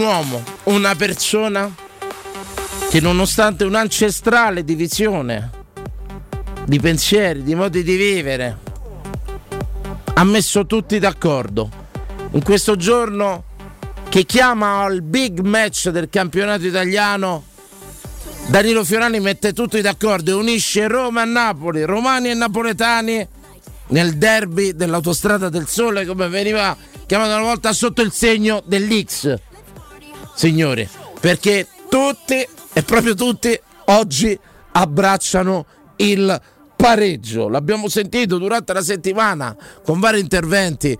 uomo, una persona che nonostante un'ancestrale divisione di pensieri, di modi di vivere, ha messo tutti d'accordo in questo giorno che chiama al big match del campionato italiano. Danilo Fiorani mette tutti d'accordo e unisce Roma e Napoli, romani e napoletani nel derby dell'Autostrada del Sole, come veniva chiamato una volta, sotto il segno dell'X, signori, perché tutti e proprio tutti oggi abbracciano il pareggio. L'abbiamo sentito durante la settimana con vari interventi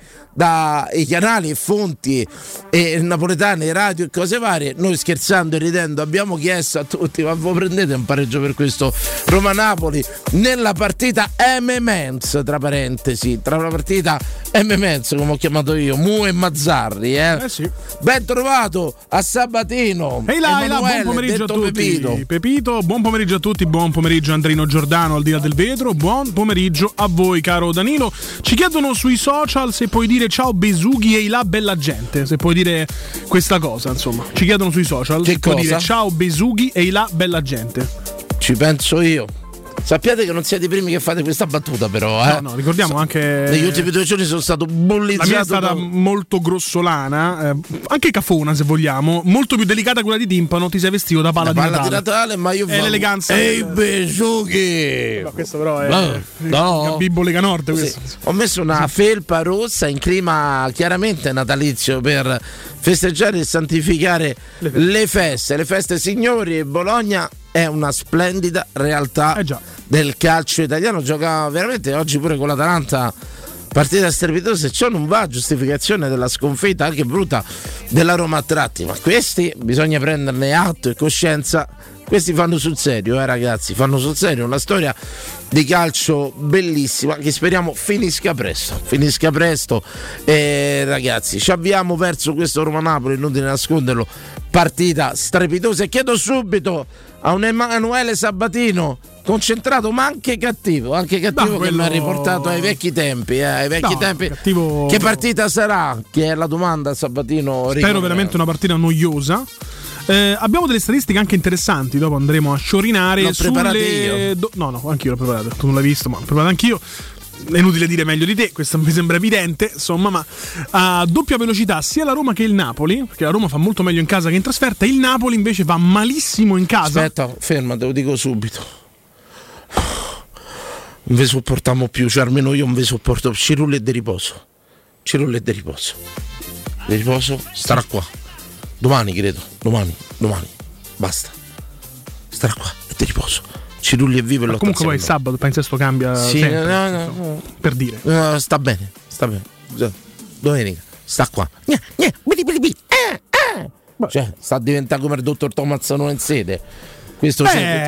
dai canali e fonti e napoletani, radio e cose varie. Noi scherzando e ridendo abbiamo chiesto a tutti: ma voi prendete un pareggio per questo Roma-Napoli nella partita M-Mens, tra parentesi, tra una partita M-Mens come ho chiamato io, Mu e Mazzarri, sì. Ben trovato a Sabatino. Ehi là, buon pomeriggio a tutti. Pepito, buon pomeriggio a tutti, buon pomeriggio Andrino Giordano al di là del vetro, buon pomeriggio a voi caro Danilo. Ci chiedono sui social se puoi dire ciao Besughi e là bella gente, se puoi dire questa cosa, insomma. Ci chiedono sui social che se puoi dire ciao Besughi e là bella gente. Ci penso io. Sappiate che non siete i primi che fate questa battuta, però. No, ricordiamo anche. Negli ultimi 2 giorni sono stato bullizzato. La mia è stata molto grossolana, anche cafona se vogliamo, molto più delicata quella di timpano. Ti sei vestito da palla di Natale, ma io è l'eleganza. Ehi Besughi! Ma questo però è Bibbo Lega Nord. Sì. Ho messo una felpa rossa in clima chiaramente natalizio per festeggiare e santificare le feste, signori. Bologna è una splendida realtà del calcio italiano, gioca veramente oggi pure con l'Atalanta, partita strepitosa, e ciò non va a giustificazione della sconfitta anche brutta della Roma a tratti, ma questi bisogna prenderne atto e coscienza. Questi fanno sul serio, ragazzi, fanno sul serio una storia di calcio bellissima che speriamo finisca presto. Ragazzi, ci avviamo verso questo Roma-Napoli, inutile nasconderlo, partita strepitosa, e chiedo subito a un Emanuele Sabatino concentrato ma anche cattivo che mi ha riportato ai vecchi tempi, Cattivo... Che partita sarà? Che è la domanda, Sabatino. Spero veramente una partita noiosa. Abbiamo delle statistiche anche interessanti, dopo andremo a sciorinare. L'ho preparate io. No, anch'io l'ho preparato, tu non l'hai visto, ma l'ho preparato anch'io. È inutile dire meglio di te, questo mi sembra evidente, insomma, ma a doppia velocità sia la Roma che il Napoli, perché la Roma fa molto meglio in casa che in trasferta, il Napoli invece va malissimo in casa. Aspetta, ferma, te lo dico subito. Non vi sopportiamo più, cioè almeno io non vi sopporto più. Cirulli e di riposo. Di riposo starà qua. Domani credo, domani, basta. Starà qua e di riposo. Cirulli è vivo e comunque poi il sabato penso sto cambia sempre, no. Per dire. No, sta bene. Domenica sta qua. Cioè, sta diventando come il dottor Thomas non in sede. Questo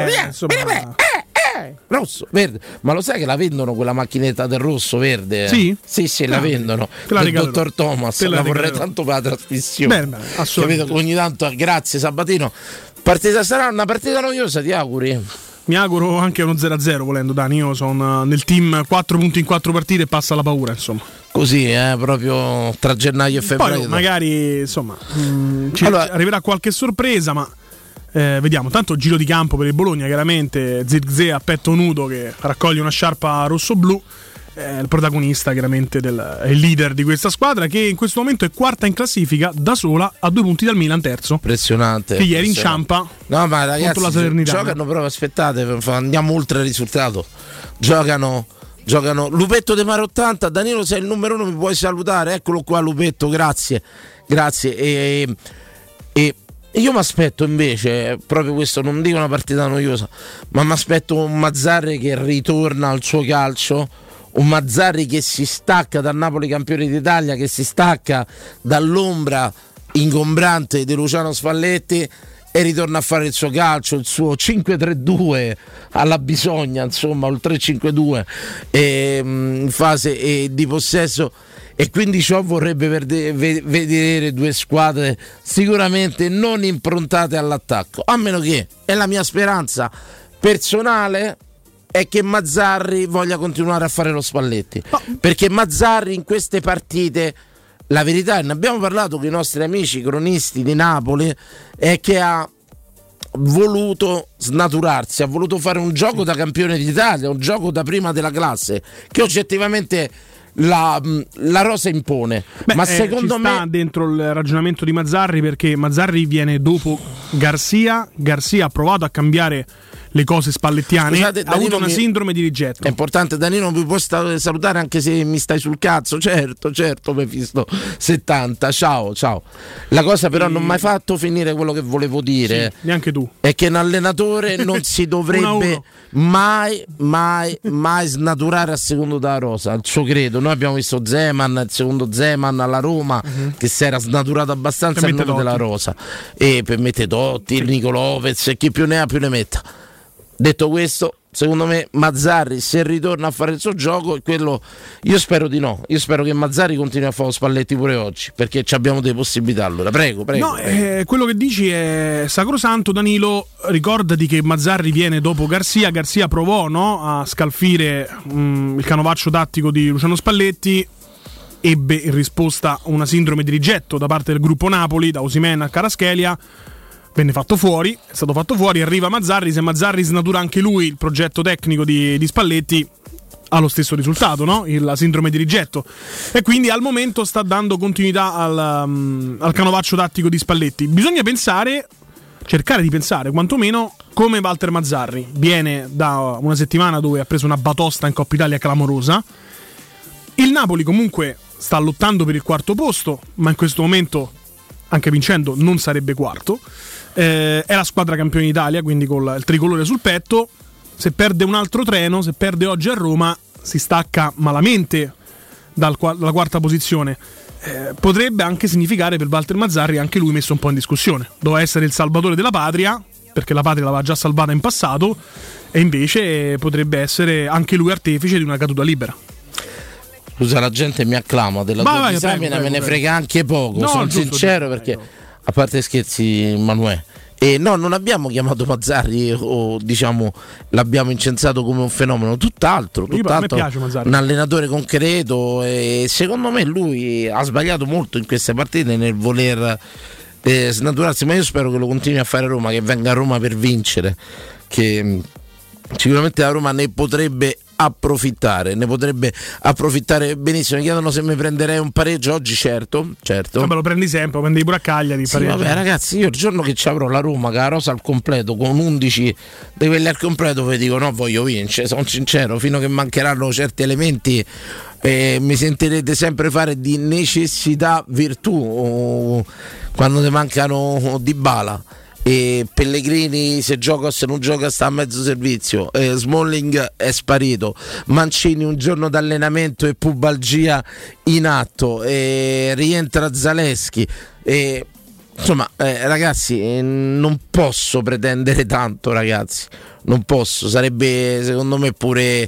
rosso, verde. Ma lo sai che la vendono quella macchinetta del rosso verde? Sì, la vendono. Il dottor Thomas. La vorrei tanto per la trasmissione. Bene, assolutamente. Capito? Ogni tanto, grazie Sabatino. Sarà una partita noiosa, ti auguri? Mi auguro anche uno 0-0 volendo, Dani. Io sono nel team 4 punti in 4 partite e passa la paura, insomma. Così, proprio tra gennaio e febbraio. Poi magari, insomma, arriverà qualche sorpresa, ma vediamo. Tanto giro di campo per il Bologna, chiaramente Zirkzee a petto nudo che raccoglie una sciarpa rosso-blu. Il protagonista chiaramente è il leader di questa squadra, che in questo momento è quarta in classifica da sola a 2 punti dal Milan terzo. Impressionante. Che ieri inciampa. No, ma ragazzi, contro la Salernitana. Giocano, però aspettate, andiamo oltre il risultato. Giocano Lupetto De Mare 80. Danilo, sei il numero 1, mi puoi salutare? Eccolo qua Lupetto, grazie. E io mi aspetto invece, proprio questo, non dico una partita noiosa, ma mi aspetto un Mazzarri che ritorna al suo calcio, un Mazzarri che si stacca dal Napoli campione d'Italia, che si stacca dall'ombra ingombrante di Luciano Spalletti e ritorna a fare il suo calcio, il suo 5-3-2 alla bisogna, insomma, il 3-5-2 in fase di possesso. E quindi ciò vorrebbe vedere 2 squadre sicuramente non improntate all'attacco, a meno che, è la mia speranza personale, è che Mazzarri voglia continuare a fare lo Spalletti, perché Mazzarri in queste partite la verità, ne abbiamo parlato con i nostri amici cronisti di Napoli, è che ha voluto snaturarsi, ha voluto fare un gioco da campione d'Italia, un gioco da prima della classe, che oggettivamente la rosa impone. Ma secondo me sta dentro il ragionamento di Mazzarri, perché Mazzarri viene dopo Garcia ha provato a cambiare le cose spallettiane. Scusate, ha avuto una sindrome di rigetto. È importante, Danilo, mi puoi salutare anche se mi stai sul cazzo? Certo, Mephisto 70, ciao. La cosa però non mi hai fatto finire quello che volevo dire. Sì, neanche tu. È che un allenatore non si dovrebbe mai snaturare a secondo della rosa, il suo credo. Noi abbiamo visto Zeman, il secondo Zeman alla Roma, che si era snaturato abbastanza al nome della rosa, e per mettere Totti, il Nico Lopez, e chi più ne ha più ne metta. Detto questo, secondo me Mazzarri, se ritorna a fare il suo gioco, quello io spero di no. Io spero che Mazzarri continui a fare Spalletti pure oggi, perché abbiamo delle possibilità. Allora prego. No, quello che dici è sacrosanto, Danilo. Ricordati che Mazzarri viene dopo Garcia provò, no, a scalfire il canovaccio tattico di Luciano Spalletti, ebbe in risposta una sindrome di rigetto da parte del gruppo Napoli, da Osimhen a Kvaratskhelia. Venne fatto fuori, è stato fatto fuori, arriva Mazzarri, se Mazzarri snatura anche lui il progetto tecnico di Spalletti, ha lo stesso risultato, no? La sindrome di rigetto, e quindi al momento sta dando continuità al canovaccio tattico di Spalletti. Bisogna cercare di pensare quantomeno come Walter Mazzarri viene da una settimana dove ha preso una batosta in Coppa Italia clamorosa. Il Napoli comunque sta lottando per il quarto posto, ma in questo momento, anche vincendo, non sarebbe quarto. È la squadra campione d'Italia, quindi con il tricolore sul petto. Se perde un altro treno, se perde oggi a Roma, si stacca malamente dalla quarta posizione. Potrebbe anche significare per Walter Mazzarri anche lui messo un po' in discussione. Doveva essere il salvatore della patria, perché la patria l'aveva già salvata in passato, e invece potrebbe essere anche lui artefice di una caduta libera. Scusa, la gente mi acclama della tua disamina, me ne frega anche poco, no, sono sincero, perché a parte scherzi, Manuè, e no, non abbiamo chiamato Mazzarri o diciamo l'abbiamo incensato come un fenomeno, tutt'altro, un allenatore concreto, e secondo me lui ha sbagliato molto in queste partite nel voler snaturarsi, ma io spero che lo continui a fare a Roma, che venga a Roma per vincere, che sicuramente la Roma ne potrebbe approfittare benissimo. Mi chiedono se mi prenderei un pareggio oggi. Certo. Vabbè, lo prendi sempre, lo prendi pure a Cagliari. Sì, vabbè, ragazzi, io il giorno che ci avrò la Roma che la rosa al completo con 11 di quelli al completo, vi dico no, voglio vincere, sono sincero, fino a che mancheranno certi elementi. Mi sentirete sempre fare di necessità virtù quando ti mancano Dybala e Pellegrini, se gioca o se non gioca sta a mezzo servizio, Smalling è sparito, Mancini un giorno d'allenamento e pubalgia in atto, rientra Zalewski, insomma ragazzi, non posso pretendere tanto, ragazzi, non posso, sarebbe secondo me pure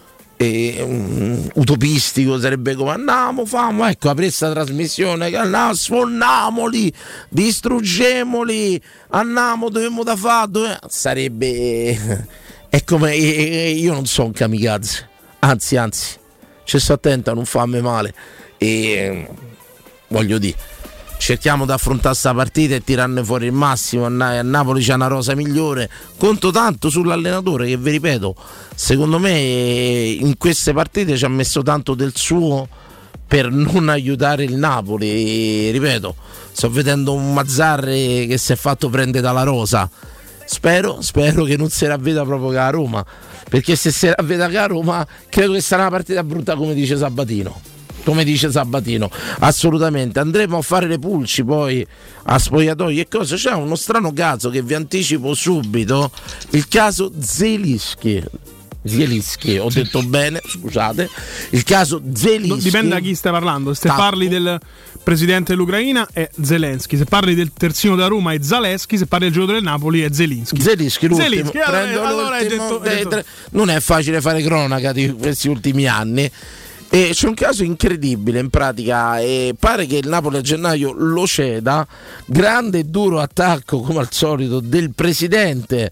utopistico, sarebbe come famo, ecco, apri questa trasmissione, sfornamoli, distruggemoli, dovevamo da fare, sarebbe è come io non so un kamikaze, anzi ci sto attento a non farmi male, e voglio dire, cerchiamo di affrontare questa partita e tirarne fuori il massimo. A Napoli c'è una rosa migliore, conto tanto sull'allenatore che, vi ripeto, secondo me in queste partite ci ha messo tanto del suo per non aiutare il Napoli, e, ripeto, sto vedendo un Mazzarri che si è fatto prendere dalla rosa. Spero che non si ravveda proprio che a Roma, perché se si ravveda che a Roma credo che sarà una partita brutta, come dice Sabatino, assolutamente. Andremo a fare le pulci poi a spogliatoi e cose. C'è uno strano caso che vi anticipo subito, il caso Zielinski, ho detto bene, scusate, il caso Zielinski. Dipende da chi stai parlando. Se parli del presidente dell'Ucraina è Zelensky, se parli del terzino della Roma è Zalewski, se parli del giocatore del Napoli è Zielinski, l'ultimo. Prendo l'ultimo. Non è facile fare cronaca di questi ultimi anni. E c'è un caso incredibile in pratica, e pare che il Napoli a gennaio lo ceda. Grande e duro attacco come al solito del presidente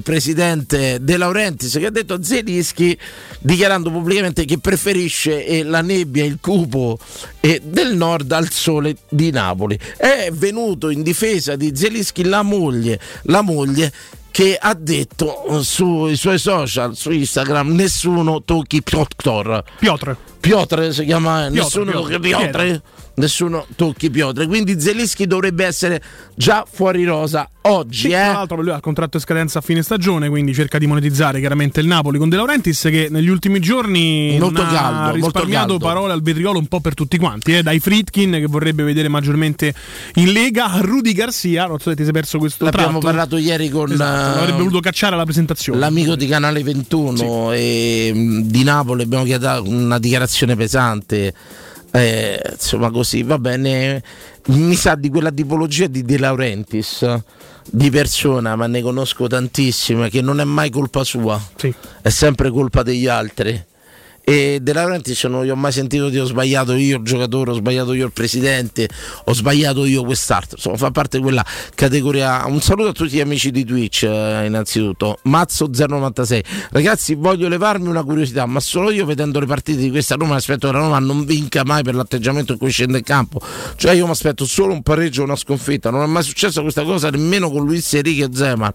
De Laurentiis, che ha detto a Zelinski, dichiarando pubblicamente che preferisce la nebbia, il cupo del nord al sole di Napoli. È venuto in difesa di Zelinski la moglie che ha detto sui suoi social, su Instagram: nessuno tocchi Piotr si chiama, nessuno tocchi Piotr. Quindi Zelinski dovrebbe essere già fuori rosa oggi. Sì, tra l'altro lui ha il contratto in scadenza a fine stagione, quindi cerca di monetizzare chiaramente il Napoli con De Laurentiis, che negli ultimi giorni ha risparmiato parole al vetriolo un po' per tutti quanti, dai Friedkin, che vorrebbe vedere maggiormente in Lega, a Rudy Garcia, non so se ti sei perso questo l'abbiamo parlato ieri con avrebbe voluto cacciare alla presentazione l'amico di Canale 21, sì. E di Napoli abbiamo chiesto una dichiarazione pesante, insomma, così va bene. Mi sa di quella tipologia di De Laurentiis di persona, ma ne conosco tantissime, che non è mai colpa sua, sì. È sempre colpa degli altri. E De Laurentiis non gli ho mai sentito dire: ho sbagliato io il giocatore, ho sbagliato io il presidente, ho sbagliato io quest'altro. Insomma, fa parte di quella categoria. Un saluto a tutti gli amici di Twitch, innanzitutto. Mazzo096: ragazzi, voglio levarmi una curiosità, ma solo io, vedendo le partite di questa Roma, aspetto che la Roma non vinca mai per l'atteggiamento in cui scende in campo. Cioè, io mi aspetto solo un pareggio o una sconfitta. Non è mai successa questa cosa nemmeno con Luis Enrique e Zeman.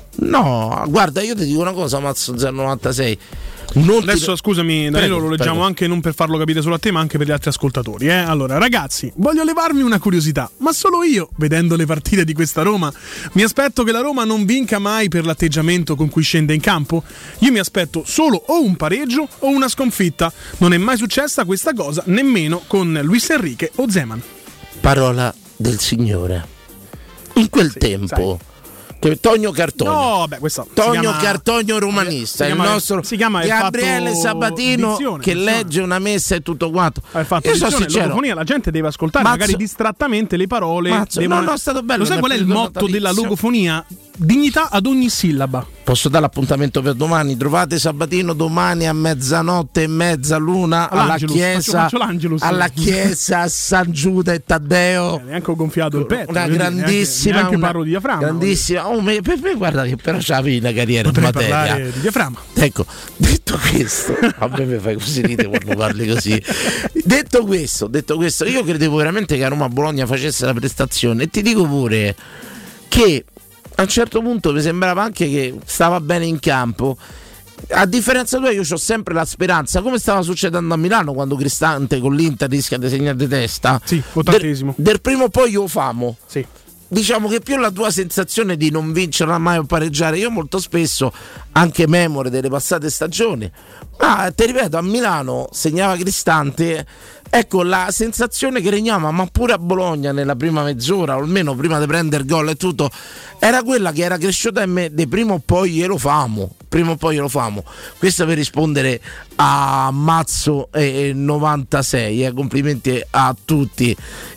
No, guarda, io ti dico una cosa, Mazzo096. Adesso scusami Danilo, lo leggiamo anche non per farlo capire solo a te, ma anche per gli altri ascoltatori. Allora, ragazzi, voglio levarmi una curiosità, ma solo io, vedendo le partite di questa Roma, mi aspetto che la Roma non vinca mai per l'atteggiamento con cui scende in campo. Io mi aspetto solo o un pareggio o una sconfitta. Non è mai successa questa cosa nemmeno con Luis Enrique o Zeman. Parola del Signore. In quel tempo, Tonio Cartonio, Tonio Cartonio romanista, il nostro Gabriele Sabatino dizione, che legge una messa e tutto quanto. Io sono sincero, logofonia, la gente deve ascoltare magari distrattamente le parole. No, è stato bello. Lo sai qual è il motto della logofonia? Dignità ad ogni sillaba. Posso dare l'appuntamento per domani? Trovate Sabatino domani a 00:30 l'una alla chiesa, alla chiesa San Giuda e Taddeo. Neanche ho gonfiato il petto. Una grandissima, neanche parlo di diaframma. Grandissima. Per me guarda che però c'avevi una carriera in materia. Di diaframma. Ecco, detto questo, a me mi fai così ride quando parli così. Detto questo, io credevo veramente che a Roma-Bologna facesse la prestazione, e ti dico pure che a un certo punto mi sembrava anche che stava bene in campo. A differenza tua, io ho sempre la speranza, come stava succedendo a Milano quando Cristante con l'Inter rischia di segnare di testa. Sì, 80esimo. Del primo poi io famo. Sì. Diciamo che più la tua sensazione di non vincere mai o pareggiare. Io molto spesso, anche memore delle passate stagioni, ma ti ripeto, a Milano segnava Cristante, ecco la sensazione che regnava, ma pure a Bologna nella prima mezz'ora, o almeno prima di prendere gol e tutto, era quella che era cresciuta in me: di prima o poi glielo famo. Questo per rispondere a Mazzo 96, complimenti a tutti.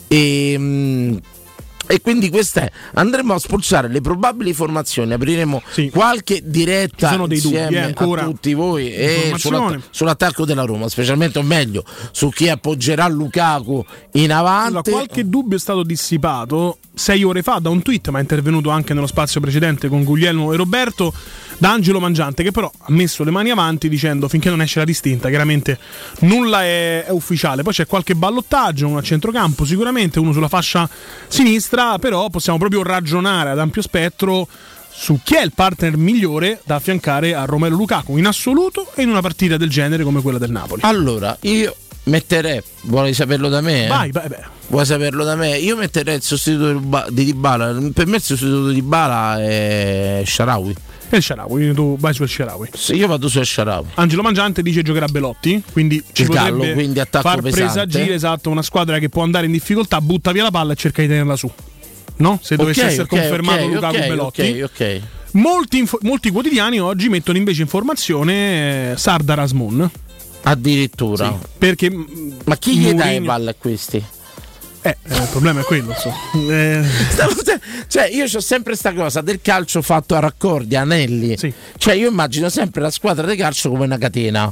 E quindi andremo a spulciare le probabili formazioni, apriremo qualche diretta. Ci sono dei dubbi ancora a tutti voi sull'attacco della Roma, specialmente, o meglio, su chi appoggerà Lukaku in avanti. Allora, qualche dubbio è stato dissipato 6 ore fa da un tweet, ma è intervenuto anche nello spazio precedente con Guglielmo e Roberto, da Angelo Mangiante, che però ha messo le mani avanti dicendo: finché non esce la distinta chiaramente nulla è ufficiale. Poi c'è qualche ballottaggio, uno a centrocampo sicuramente, uno sulla fascia sinistra, però possiamo proprio ragionare ad ampio spettro su chi è il partner migliore da affiancare a Romelu Lukaku in assoluto e in una partita del genere come quella del Napoli. Allora, io metterei, vuoi saperlo da me? Vai. Vuoi saperlo da me? Io metterei il sostituto di Dybala. Per me il sostituto di Dybala è Shaarawy. E il Shaarawy, tu vai sul Shaarawy. Sì, io vado sul Shaarawy. Angelo Mangiante dice giocherà Belotti, quindi ci potrebbe quindi far pesante. Presagire, esatto, una squadra che può andare in difficoltà, butta via la palla e cerca di tenerla su. No? Se dovesse essere confermato Lukaku Belotti. Ok. Molti quotidiani oggi mettono invece in formazione Sardar Azmoun. Addirittura. Sì, perché ma chi gli dà le palle a questi? Il problema è quello. Cioè, io ho sempre sta cosa del calcio fatto a raccordi, anelli. Sì. Cioè, io immagino sempre la squadra di calcio come una catena.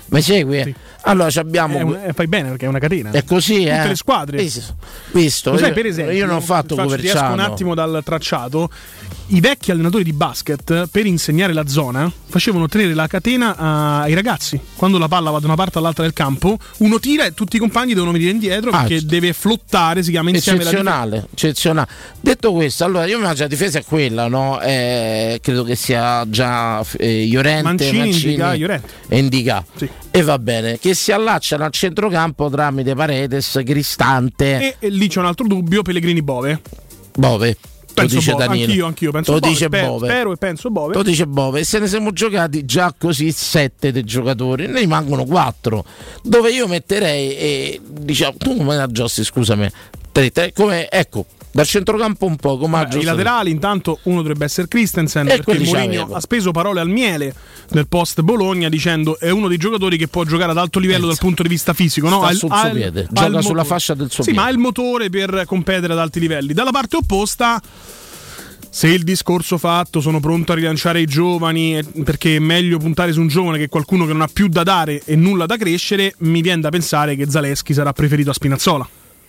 Mi segui? Sì. Allora abbiamo fai bene perché è una catena. È così, tutte le squadre. Visto, sai, per esempio, io non ho fatto Coverciano. Esco un attimo dal tracciato. I vecchi allenatori di basket, per insegnare la zona, facevano tenere la catena ai ragazzi. Quando la palla va da una parte all'altra del campo, uno tira e tutti i compagni devono venire indietro perché deve flottare, si chiama insieme. Eccezionale. Detto questo, allora io la difesa è quella, no? Credo che sia già Llorente, Mancini e Indica. Sì. E va bene, che si allacciano al centrocampo tramite Paredes, Cristante. E lì c'è un altro dubbio, Pellegrini Bove. Penso dice Danilo. Anch'io penso Bove. Spero e penso Bove. Lo dice Bove. E se ne siamo giocati già così 7 dei giocatori, ne rimangono 4. Dove io metterei, diciamo, tu come la Giossi, scusami, come, ecco, dal centrocampo un po' come i laterali. Intanto uno dovrebbe essere Christensen, perché Mourinho ha speso parole al miele nel post Bologna dicendo è uno dei giocatori che può giocare ad alto livello dal punto di vista fisico, no? Sul suo piede, gioca sulla fascia del suo piede. Sì, ma ha il motore per competere ad alti livelli. Dalla parte opposta, se il discorso fatto sono pronto a rilanciare i giovani perché è meglio puntare su un giovane che qualcuno che non ha più da dare e nulla da crescere, mi viene da pensare che Zalewski sarà preferito a Spinazzola.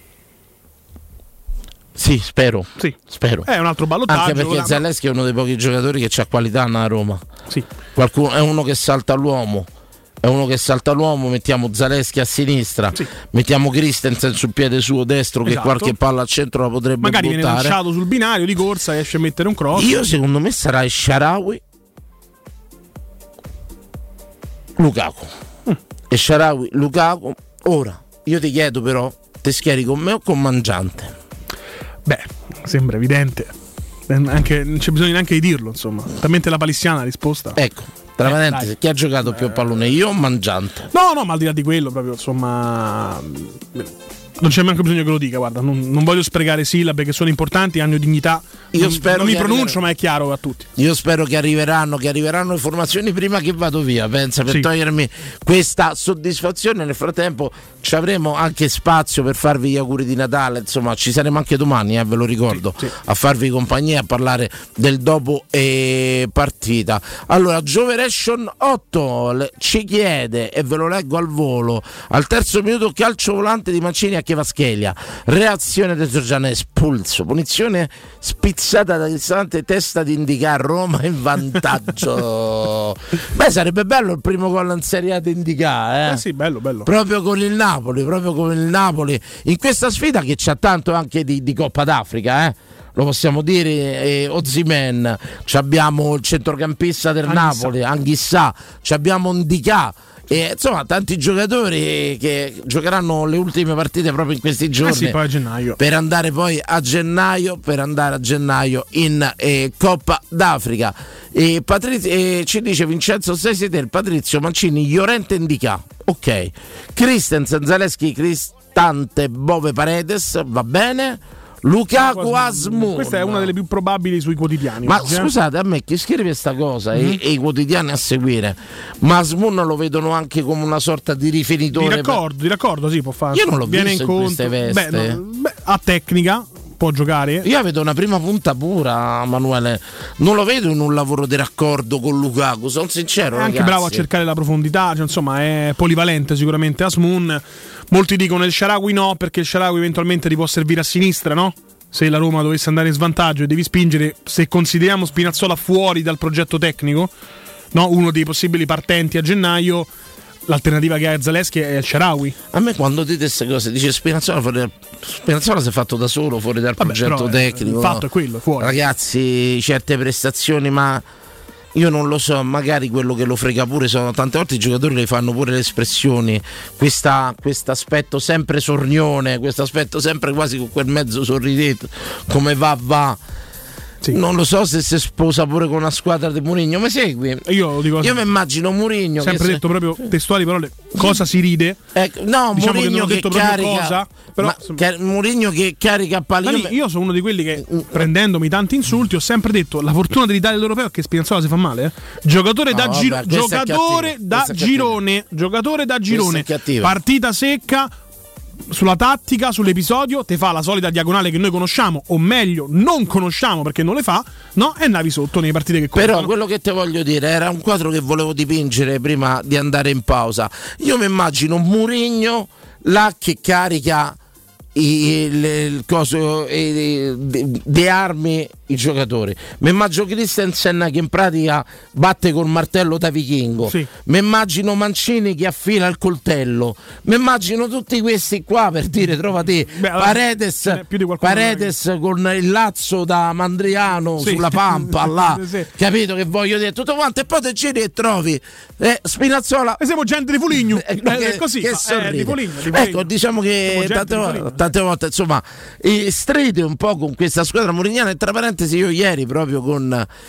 Sì, spero. È un altro ballottaggio. Anche perché Zalewski è uno dei pochi giocatori che ha qualità a Roma. Sì. È uno che salta l'uomo. Mettiamo Zalewski a sinistra, mettiamo Christensen sul piede suo destro, che qualche palla al centro la potrebbe magari buttare. Viene lanciato sul binario di corsa e esce a mettere un cross. Io secondo me sarà Shaarawy, Lukaku. E Shaarawy, Lukaku. Ora, io ti chiedo però, te schieri con me o con Mangiante? Beh, sembra evidente. Non c'è bisogno neanche di dirlo, insomma. Talmente la palissiana la risposta. Ecco, tra parentesi, chi ha giocato più a pallone, io o Mangiante? No, ma al di là di quello, proprio, insomma, non c'è neanche bisogno che lo dica, guarda, non voglio sprecare sillabe che sono importanti, hanno dignità. Non mi pronuncio, ma è chiaro a tutti. Io spero che arriveranno le informazioni prima che vado via, pensa, per togliermi questa soddisfazione. Nel frattempo ci avremo anche spazio per farvi gli auguri di Natale, insomma ci saremo anche domani, ve lo ricordo, a farvi compagnia, a parlare del dopo partita. Allora, Joveration 8 ci chiede, e ve lo leggo al volo, al terzo minuto calcio volante di Mancini a Kvaratskhelia, reazione del Giorgiano, espulso, punizione spizzata da Cristante, testa di Indica, Roma in vantaggio. Beh, sarebbe bello il primo gol in Serie A di Indica, sì, bello. Proprio con il Napoli in questa sfida che c'ha tanto anche di Coppa d'Africa, lo possiamo dire. Osimhen, abbiamo il centrocampista del Napoli, Anghissà, abbiamo Ndicà, insomma tanti giocatori che giocheranno le ultime partite proprio in questi giorni, poi a gennaio, per andare a gennaio in Coppa d'Africa. Ci dice Vincenzo Sesitel, Patrizio Mancini, Llorente, Ndicà, ok, Christensen, Zalewski, Cristante, Bove, Paredes, va bene. Lukaku, Asmun. Questa è una delle più probabili sui quotidiani. Ma scusate, a me chi scrive questa cosa e i quotidiani a seguire, ma Asmun lo vedono anche come una sorta di rifinitore. Di raccordo, sì, può fare. Io non l'ho visto in queste veste. A tecnica può giocare. Io vedo una prima punta pura, Manuele. Non lo vedo in un lavoro di raccordo con Lukaku, sono sincero. È anche bravo a cercare la profondità, insomma, è polivalente sicuramente Asmun. Molti dicono il Shaarawy no, perché il Shaarawy eventualmente ti può servire a sinistra, no? Se la Roma dovesse andare in svantaggio e devi spingere, se consideriamo Spinazzola fuori dal progetto tecnico, no? Uno dei possibili partenti a gennaio, l'alternativa che ha Zalewski è il Shaarawy. A me quando dite queste cose dice Spinazzola si è fatto da solo fuori dal progetto tecnico. Il fatto è quello, fuori. Ragazzi, certe prestazioni, ma io non lo so, magari quello che lo frega pure sono tante volte i giocatori le fanno pure le espressioni, questo aspetto sempre sornione, questo aspetto sempre quasi con quel mezzo sorridetto, come va. Sì. Non lo so se si sposa pure con una squadra di Mourinho, mi segui? Io mi immagino Mourinho sempre detto proprio testuali parole, cosa si ride? No, diciamo Mourinho che carica cosa, però, Mourinho che carica pallini. Io sono uno di quelli che, prendendomi tanti insulti, ho sempre detto la fortuna dell'Italia dell'Europeo è che Spinazzola si fa male, giocatore da girone, partita secca, sulla tattica, sull'episodio, te fa la solita diagonale che noi conosciamo, o meglio non conosciamo perché non le fa, no? E andavi sotto nei partite che contano. Però quello che te voglio dire era un quadro che volevo dipingere prima di andare in pausa. Io mi immagino Mourinho là che carica le armi i giocatori. Mi immagino Christensen che in pratica batte col martello da vichingo. Sì. Mi immagino Mancini che affila il coltello. Mi immagino tutti questi qua per dire trovati Paredes con il lazzo da Mandriano sulla pampa là. Capito che voglio dire? Tutto quanto e poi te giri e trovi Spinazzola. E siamo gente di Foligno. Così. Che di Foligno. Ecco, diciamo che tante volte insomma stride un po' con questa squadra murignana. E tra parentesi, io ieri proprio con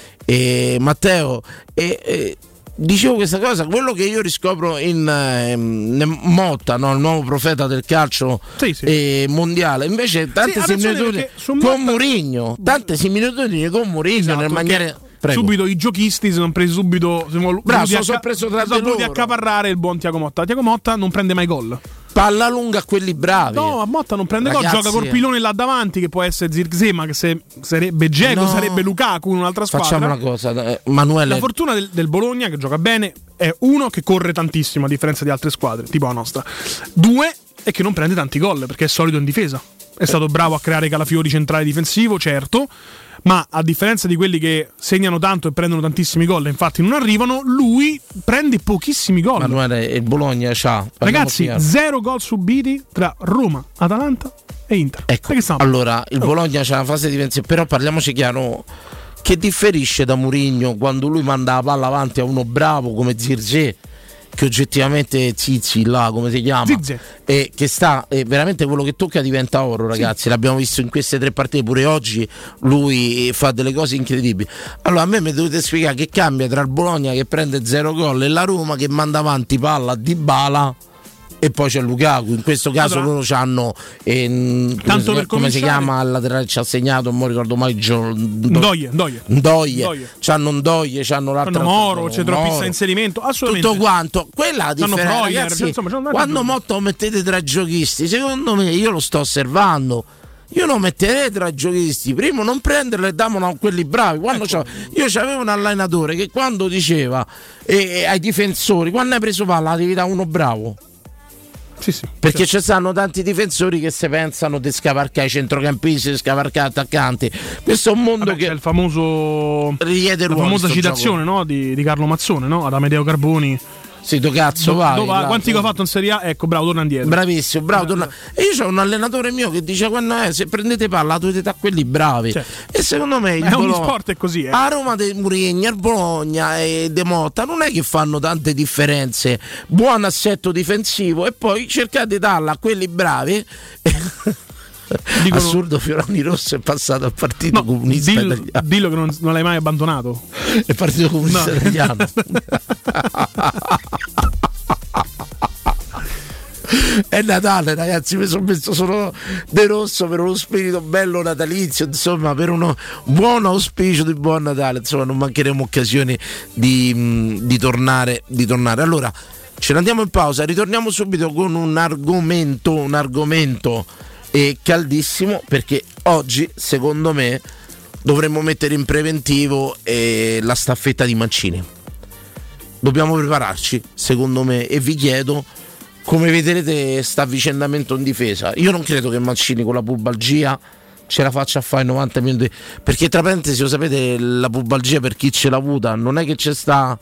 Matteo dicevo questa cosa, quello che io riscopro in Motta, no? Il nuovo profeta del calcio mondiale, invece tante similitudini con Mourinho, nel maniere. Prego. Subito i giochisti si sono presi subito sono preso tra di accaparrare il buon Thiago Motta. Thiago Motta non prende mai gol. Palla lunga a quelli bravi. No, a Motta non prende gol, gioca col pilone là davanti che può essere Zirkzee, ma che sarebbe Dzeko, sarebbe Lukaku in un'altra squadra. Facciamo una cosa, Manuele. La fortuna del Bologna, che gioca bene, è uno che corre tantissimo a differenza di altre squadre, tipo la nostra. 2 è che non prende tanti gol perché è solido in difesa. È stato bravo a creare calafiori centrale difensivo, certo, ma a differenza di quelli che segnano tanto e prendono tantissimi gol e infatti non arrivano, lui prende pochissimi gol. Manuele, il Bologna c'ha, ragazzi, 0 gol subiti tra Roma, Atalanta e Inter. Ecco, allora il Bologna c'ha una fase difensiva, però parliamoci chiaro, che differisce da Mourinho quando lui manda la palla avanti a uno bravo come Zirkzee, che oggettivamente Zizi là come si chiama e che sta veramente quello che tocca diventa oro, ragazzi. L'abbiamo visto in queste 3 partite, pure oggi lui fa delle cose incredibili. Allora a me mi dovete spiegare che cambia tra il Bologna che prende 0 gol e la Roma che manda avanti palla a Dybala e poi c'è Lukaku. In questo caso loro c'hanno come si chiama il laterale, ci ha segnato, non mi ricordo mai, Ndoye. C'hanno Ndoye, c'hanno l'altro Moro, c'è troppista inserimento, assolutamente. Tutto quanto. Quella differenza, ragazzi, insomma, quando Motta mettete 3 giochisti, secondo me, io lo sto osservando, io non metterei 3 giochisti, primo non prenderlo e damolo a quelli bravi. Quando io c'avevo un allenatore che quando diceva ai difensori, quando hai preso palla devi dare uno bravo. Sì, perché ci stanno tanti difensori che si pensano di scavarcare i centrocampisti, di scavarcare attaccanti. Questo è un mondo che c'è il famoso richiede la famosa citazione, no? di Carlo Mazzone, no? Ad Amedeo Carboni. Sì, tu cazzo vai. Quanti che ho fatto in Serie A? Ecco, bravo, torna indietro. Bravissimo, bravo, torna. E io ho un allenatore mio che dice se prendete palla dovete dare quelli bravi. E secondo me ogni sport è così. A Roma di Mourinho, il Bologna e De Motta non è che fanno tante differenze. Buon assetto difensivo e poi cercate di darla a quelli bravi. Assurdo, Fiorani Rosso è passato al Partito Comunista Italiano. Dillo che non l'hai mai abbandonato. Il Partito Comunista Italiano. È Natale, ragazzi, mi sono messo solo De Rosso per uno spirito bello natalizio, insomma, per uno buon auspicio di buon Natale, insomma, non mancheremo occasioni di tornare. Allora, ce ne andiamo in pausa, ritorniamo subito con un argomento caldissimo, perché oggi secondo me dovremmo mettere in preventivo la staffetta di Mancini. Dobbiamo prepararci, secondo me, e vi chiedo come vedrete sta avvicendamento in difesa. Io non credo che Mancini con la pubalgia ce la faccia a fare 90 minuti, perché tra parentesi, lo sapete, la pubalgia, per chi ce l'ha avuta, non è che c'è sta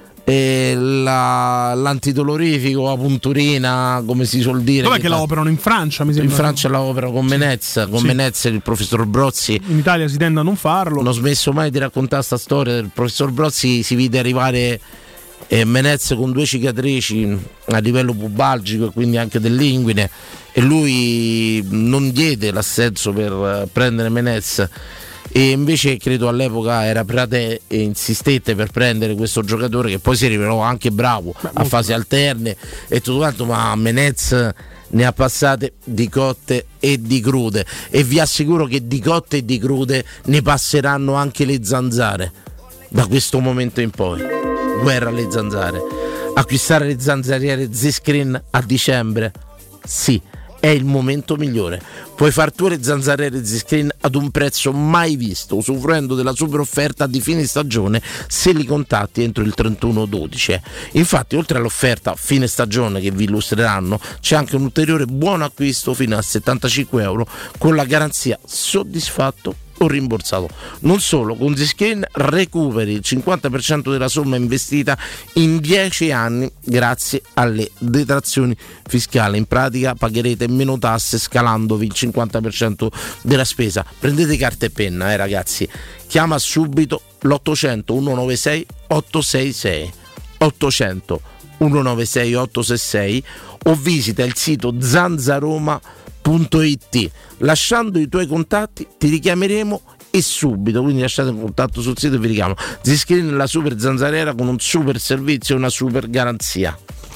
l'antidolorifico, la punturina, come si suol dire. Dov'è che la operano? In Francia, mi sembra. In Francia la operano con Menez, Menez e il professor Brozzi. In Italia si tende a non farlo. Non ho smesso mai di raccontare sta storia. Il professor Brozzi si vide arrivare Menez con 2 cicatrici a livello pubalgico e quindi anche dell'inguine, e lui non diede l'assenso per prendere Menez, e invece credo all'epoca era Prate e insistette per prendere questo giocatore, che poi si rivelò anche bravo a fasi alterne e tutto quanto, ma Menez ne ha passate di cotte e di crude, e vi assicuro che di cotte e di crude ne passeranno anche le zanzare da questo momento in poi. Guerra alle zanzare. Acquistare le zanzariere Z-Screen a dicembre? Sì, è il momento migliore. Puoi far tue le zanzariere Z-Screen ad un prezzo mai visto, usufruendo della super offerta di fine stagione se li contatti entro il 31/12. Infatti, oltre all'offerta fine stagione che vi illustreranno, c'è anche un ulteriore buon acquisto fino a €75 con la garanzia soddisfatto o rimborsato. Non solo, con Z-Screen recuperi il 50% della somma investita in 10 anni grazie alle detrazioni fiscali. In pratica pagherete meno tasse scalandovi il 50% della spesa. Prendete carta e penna, ragazzi. Chiama subito l'800 196 866 800 196 866 o visita il sito zanzaroma.it. Lasciando i tuoi contatti ti richiameremo e subito, quindi lasciate un contatto sul sito e vi richiamo. Z-Screen, la super zanzariera con un super servizio e una super garanzia.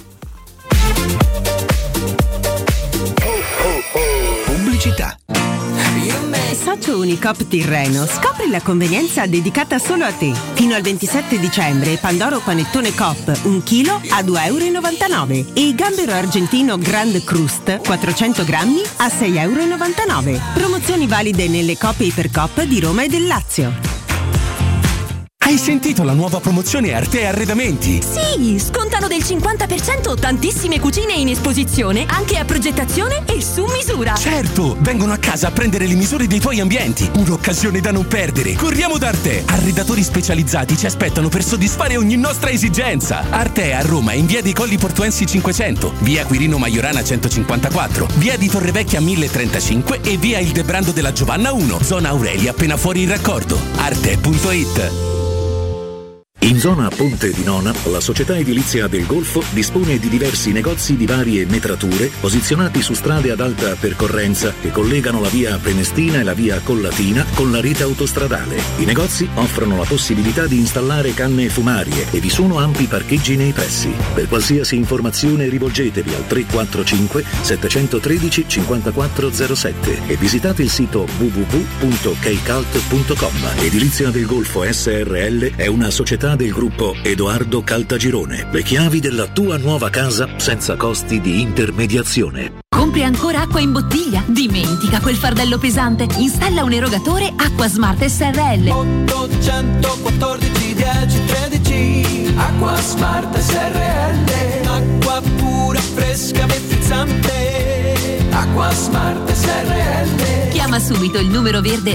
Pubblicità. Socio Unicop Tirreno, scopri la convenienza dedicata solo a te. Fino al 27 dicembre Pandoro Panettone Coop 1 chilo a €2,99 e Gambero Argentino Grand Crust 400 grammi a €6,99. Promozioni valide nelle Coop e Ipercoop di Roma e del Lazio. Hai sentito la nuova promozione Arte Arredamenti? Sì, scontano del 50% tantissime cucine in esposizione, anche a progettazione e su misura. Certo, vengono a casa a prendere le misure dei tuoi ambienti. Un'occasione da non perdere. Corriamo da Arte. Arredatori specializzati ci aspettano per soddisfare ogni nostra esigenza. Arte a Roma in via dei Colli Portuensi 500, via Quirino Maiorana 154, via di Torrevecchia 1035 e via Il Debrando della Giovanna 1, zona Aurelia appena fuori il raccordo. Arte.it. In zona Ponte di Nona, la società edilizia del Golfo dispone di diversi negozi di varie metrature posizionati su strade ad alta percorrenza che collegano la via Prenestina e la via Collatina con la rete autostradale. I negozi offrono la possibilità di installare canne fumarie e vi sono ampi parcheggi nei pressi. Per qualsiasi informazione rivolgetevi al 345 713 5407 e visitate il sito www.keicalt.com. Edilizia del Golfo SRL è una società del gruppo Edoardo Caltagirone. Le chiavi della tua nuova casa senza costi di intermediazione. Compri ancora acqua in bottiglia? Dimentica quel fardello pesante. Installa un erogatore Acqua Smart SRL. 814 10 13. Acqua Smart SRL. Acqua pura, fresca, frizzante. Acqua Smart SRL. Chiama subito il numero verde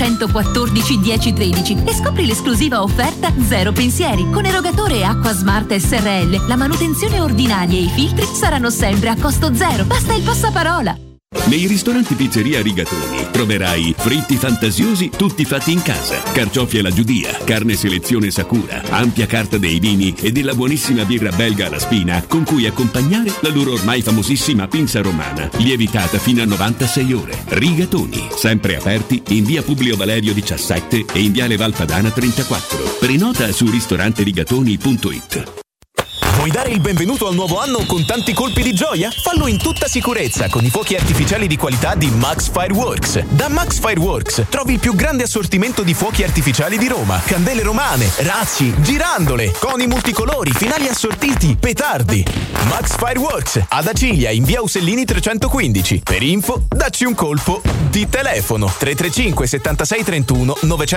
814 10 13 e scopri l'esclusiva offerta Zero Pensieri. Con erogatore Acqua Smart SRL la manutenzione ordinaria e i filtri saranno sempre a costo zero. Basta il passaparola. Nei ristoranti Pizzeria Rigatoni troverai fritti fantasiosi tutti fatti in casa, carciofi alla giudia, carne selezione Sakura, ampia carta dei vini e della buonissima birra belga alla spina con cui accompagnare la loro ormai famosissima pinza romana, lievitata fino a 96 ore. Rigatoni, sempre aperti in via Publio Valerio 17 e in viale Valpadana 34. Prenota su ristoranterigatoni.it. Vuoi dare il benvenuto al nuovo anno con tanti colpi di gioia? Fallo in tutta sicurezza con i fuochi artificiali di qualità di Max Fireworks. Da Max Fireworks trovi il più grande assortimento di fuochi artificiali di Roma. Candele romane, razzi, girandole, coni multicolori, finali assortiti, petardi. Max Fireworks ad Acilia in via Usellini 315. Per info, dacci un colpo di telefono 335 76 31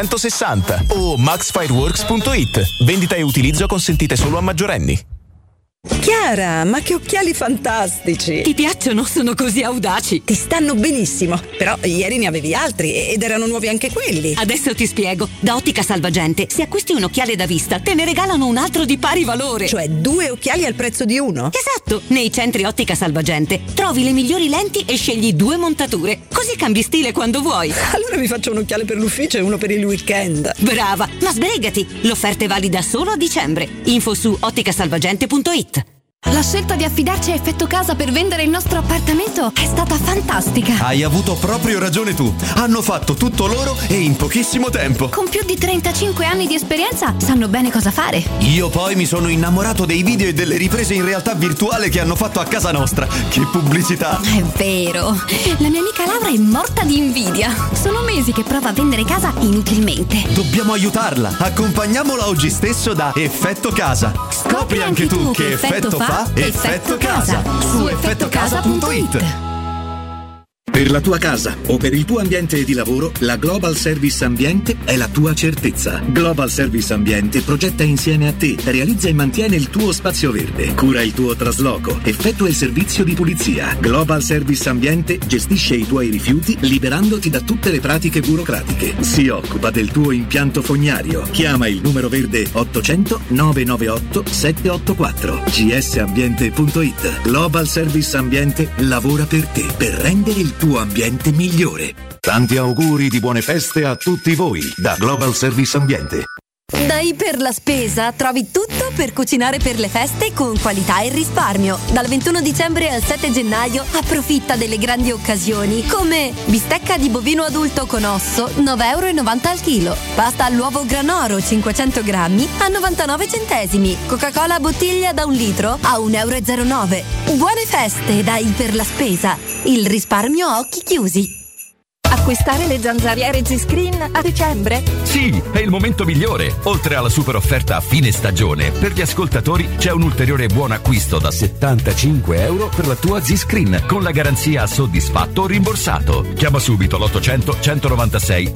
960 o maxfireworks.it. Vendita e utilizzo consentite solo a maggiorenni. Chiara, ma che occhiali fantastici! Ti piacciono? Sono così audaci. Ti stanno benissimo, però ieri ne avevi altri ed erano nuovi anche quelli. Adesso ti spiego. Da Ottica Salvagente, se acquisti un occhiale da vista, te ne regalano un altro di pari valore. Cioè 2 occhiali al prezzo di uno? Esatto! Nei centri Ottica Salvagente trovi le migliori lenti e scegli 2 montature. Così cambi stile quando vuoi. Allora mi faccio un occhiale per l'ufficio e uno per il weekend. Brava! Ma sbrigati! L'offerta è valida solo a dicembre. Info su otticasalvagente.it. La scelta di affidarci a Effetto Casa per vendere il nostro appartamento è stata fantastica. Hai avuto proprio ragione tu. Hanno fatto tutto loro e in pochissimo tempo. Con più di 35 anni di esperienza sanno bene cosa fare. Io poi mi sono innamorato dei video e delle riprese in realtà virtuale che hanno fatto a casa nostra. Che pubblicità! È vero. La mia amica Laura è morta di invidia. Sono mesi che prova a vendere casa inutilmente. Dobbiamo aiutarla. Accompagniamola oggi stesso da Effetto Casa. Scopri anche tu che effetto fa Effetto Casa su effettocasa.it. Per la tua casa o per il tuo ambiente di lavoro, la Global Service Ambiente è la tua certezza. Global Service Ambiente progetta insieme a te, realizza e mantiene il tuo spazio verde, cura il tuo trasloco, effettua il servizio di pulizia. Global Service Ambiente gestisce i tuoi rifiuti liberandoti da tutte le pratiche burocratiche. Si occupa del tuo impianto fognario. Chiama il numero verde 800 998 784. gsambiente.it. Global Service Ambiente lavora per te, per rendere il tuo ambiente migliore. Tanti auguri di buone feste a tutti voi da Global Service Ambiente. Da Iper la Spesa trovi tutto per cucinare per le feste con qualità e risparmio. Dal 21 dicembre al 7 gennaio approfitta delle grandi occasioni come bistecca di bovino adulto con osso 9,90 € al chilo, pasta all'uovo Granoro 500 grammi a 99 centesimi, Coca-Cola bottiglia da 1 litro a 1,09 €. Buone feste da Iper la Spesa, il risparmio a occhi chiusi. Acquistare le zanzariere Z-Screen a dicembre? Sì, è il momento migliore. Oltre alla super offerta a fine stagione, per gli ascoltatori c'è un ulteriore buon acquisto da 75 € per la tua Z-Screen, con la garanzia soddisfatto o rimborsato. Chiama subito l'800 196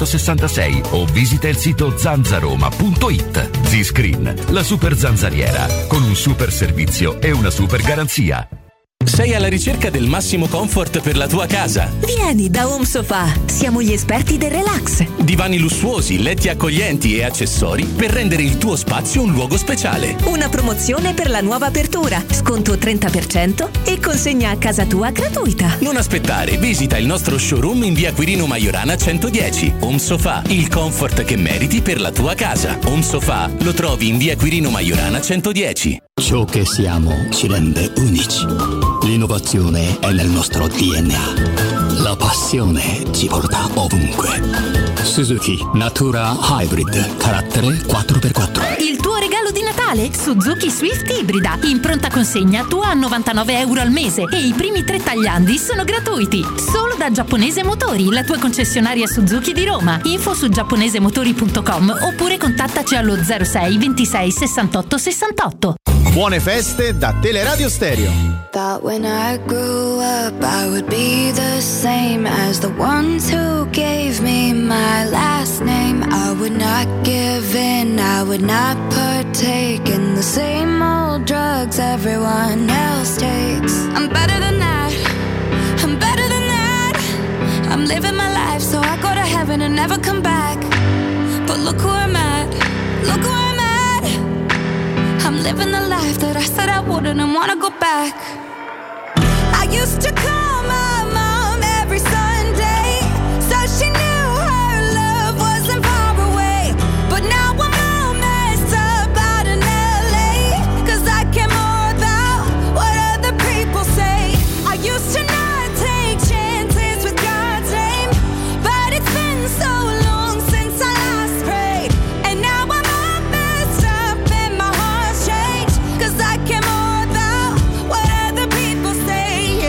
866 o visita il sito zanzaroma.it. Z-Screen, la super zanzariera, con un super servizio e una super garanzia. Sei alla ricerca del massimo comfort per la tua casa? Vieni da Home Sofa, siamo gli esperti del relax. Divani lussuosi, letti accoglienti e accessori per rendere il tuo spazio un luogo speciale. Una promozione per la nuova apertura, sconto 30% e consegna a casa tua gratuita. Non aspettare, visita il nostro showroom in via Quirino Maiorana 110. Home Sofa, il comfort che meriti per la tua casa. Home Sofa lo trovi in via Quirino Maiorana 110. Ciò che siamo ci rende unici. L'innovazione è nel nostro DNA. La passione ci porta ovunque. Suzuki Natura Hybrid, carattere 4x4. Il tuo regalo di Natale? Suzuki Swift Ibrida. In pronta consegna tua a 99 € al mese e i primi 3 tagliandi sono gratuiti. Solo da Giapponese Motori, la tua concessionaria Suzuki di Roma. Info su giapponesemotori.com oppure contattaci allo 06 26 68 68. Buone feste da Teleradio Stereo. Thought when I grew up I would be the same as the ones who gave me my last name. I would not give in, I would not partake in the same old drugs everyone else takes. I'm better than that, I'm better than that. I'm living my life so I go to heaven and never come back. But look who I'm at, look who I'm at. I'm living the life that I said I wouldn't and wanna go back. I used to call my mom every Sunday, so she knew her love wasn't far away. But now I'm all messed up out in LA, 'cause I care more about what other people say. I used to not take chances with God's name, but it's been so long since I last prayed. And now I'm all messed up and my heart's changed, 'cause I care more about what other people say.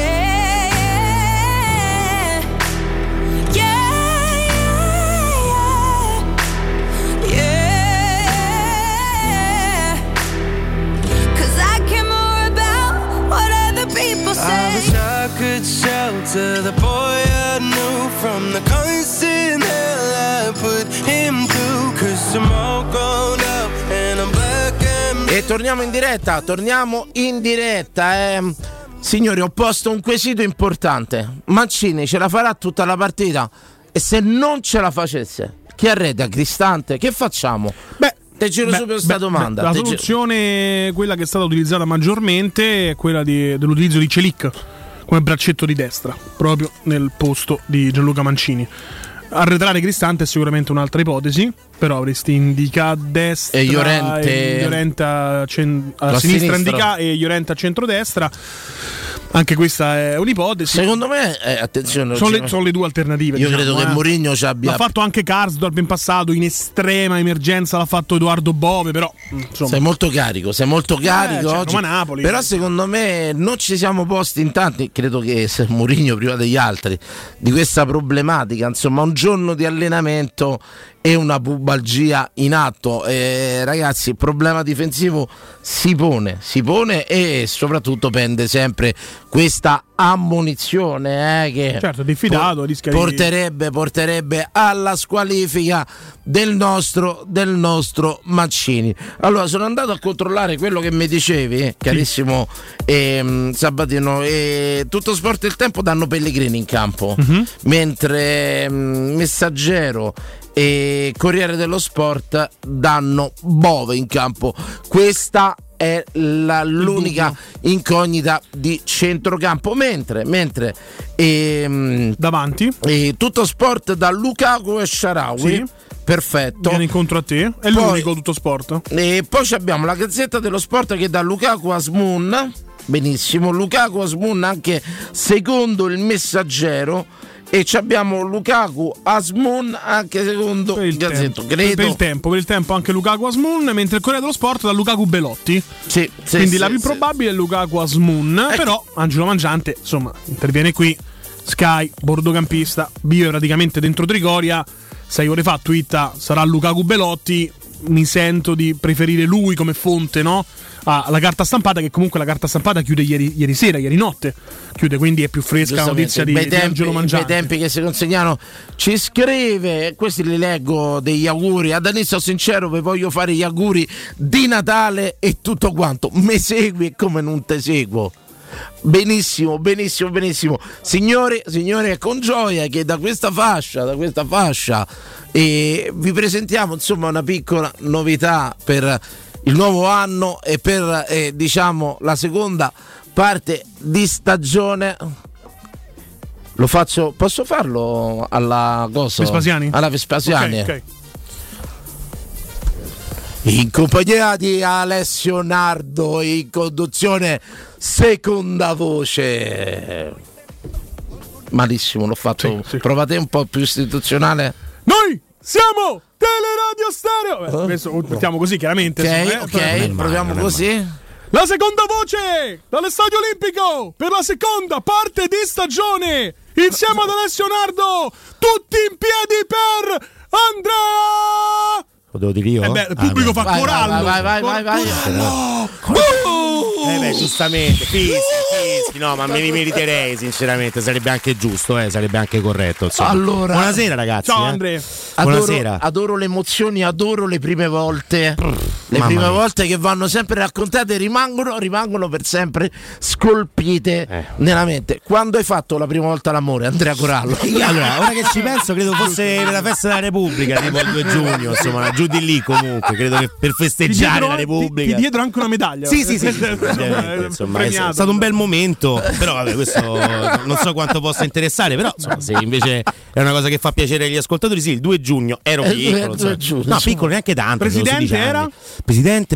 I wish I could shelter the boy I knew from the constant hell I put him through, 'cause I'm all grown up and I'm black and... E torniamo in diretta. Signori, ho posto un quesito importante. Mancini ce la farà tutta la partita? E se non ce la facesse, chi arreda? Cristante? Che facciamo? Te giro subito questa domanda. La soluzione, quella che è stata utilizzata maggiormente, è quella dell'utilizzo di Celic come braccetto di destra, proprio nel posto di Gianluca Mancini. Arretrare Cristante è sicuramente un'altra ipotesi, però avresti Indica a destra e Llorente a sinistra Indica e Llorente a centrodestra. Anche questa è un'ipotesi. Secondo me, attenzione, sono le due alternative. Io credo che Mourinho ci abbia. L'ha fatto anche Karsdorp in passato, in estrema emergenza l'ha fatto Edoardo Bove, però insomma. Sei molto carico oggi. Napoli. Però secondo me non ci siamo posti in tanti, credo che Mourinho prima degli altri, di questa problematica. Insomma, un giorno di allenamento e una pubalgia in atto, ragazzi, il problema difensivo si pone e soprattutto pende sempre questa ammonizione che certo, diffidato, porterebbe alla squalifica del nostro Mancini. Allora sono andato a controllare quello che mi dicevi, carissimo Sabatino, Tutto Sport e Il Tempo danno Pellegrini in campo, mentre Messaggero e Corriere dello Sport danno Bove in campo. Questa è l'unica incognita di centrocampo, mentre davanti Tutto Sport da Lukaku e Shaarawy. Sì. Perfetto, viene incontro a te, è l'unico Tutto Sport. E poi abbiamo la Gazzetta dello Sport che dà Lukaku Asmoon, benissimo, Lukaku Asmoon anche secondo il Messaggero, e abbiamo Lukaku Asmoon anche secondo il Gazzetto, credo. Per il tempo anche Lukaku Asmoon, mentre il Corriere dello Sport da Lukaku Belotti. Quindi la più probabile è Lukaku Asmoon, però Angelo Mangiante insomma interviene qui. Sky, bordocampista, vive praticamente dentro Trigoria. 6 ore fa twitta sarà Lukaku Belotti. Mi sento di preferire lui come fonte, no? Alla carta stampata, che comunque la carta stampata chiude ieri sera, ieri notte chiude, quindi è più fresca la notizia di Angelo Mangiante. Bei tempi che si consegnano. Ci scrive, questi li leggo, degli auguri ad Danilo Sincero, vi voglio fare gli auguri di Natale e tutto quanto. Me segui come non te seguo. Benissimo. Signore, è con gioia che da questa fascia vi presentiamo insomma una piccola novità per il nuovo anno e per diciamo la seconda parte di stagione. Lo faccio, posso farlo alla cosa? Vespasiani? Alla Vespasiani. Okay. In compagnia di Alessio Nardo, in conduzione seconda voce. Malissimo, l'ho fatto. Sì. Provate un po' più istituzionale. Noi siamo Teleradio Stereo. Adesso mettiamo così, chiaramente. Ok, proviamo così. La seconda voce dall'Estadio Olimpico per la seconda parte di stagione. Insieme ad Alessio Nardo, tutti in piedi per Andrea. Lo devo dire io? Il pubblico fa corallo. Vai. Giustamente, fischi, no, ma me li meriterei, sinceramente, sarebbe anche giusto, sarebbe anche corretto. Insomma. Allora, buonasera ragazzi. Ciao Andrea. Buonasera. Adoro le emozioni, adoro le prime volte. Le prime volte che vanno sempre raccontate rimangono per sempre scolpite nella mente. Quando hai fatto la prima volta l'amore, Andrea Corallo? Allora, ora che ci penso, credo fosse per la festa della Repubblica, tipo il 2 giugno, insomma, giù di lì comunque, credo che per festeggiare la Repubblica. Ti dietro anche una medaglia. Sì. Insomma, è stato un bel momento, però vabbè, questo non so quanto possa interessare, però insomma, se invece è una cosa che fa piacere agli ascoltatori, sì, il 2 giugno ero piccolo, no, piccolo neanche tanto. Presidente era? Presidente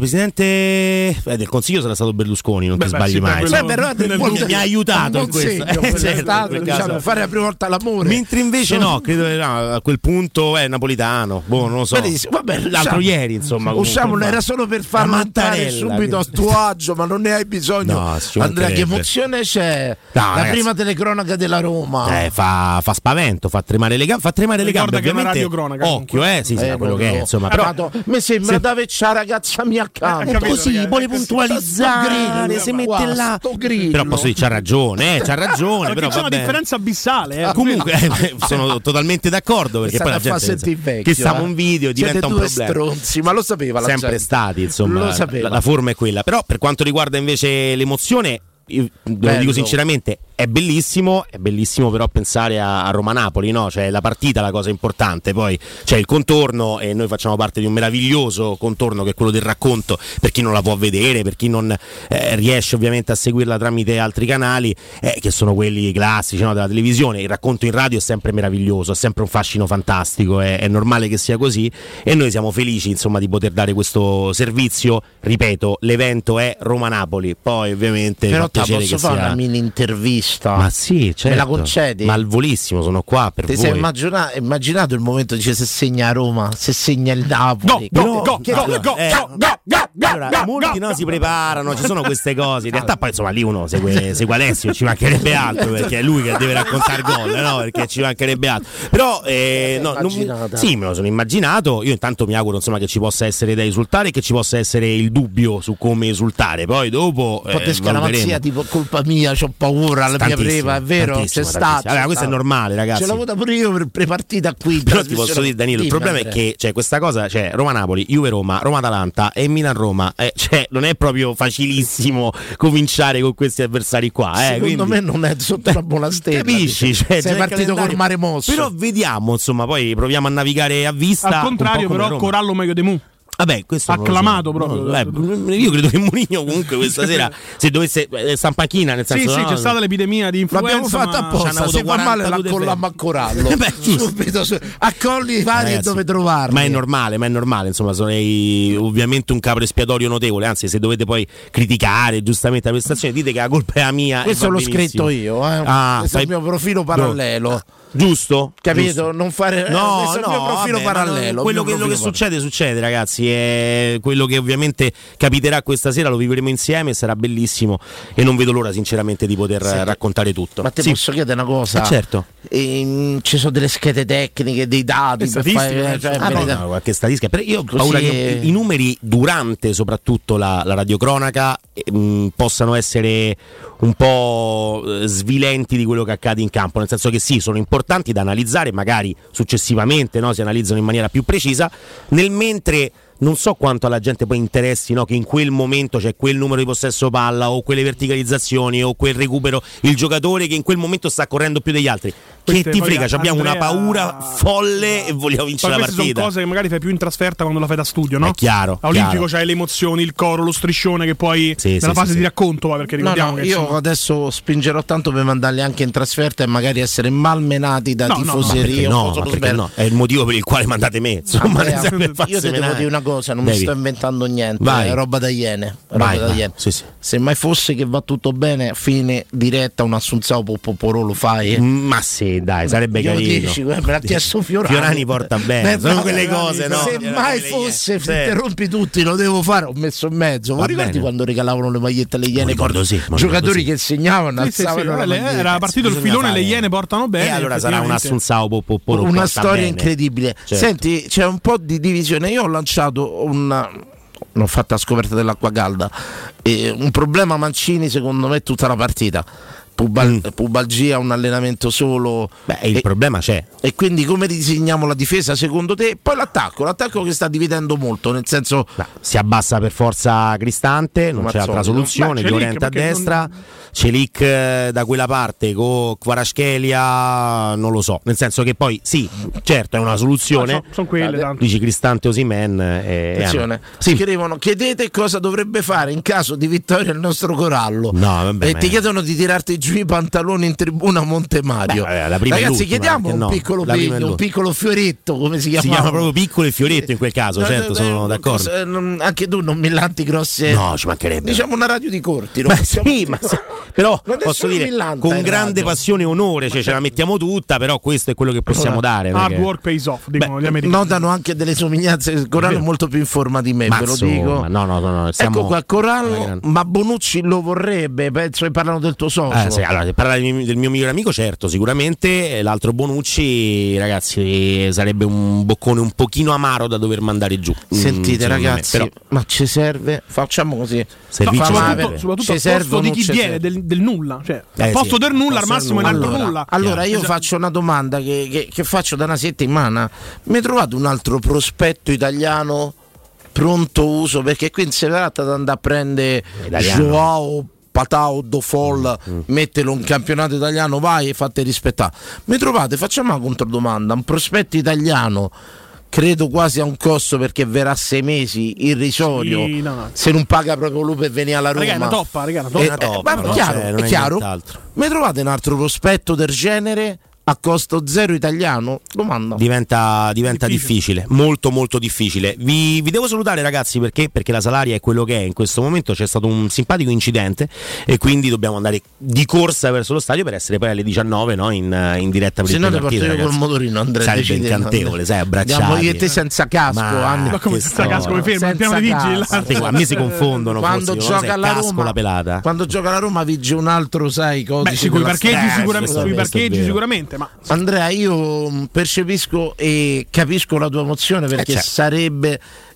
del Consiglio sarà stato Berlusconi, non ti sbagli mai. Mi ha aiutato in questo. Diciamo, fare la prima volta l'amore. Mentre invece no, credo a quel punto è napolitano, non lo so. Vabbè, l'altro ieri, insomma. Usciamo, era solo per far montare subito a tuo agio, ma non ne hai bisogno. No, Andrea, che emozione c'è? La prima telecronaca della Roma. Fa spavento, fa tremare le gambe. Ricorda che è una radiocronaca. Occhio, sì, quello che è, insomma. Però mi sembra di aver c'ha ragazza mia accanto. Così vuole puntualizzare, si mette là. Però posso dire, c'ha ragione. Però c'è una differenza abissale. Comunque sono totalmente d'accordo, perché poi la gente che stiamo in video diventa un problema. Stronzi, ma lo sapeva la sempre gente. Stati, insomma, lo sapeva. La forma è quella. Però per quanto riguarda invece l'emozione, io lo dico sinceramente, è bellissimo però pensare a Roma-Napoli, no? Cioè la partita è la cosa importante, poi c'è il contorno e noi facciamo parte di un meraviglioso contorno che è quello del racconto, per chi non la può vedere, per chi non riesce ovviamente a seguirla tramite altri canali, che sono quelli classici, no, della televisione. Il racconto in radio è sempre meraviglioso, ha sempre un fascino fantastico, è normale che sia così, e noi siamo felici insomma di poter dare questo servizio. Ripeto, l'evento è Roma-Napoli, poi ovviamente però fa piacere posso che fare sia una mini intervista vista? Ma sì, certo. Me la concedi? Ma al volissimo sono qua per Ti voi. sei immaginato il momento dice se segna a Roma, se segna il Napoli? Allora, molti si preparano, ci sono queste cose. In realtà poi insomma lì uno segue Alessio, ci mancherebbe altro, perché è lui che deve raccontare gol, no? Perché ci mancherebbe altro. Però sì, me lo sono immaginato. Io intanto mi auguro insomma che ci possa essere da esultare e che ci possa essere il dubbio su come esultare. Poi dopo un po' di scaramazia, tipo colpa mia, c'ho paura, la mia preva, è vero? C'è stato. Allora, questo è normale, ragazzi. Ce l'ho avuta pure io per prepartita qui. Però ti posso dire, Danilo, il problema è che questa cosa, Roma-Napoli, Juve-Roma, Roma-Atalanta e Milan-Roma, non è proprio facilissimo cominciare con questi avversari qua. Secondo me non è sotto una buona stella. Capisci? Sei partito col mare mosso. Però vediamo, insomma, poi proviamo a navigare a vista. Al contrario, però, Corallo meglio di Mu. Vabbè, questo acclamato proprio. Io credo che Mourinho comunque questa sera, se dovesse sta in panchina, nel senso sì, c'è stata l'epidemia di influenza. L'abbiamo fatta apposta, se fa male la collammo a Corallo. Subito accolli vari dove trovarli. Ma è normale, insomma, sono ovviamente un capro espiatorio notevole, anzi se dovete poi criticare giustamente la prestazione dite che la colpa è mia. Questo l'ho scritto io, questo è il mio profilo parallelo. Giusto? Capito? Non fare il mio profilo parallelo. Quello che succede, ragazzi, è quello che ovviamente capiterà questa sera, lo vivremo insieme, sarà bellissimo e non vedo l'ora sinceramente di poter raccontare tutto. Ma te posso chiedere una cosa? Certo. Ci sono delle schede tecniche, dei dati per fare, qualche statistica. Io ho paura che i numeri durante soprattutto la radiocronaca possano essere un po' svilenti di quello che accade in campo, nel senso che sì, sono importanti da analizzare, magari successivamente si analizzano in maniera più precisa, nel mentre non so quanto alla gente poi interessi che in quel momento c'è quel numero di possesso palla o quelle verticalizzazioni o quel recupero, il giocatore che in quel momento sta correndo più degli altri. Che ti frega, abbiamo una paura folle e vogliamo vincere la partita. Sono cose che magari fai più in trasferta quando la fai da studio, no? È chiaro. A Olimpico c'hai le emozioni, il coro, lo striscione che poi nella fase di racconto va, perché ricordiamo che io adesso spingerò tanto per mandarli anche in trasferta e magari essere malmenati da tifoserie. No, è il motivo per il quale mandate me. Insomma, Andrea, io ti devo dire una cosa, non mi sto inventando niente, è roba da Iene. Sì. Se mai fosse che va tutto bene, a fine diretta un Assunzao Popporò lo fai? Ma sì, dai, sarebbe carino. Me l'ha chiesto Fiorani porta bene, sono quelle cose, no? Se mai fosse, interrompi tutti, lo devo fare, ho messo in mezzo. Ma ricordi quando regalavano le magliette alle Iene? Giocatori che segnavano, alzavano la maglietta. Era partito il filone, le Iene portano bene. E allora sarà un Assunzao Popporò. Una storia incredibile. Senti, c'è un po' di divisione. Io ho lanciato non ho fatto la scoperta dell'acqua calda, un problema Mancini secondo me tutta la partita, pubalgia, un allenamento solo. Il problema c'è, e quindi come disegniamo la difesa secondo te? Poi l'attacco che sta dividendo molto, nel senso si abbassa per forza Cristante, non c'è altra soluzione, Llorente a destra, Celic da quella parte con Kvaratskhelia, non lo so, nel senso che poi sì, certo è una soluzione, sono quelle tanto. Dici Cristante, Osimhen attenzione, scrivono chiedete cosa dovrebbe fare in caso di vittoria il nostro Corallo, e ti chiedono di tirarti giù i pantaloni in tribuna a Montemario. Ragazzi, chiediamo un piccolo pegno, un piccolo fioretto, come si chiama? Si chiama proprio piccolo e fioretto in quel caso, certo, sono d'accordo. Anche tu non millanti grosse. No, ci mancherebbe. Diciamo una radio di corti, però posso dire con grande passione e onore, ce la mettiamo tutta, però questo è quello che possiamo dare. Hard work pays off, dicono gli americani. Notano anche delle somiglianze. Corallo è molto più in forma di me, ve lo dico. No, ecco qua Corallo, ma Bonucci lo vorrebbe, penso che parlano del tuo socio. Allora, se parla del mio migliore amico, certo, sicuramente. L'altro Bonucci, ragazzi, sarebbe un boccone un pochino amaro da dover mandare giù. Sentite ragazzi, ma ci serve, facciamo così. Soprattutto al posto di chi viene del nulla, cioè al posto del nulla al massimo in altro nulla. Allora io faccio una domanda che faccio da una settimana. Mi trovate un altro prospetto italiano pronto uso? Perché qui si tratta di andare a prendere Joao Patao do Fall, mettelo in campionato italiano, vai e fate rispettare. Mi trovate, facciamo una controdomanda, un prospetto italiano credo quasi a un costo, perché verrà 6 mesi irrisorio, se non paga proprio lui per venire alla Roma. È una toppa. È chiaro. Mi trovate un altro prospetto del genere a costo zero italiano? Domanda. Diventa difficile, molto molto difficile. Vi devo salutare ragazzi perché la Salaria è quello che è in questo momento. C'è stato un simpatico incidente e quindi dobbiamo andare di corsa verso lo stadio per essere poi alle 19, no? in diretta per se il no te partito, porto io col motorino, Andrea, sarebbe incantevole, sai, abbracciati. Io e te senza casco, ma come senza casco, mi fermo, piano di vigilanza. A me si confondono quando forse, gioca alla Roma, la pelata. Quando gioca la Roma vige un altro, sai, codice. Sui parcheggi sicuramente, ma Andrea, io percepisco e capisco la tua emozione perché certo. sarebbe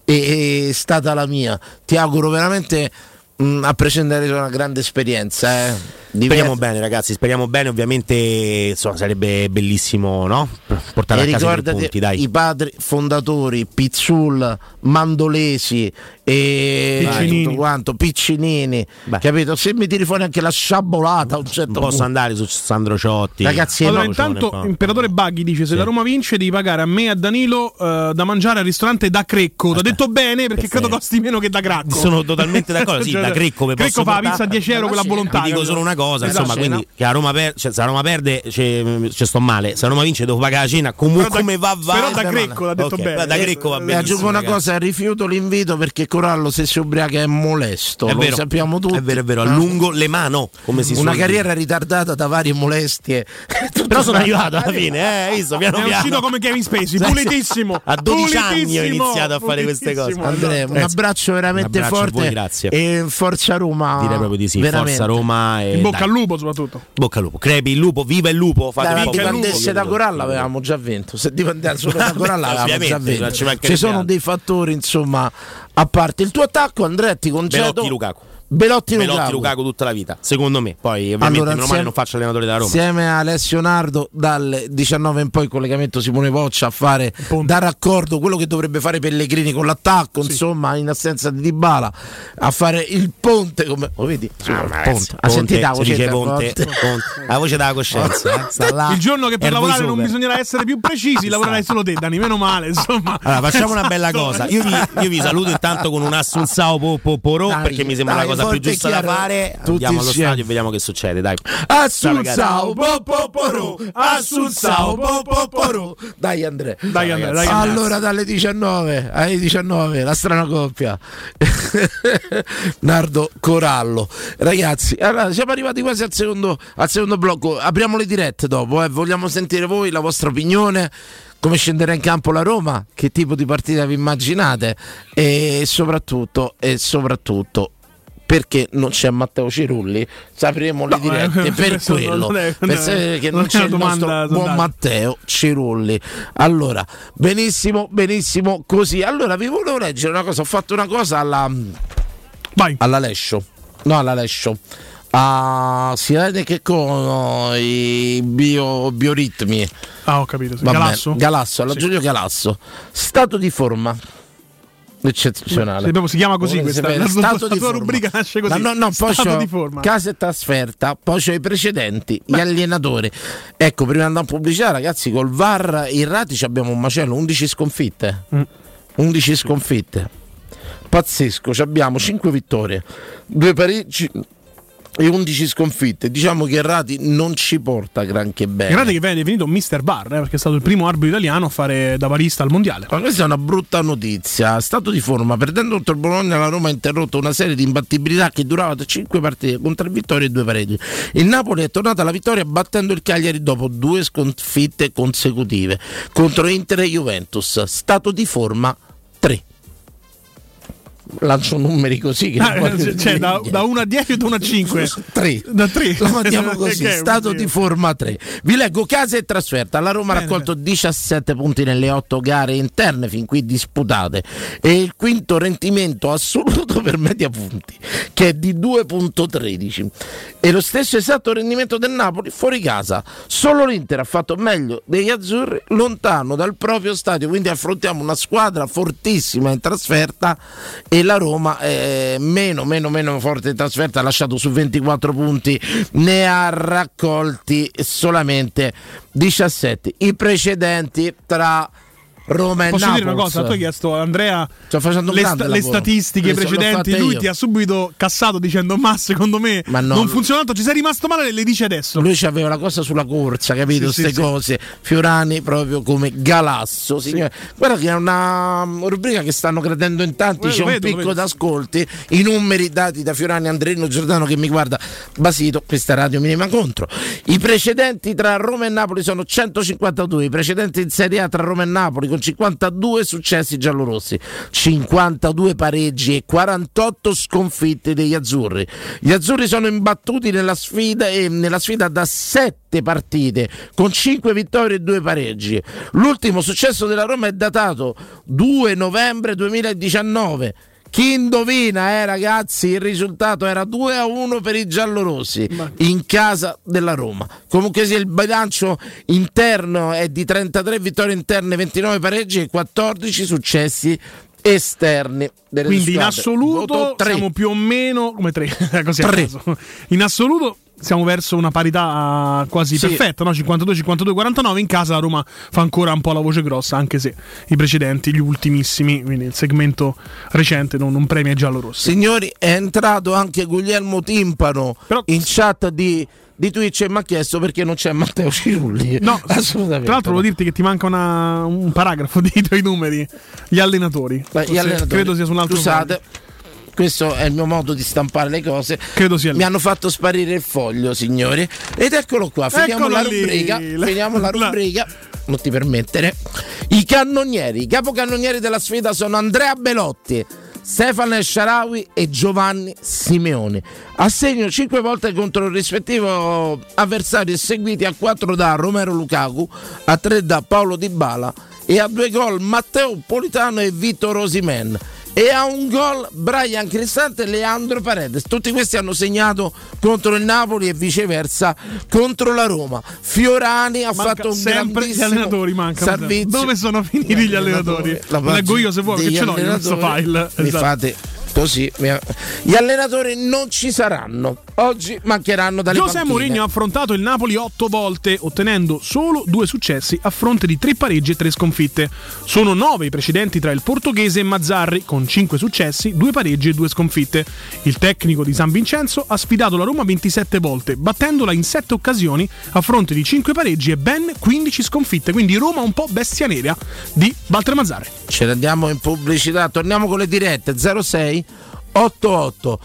stata la mia. Ti auguro veramente a prescindere da una grande esperienza. Speriamo bene ragazzi, speriamo bene, ovviamente insomma, sarebbe bellissimo, no? Portare a casa i 3 punti, dai. I padri fondatori Pizzul, Mandolesi e tutto quanto, Piccinini, capito? Se mi tiri fuori anche la sciabolata a un certo punto posso andare su Sandro Ciotti, ragazzi. Allora intanto Imperatore Baghi dice: se la Roma vince devi pagare a me e a Danilo da mangiare al ristorante da Crecco. L'ho detto bene perché credo costi meno che da Cracco. Sono totalmente d'accordo, sì, da Crecco Crecco fa la pizza a 10 euro quella volontaria. Vi dico solo una cosa, insomma, quindi che la Roma se la Roma perde ci sto male, se la Roma vince devo pagare la cena, comunque come va. Però da Crecco l'ha detto bene. Da Crecco va bene. Aggiungo una cosa, rifiuto l'invito perché Corallo se si ubriaca è molesto, lo sappiamo tutti. È vero, a lungo le mano, come si una carriera ritardata da varie molestie. Però sono arrivato alla fine, visto, piano piano. È uscito come Kevin Spacey, pulitissimo. A 12 anni ho iniziato a fare queste cose. Andrea, un abbraccio veramente forte. Voi, grazie. E forza Roma. Direi proprio di sì, veramente. Forza Roma e in bocca al lupo soprattutto. Bocca al lupo, crepi il lupo, viva il lupo. Se dipendesse da Coralla avevamo già vinto. Se dipendesse solo da Coralla avevamo già vinto. Ci sono dei fattori, insomma, a parte il tuo attacco, Andrea, ti concedo Belotti Lukaku tutta la vita, secondo me. Poi ovviamente meno male non faccio allenatore della Roma. Insieme a Alessio Nardo dalle 19 in poi il collegamento Simone Voccia a fare da raccordo quello che dovrebbe fare Pellegrini con l'attacco, insomma, in assenza di Dybala, a fare il ponte come vedi, ponte. Sentite la voce, ponte. La voce della coscienza, sta là. Il giorno che per lavorare non bisognerà essere più precisi, lavorerai solo te, Dani, meno male, insomma. Allora, facciamo una bella cosa. Io vi saluto intanto con un Assunzao Poporo perché mi sembra la cosa più giusta da fare. Andiamo allo stadio e vediamo che succede, dai. Assunzao Poporo, Assunzao Poporo. Dai Andrea. Allora dalle 19 alle 19 la strana coppia Nardo Corallo. Ragazzi, allora siamo arrivati quasi al secondo blocco. Apriamo le dirette dopo, vogliamo sentire voi la vostra opinione. Come scenderà in campo la Roma? Che tipo di partita vi immaginate? E soprattutto perché non c'è Matteo Cirulli, sapremo le dirette per quello, per sapere che non c'è il nostro buon Matteo Cirulli. Allora, benissimo così. Allora vi volevo leggere una cosa, ho fatto una cosa alla Lescio. Si vede che con i bioritmi. Ho capito, sì. Galasso, alla Giulio Galasso. Stato di forma eccezionale. Si chiama così questa stato la tua rubrica nasce così. No, poi stato di forma. Casa e trasferta, poi c'ho i precedenti, gli allenatori. Ecco, prima di andare in pubblicità, ragazzi, col VAR in Rati abbiamo un macello, 11 sconfitte. 11 sconfitte. Pazzesco, abbiamo 5 vittorie, 2 pareggi e 11 sconfitte. Diciamo che Rati non ci porta granché bene. Rati che viene definito Mister VAR, perché è stato il primo arbitro italiano a fare da varista al mondiale. Ma questa è una brutta notizia. Stato di forma, perdendo contro il Bologna la Roma ha interrotto una serie di imbattibilità che durava da 5 partite con 3 vittorie e 2 pareggi. Il Napoli è tornato alla vittoria battendo il Cagliari dopo 2 sconfitte consecutive contro Inter e Juventus. Stato di forma 3. Lancio numeri così che da 1 a 10 e da 1 a 5 3. Da 3 lo mandiamo così. Stato di forma 3. Vi leggo casa e trasferta. La Roma ha raccolto 17 punti nelle 8 gare interne fin qui disputate e il quinto rendimento assoluto per media punti, che è di 2.13, e lo stesso esatto rendimento del Napoli fuori casa. Solo l'Inter ha fatto meglio degli azzurri lontano dal proprio stadio, quindi affrontiamo una squadra fortissima in trasferta e la Roma meno forte in trasferta, ha lasciato su 24 punti, ne ha raccolti solamente 17. I precedenti tra Roma e Posso Napoli. dire una cosa? Tu hai chiesto a Andrea le statistiche precedenti, lui ti ha subito cassato dicendo ma secondo me non funziona tanto, ci sei rimasto male, le dice adesso. Lui c'aveva la cosa sulla corsa, capito? Queste cose. Fiorani proprio come Galasso, signore. Guarda che è una rubrica che stanno credendo in tanti, c'è un picco d'ascolti, i numeri dati da Fiorani, Andreino Giordano che mi guarda basito, questa radio minima contro. I precedenti tra Roma e Napoli sono 152, i precedenti in Serie A tra Roma e Napoli con 52 successi giallorossi, 52 pareggi e 48 sconfitte degli azzurri. Gli azzurri sono imbattuti nella sfida da 7 partite con 5 vittorie e 2 pareggi. L'ultimo successo della Roma è datato 2 novembre 2019. Chi indovina, ragazzi, il risultato era 2-1 per i giallorossi in casa della Roma. Comunque sia, il bilancio interno è di 33 vittorie interne, 29 pareggi e 14 successi esterni. Quindi in assoluto siamo più o meno come 3. Così 3. In assoluto siamo verso una parità quasi perfetta, no? 52-49. In casa la Roma fa ancora un po' la voce grossa, anche se i precedenti, gli ultimissimi, quindi il segmento recente non premia i giallorossi. Signori, è entrato anche Guglielmo Timpano in chat di Twitch e mi ha chiesto perché non c'è Matteo Cirulli. No, assolutamente. Tra l'altro volevo dirti che ti manca un paragrafo dei tuoi numeri. Gli allenatori. Gli allenatori. Credo sia su un altro. Scusate, questo è il mio modo di stampare le cose. Credo sia lì. Mi hanno fatto sparire il foglio, signori. Ed eccolo qua. Finiamo la rubrica. Non ti permettere. I capocannonieri della sfida sono Andrea Belotti, Stefano El Shaarawy e Giovanni Simeone. A segno 5 volte contro il rispettivo avversario e seguiti a 4 da Romelu Lukaku, a 3 da Paulo Dybala e a 2 gol Matteo Politano e Victor Osimhen. E a un gol Brian Cristante e Leandro Paredes. Tutti questi hanno segnato contro il Napoli e viceversa contro la Roma. Fiorani ha fatto un sempre gli allenatori servizio. Dove sono finiti gli allenatori? Lo leggo io se vuoi, che ce l'ho in questo file. Mi fate così. Gli allenatori non ci saranno. Oggi mancheranno dalle José panchine. Mourinho ha affrontato il Napoli 8 volte, ottenendo solo 2 successi a fronte di 3 pareggi e 3 sconfitte. Sono 9 i precedenti tra il portoghese e Mazzarri, con 5 successi, 2 pareggi e 2 sconfitte. Il tecnico di San Vincenzo ha sfidato la Roma 27 volte, battendola in 7 occasioni a fronte di 5 pareggi e ben 15 sconfitte. Quindi Roma un po' bestia nera di Walter Mazzarri. Ce ne andiamo in pubblicità, torniamo con le dirette 06 88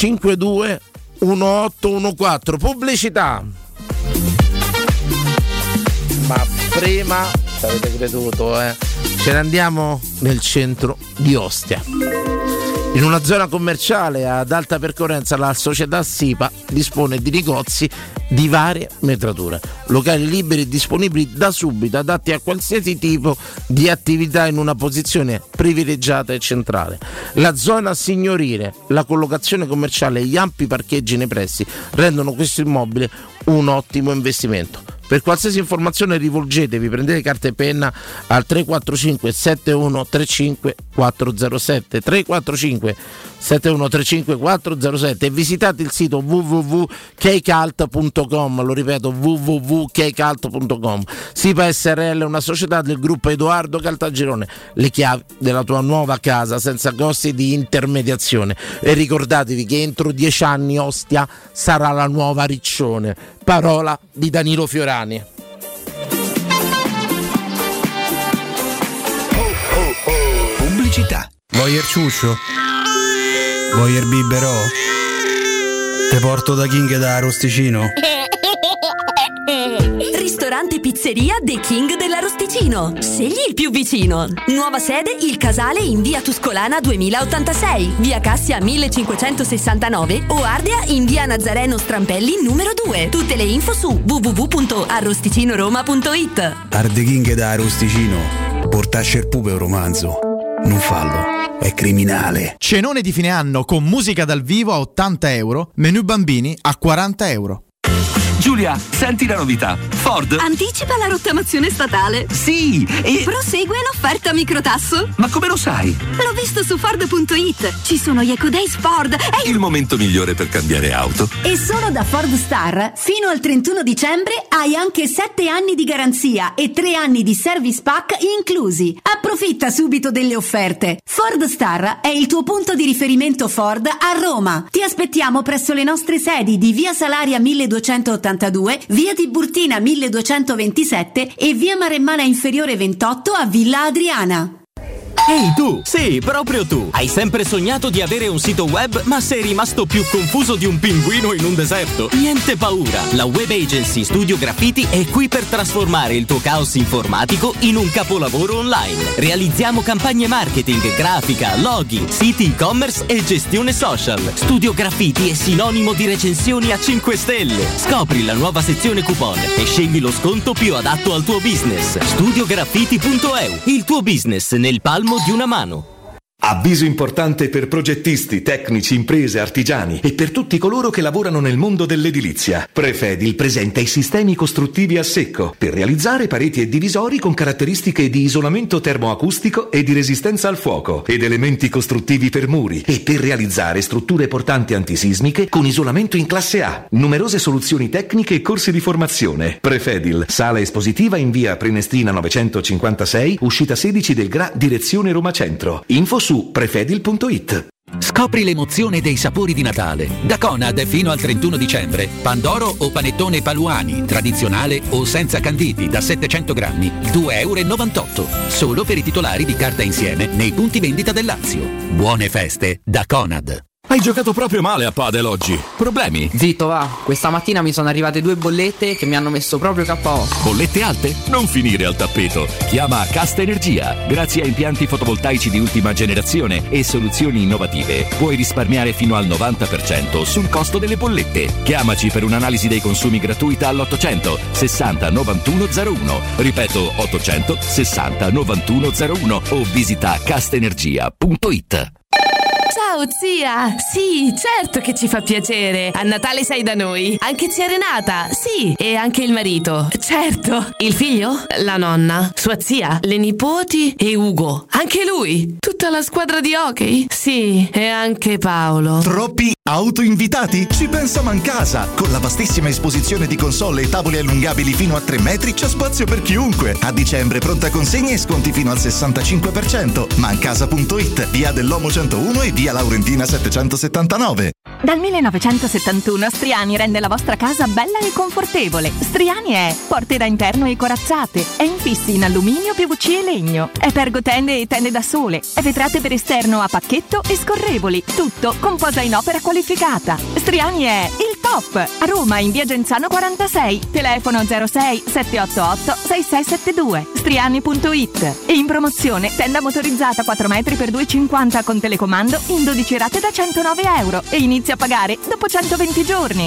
52 1814. Pubblicità. Ma prima ci avete creduto, ce ne andiamo nel centro di Ostia. In una zona commerciale ad alta percorrenza la società SIPA dispone di negozi di varie metrature, locali liberi e disponibili da subito, adatti a qualsiasi tipo di attività in una posizione privilegiata e centrale. La zona signorile, la collocazione commerciale e gli ampi parcheggi nei pressi rendono questo immobile un ottimo investimento. Per qualsiasi informazione rivolgetevi, prendete carta e penna al 345 7135 407 345 7135 407 e visitate il sito www.keikalt.com, lo ripeto www.keikalt.com. SIPA SRL è una società del gruppo Edoardo Caltagirone, le chiavi della tua nuova casa senza costi di intermediazione, e ricordatevi che entro 10 anni Ostia sarà la nuova Riccione. Parola di Danilo Fiorani. Pubblicità. Vuoi il ciuscio? Vuoi il biberò? Te porto da King da Arosticino? Ristorante Pizzeria The King dell'Arosticino. Scegli il più vicino. Nuova sede Il Casale in via Tuscolana 2086, via Cassia 1569 o Ardea in via Nazareno Strampelli numero 2. Tutte le info su www.arrosticinoroma.it. Arde King da Arosticino. Portasce il pupe un romanzo. Non fallo, è criminale. Cenone di fine anno con musica dal vivo a €80, menù bambini a €40. Giulia, senti la novità. Ford. Anticipa la rottamazione statale. Sì, e... prosegue l'offerta microtasso. Ma come lo sai? L'ho visto su Ford.it. Ci sono gli Eco Days Ford. Il momento migliore per cambiare auto. E solo da Ford Star, fino al 31 dicembre, hai anche 7 anni di garanzia e 3 anni di service pack inclusi. Approfitta subito delle offerte. Ford Star è il tuo punto di riferimento Ford a Roma. Ti aspettiamo presso le nostre sedi di Via Salaria 1282, Via Tiburtina 1227 e Via Maremmana Inferiore 28 a Villa Adriana. Ehi tu! Sì, proprio tu! Hai sempre sognato di avere un sito web, ma sei rimasto più confuso di un pinguino in un deserto? Niente paura! La web agency Studio Graffiti è qui per trasformare il tuo caos informatico in un capolavoro online. Realizziamo campagne marketing, grafica, login, siti e-commerce e gestione social. Studio Graffiti è sinonimo di recensioni a 5 stelle. Scopri la nuova sezione coupon e scegli lo sconto più adatto al tuo business. Studiograffiti.eu, il tuo business nel palmo di una mano. Avviso importante per progettisti, tecnici, imprese, artigiani e per tutti coloro che lavorano nel mondo dell'edilizia. Prefedil presenta i sistemi costruttivi a secco per realizzare pareti e divisori con caratteristiche di isolamento termoacustico e di resistenza al fuoco ed elementi costruttivi per muri e per realizzare strutture portanti antisismiche con isolamento in classe A. Numerose soluzioni tecniche e corsi di formazione. Prefedil, sala espositiva in via Prenestina 956, uscita 16 del GRA, direzione Roma Centro. Info su prefedil.it. Scopri l'emozione dei sapori di Natale. Da Conad fino al 31 dicembre. Pandoro o panettone Paluani, tradizionale o senza canditi, da 700 grammi, €2,98. Solo per i titolari di carta insieme nei punti vendita del Lazio. Buone feste da Conad. Hai giocato proprio male a padel oggi. Problemi? Zitto va, questa mattina mi sono arrivate 2 bollette che mi hanno messo proprio KO. Bollette alte? Non finire al tappeto. Chiama Casta Energia. Grazie a impianti fotovoltaici di ultima generazione e soluzioni innovative puoi risparmiare fino al 90% sul costo delle bollette. Chiamaci per un'analisi dei consumi gratuita all'800 60 91 01. Ripeto, 800 60 91 01 o visita castenergia.it. Ciao zia! Sì, certo che ci fa piacere. A Natale sei da noi. Anche zia Renata, sì. E anche il marito, certo. Il figlio? La nonna. Sua zia? Le nipoti? E Ugo? Anche lui? Tutta la squadra di hockey? Sì, e anche Paolo. Troppi autoinvitati? Ci pensa Mancasa. Con la vastissima esposizione di console e tavoli allungabili fino a 3 metri c'è spazio per chiunque. A dicembre pronta consegna e sconti fino al 65%. Mancasa.it, via dell'Omo 101 e via Laurentina 779. Dal 1971 Striani rende la vostra casa bella e confortevole. Striani è porte da interno e corazzate, è infissi in alluminio, PVC e legno, è pergotende e tende da sole, è vetrate per esterno a pacchetto e scorrevoli, tutto con posa in opera qualificata. Striani è il top! A Roma in via Genzano 46, telefono 06 788 6672, striani.it. E in promozione tenda motorizzata 4 metri per 2,50 con telecomando in 12 rate da €109 e inizia a pagare dopo 120 giorni.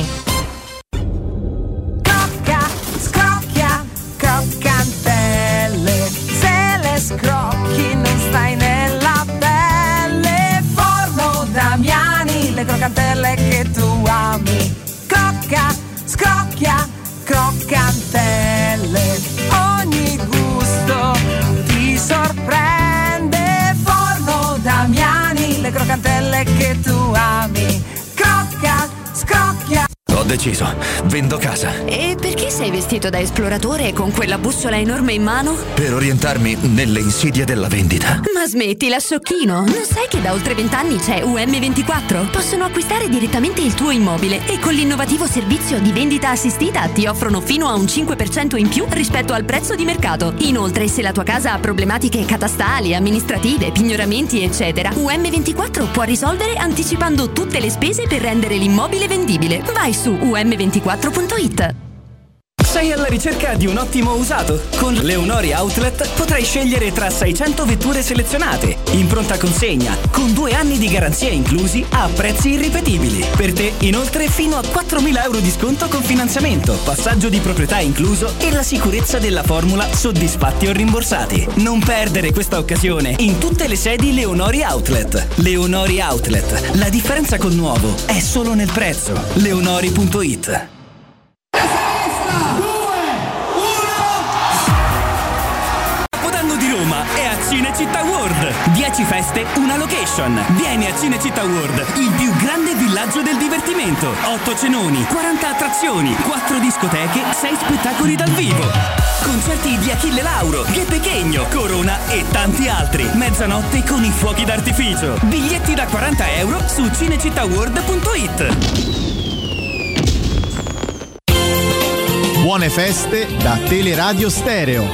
Crocca, scrocchia, croccantelle. Se le scrocchi non stai nella pelle. Forno Damiani, le croccantelle che tu ami. Crocca, scrocchia, croccantelle. Ogni gusto ti sorprende. Forno Damiani, le croccantelle che tu ami. Crocca, scrocchia. Ho deciso, vendo casa. E perché sei vestito da esploratore con quella bussola enorme in mano? Per orientarmi nelle insidie della vendita. Ma smettila, sciocchino! Non sai che da oltre 20 anni c'è UM24? Possono acquistare direttamente il tuo immobile e con l'innovativo servizio di vendita assistita ti offrono fino a un 5% in più rispetto al prezzo di mercato. Inoltre, se la tua casa ha problematiche catastali, amministrative, pignoramenti, eccetera, UM24 può risolvere anticipando tutte le spese per rendere l'immobile vendibile. Vai su um24.it. Sei alla ricerca di un ottimo usato? Con Leonori Outlet potrai scegliere tra 600 vetture selezionate, in pronta consegna, con 2 anni di garanzia inclusi a prezzi irripetibili. Per te, inoltre, fino a €4.000 di sconto con finanziamento, passaggio di proprietà incluso e la sicurezza della formula soddisfatti o rimborsati. Non perdere questa occasione in tutte le sedi Leonori Outlet. Leonori Outlet, la differenza col nuovo è solo nel prezzo. Leonori.it. Roma è a Cinecittà World. 10 feste, una location. Vieni a Cinecittà World, il più grande villaggio del divertimento. 8 cenoni, 40 attrazioni, 4 discoteche, 6 spettacoli dal vivo. Concerti di Achille Lauro, Ghe Pechegno, Corona e tanti altri. Mezzanotte con i fuochi d'artificio. Biglietti da €40 su cinecittàworld.it. Buone feste da Teleradio Stereo.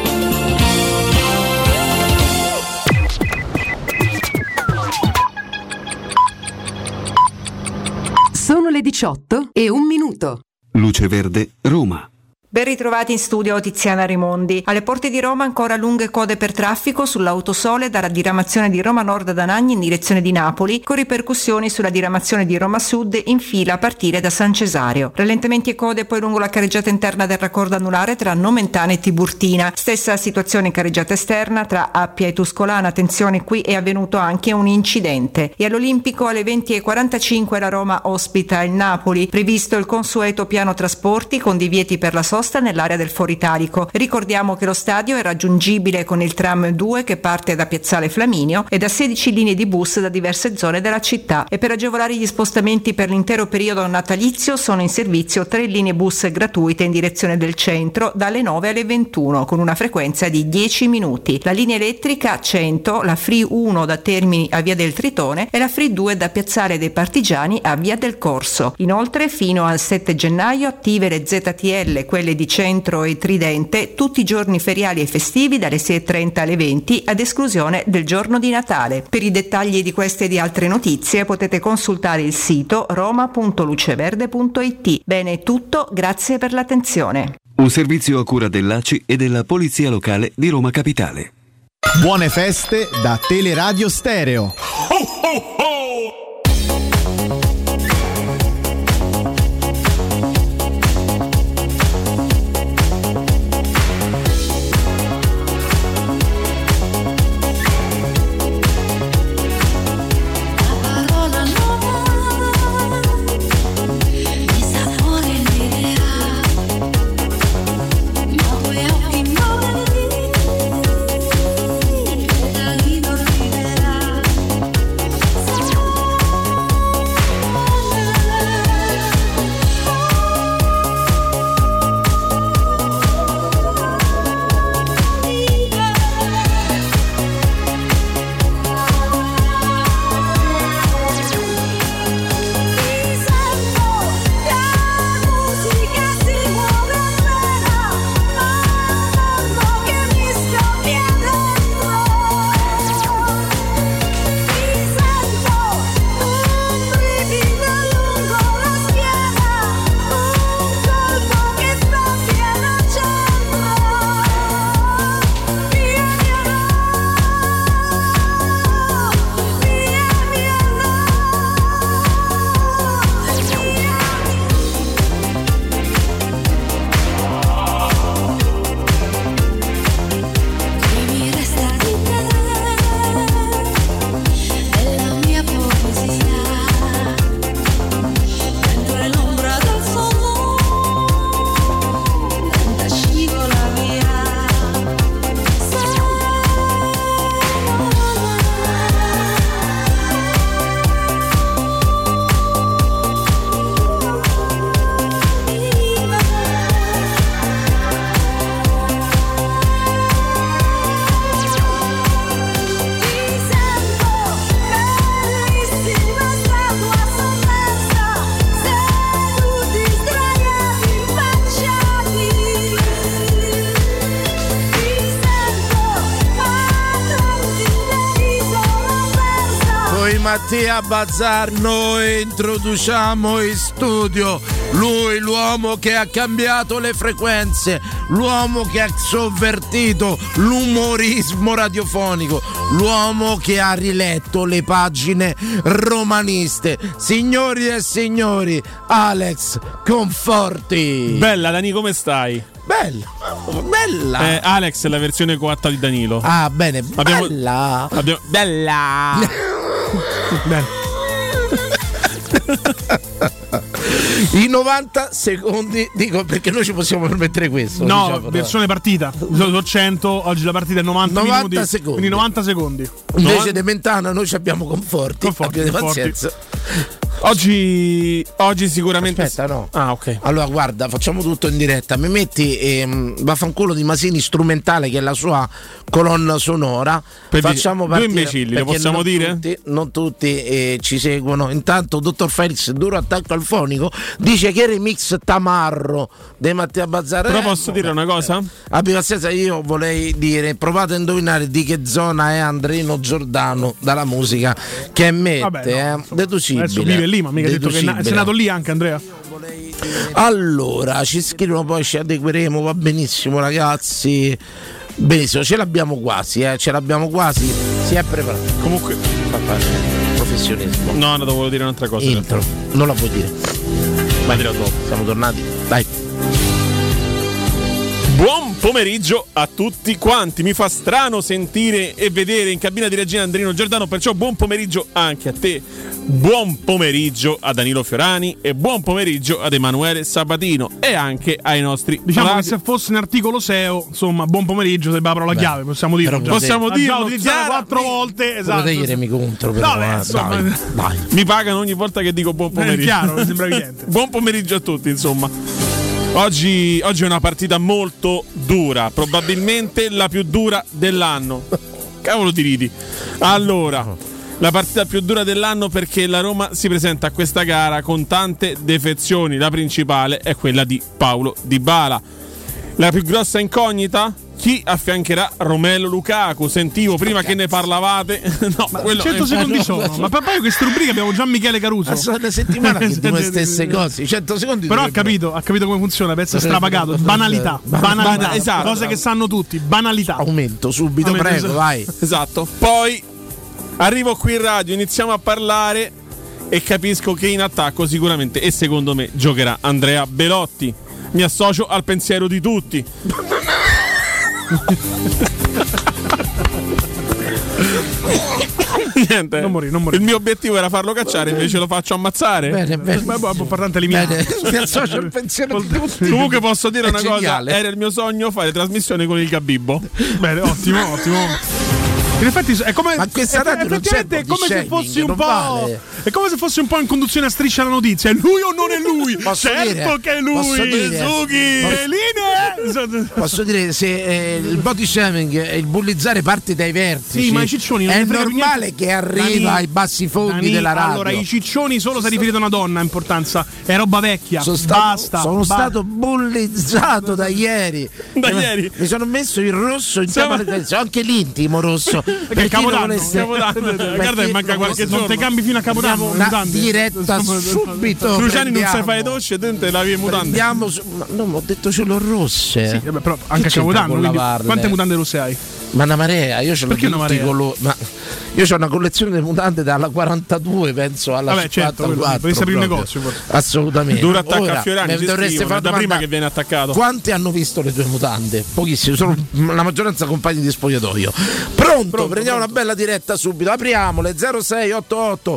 Sono le 18:01. Luce Verde, Roma. Ben ritrovati in studio Tiziana Rimondi. Alle porte di Roma ancora lunghe code per traffico sull'autosole dalla diramazione di Roma Nord ad Anagni in direzione di Napoli, con ripercussioni sulla diramazione di Roma Sud in fila a partire da San Cesario. Rallentamenti e code poi lungo la carreggiata interna del raccordo anulare tra Nomentana e Tiburtina. Stessa situazione in carreggiata esterna tra Appia e Tuscolana. Attenzione, qui è avvenuto anche un incidente. E all'Olimpico alle 20:45 la Roma ospita il Napoli. Previsto il consueto piano trasporti con divieti per la sosta nell'area del Foro Italico. Ricordiamo che lo stadio è raggiungibile con il tram 2 che parte da Piazzale Flaminio e da 16 linee di bus da diverse zone della città. E per agevolare gli spostamenti per l'intero periodo natalizio sono in servizio 3 linee bus gratuite in direzione del centro dalle 9 alle 21 con una frequenza di 10 minuti. La linea elettrica 100, la Free 1 da Termini a Via del Tritone e la Free 2 da Piazzale dei Partigiani a Via del Corso. Inoltre fino al 7 gennaio attive le ZTL, quelle di Centro e Tridente, tutti i giorni feriali e festivi dalle 6:30 alle 20 ad esclusione del giorno di Natale. Per i dettagli di queste e di altre notizie potete consultare il sito roma.luceverde.it. Bene, è tutto, grazie per l'attenzione. Un servizio a cura dell'ACI e della Polizia Locale di Roma Capitale. Buone feste da Teleradio Stereo. Mattia Bazzar noi introduciamo in studio lui, l'uomo che ha cambiato le frequenze, l'uomo che ha sovvertito l'umorismo radiofonico, l'uomo che ha riletto le pagine romaniste. Signori e signori, Alex Conforti. Bella Dani, come stai? Bella. Alex è la versione coatta di Danilo. Ah, bene. Bella. Bella. I 90 secondi, dico perché noi ci possiamo permettere questo. No, diciamo, versione partita. Sono 100, oggi la partita è 90 minuti, secondi. Quindi 90 secondi. Invece di Mentana noi ci abbiamo Conforti. Abbiate pazienza. Oggi sicuramente. Aspetta, no. Ah, ok. Allora, guarda, facciamo tutto in diretta. Mi metti Vaffanculo di Masini strumentale, che è la sua colonna sonora. Facciamo due imbecilli, lo possiamo dire? Non tutti ci seguono. Intanto, dottor Felix, duro attacco al fonico, dice che remix tamarro di Mattia Bazzara. Però posso dire una cosa? Abbi pazienza, io vorrei dire, provate a indovinare di che zona è Andrino Giordano dalla musica che mette. Vabbè, no, deducibile. Adesso vive lì, ma mica ha detto che è nato lì anche Andrea. Allora, ci scrivono, poi ci adegueremo, va benissimo ragazzi. Benissimo, ce l'abbiamo quasi, si è preparato. Comunque professionismo. No, dovevo dire un'altra cosa. Intro, non la puoi dire. Ma dirò dopo. Siamo tornati. Dai. Buon pomeriggio a tutti quanti. Mi fa strano sentire e vedere in cabina di regia Andrino Giordano, perciò buon pomeriggio anche a te. Buon pomeriggio a Danilo Fiorani e buon pomeriggio ad Emanuele Sabatino e anche ai nostri che se fosse un articolo SEO, insomma, buon pomeriggio, se va la chiave, possiamo dirlo. Possiamo dirlo, utilizzare 4 volte, esatto. Potete contro, però, dai. Mi pagano ogni volta che dico buon pomeriggio. È chiaro, mi sembra evidente. Buon pomeriggio a tutti, insomma. Oggi è una partita molto dura, probabilmente la più dura dell'anno. Cavolo ti ridi. Allora, la partita più dura dell'anno perché la Roma si presenta a questa gara con tante defezioni. La principale è quella di Paulo Dybala. La più grossa incognita? Chi affiancherà Romelu Lukaku? Sentivo prima che ne parlavate. No, ma 100 secondi sono. Ma poi queste rubriche abbiamo già Michele Caruso. Ma una settimana che dico le stesse cose. 100 secondi. Però ha capito come funziona. Pezzo strapagato. Banalità. Esatto. Cose che sanno tutti. Banalità. Aumento subito, prego, vai. Esatto. Poi arrivo qui in radio, iniziamo a parlare e capisco che in attacco sicuramente e secondo me giocherà Andrea Belotti. Mi associo al pensiero di tutti. Niente, non morì. Il mio obiettivo era farlo cacciare, invece lo faccio ammazzare. Bene. Ma importante eliminare. Mi associo al pensiero di tutti. Comunque posso dire una geniale. cosa: era il mio sogno fare trasmissione con il Gabibbo. Bene, ottimo. In effetti è come, ma questa radio non c'è, è come se fossi un po'. Vale. È come se fossi un po' in conduzione a Striscia la notizia. È lui o non è lui? Certo che è lui. Sugi. Posso dire, se il body shaming e il bullizzare parte dai vertici, sì, ma i ciccioni non è normale che arriva ai bassi fondi della radio. Allora, i ciccioni solo se riferito a una donna ha importanza. È roba vecchia. Sono stato bullizzato da ieri. Mi sono messo il rosso insieme alle teste, anche l'intimo rosso. Perché Capodanno. Guarda che manca qualche giorno. Non te cambi fino a Capodanno. Una diretta subito. Cruciani non sai fare docce, te lavi le mutande. No, ho detto ce l'ho rosse. Sì, però anche a Capodanno. Quante mutande rosse hai? Ma una marea, io ce l'ho tutti colori. Ma io ho una collezione di mutande dalla 42, penso alla 54. Devi sapere il negozio. Assolutamente. Duro attacco a Fiorani. Dovreste fare da prima che viene attaccato. Quanti hanno visto le tue mutande? Pochissimi, sono la maggioranza compagni di spogliatoio. Pronto, prendiamo una bella diretta subito. Apriamole 0688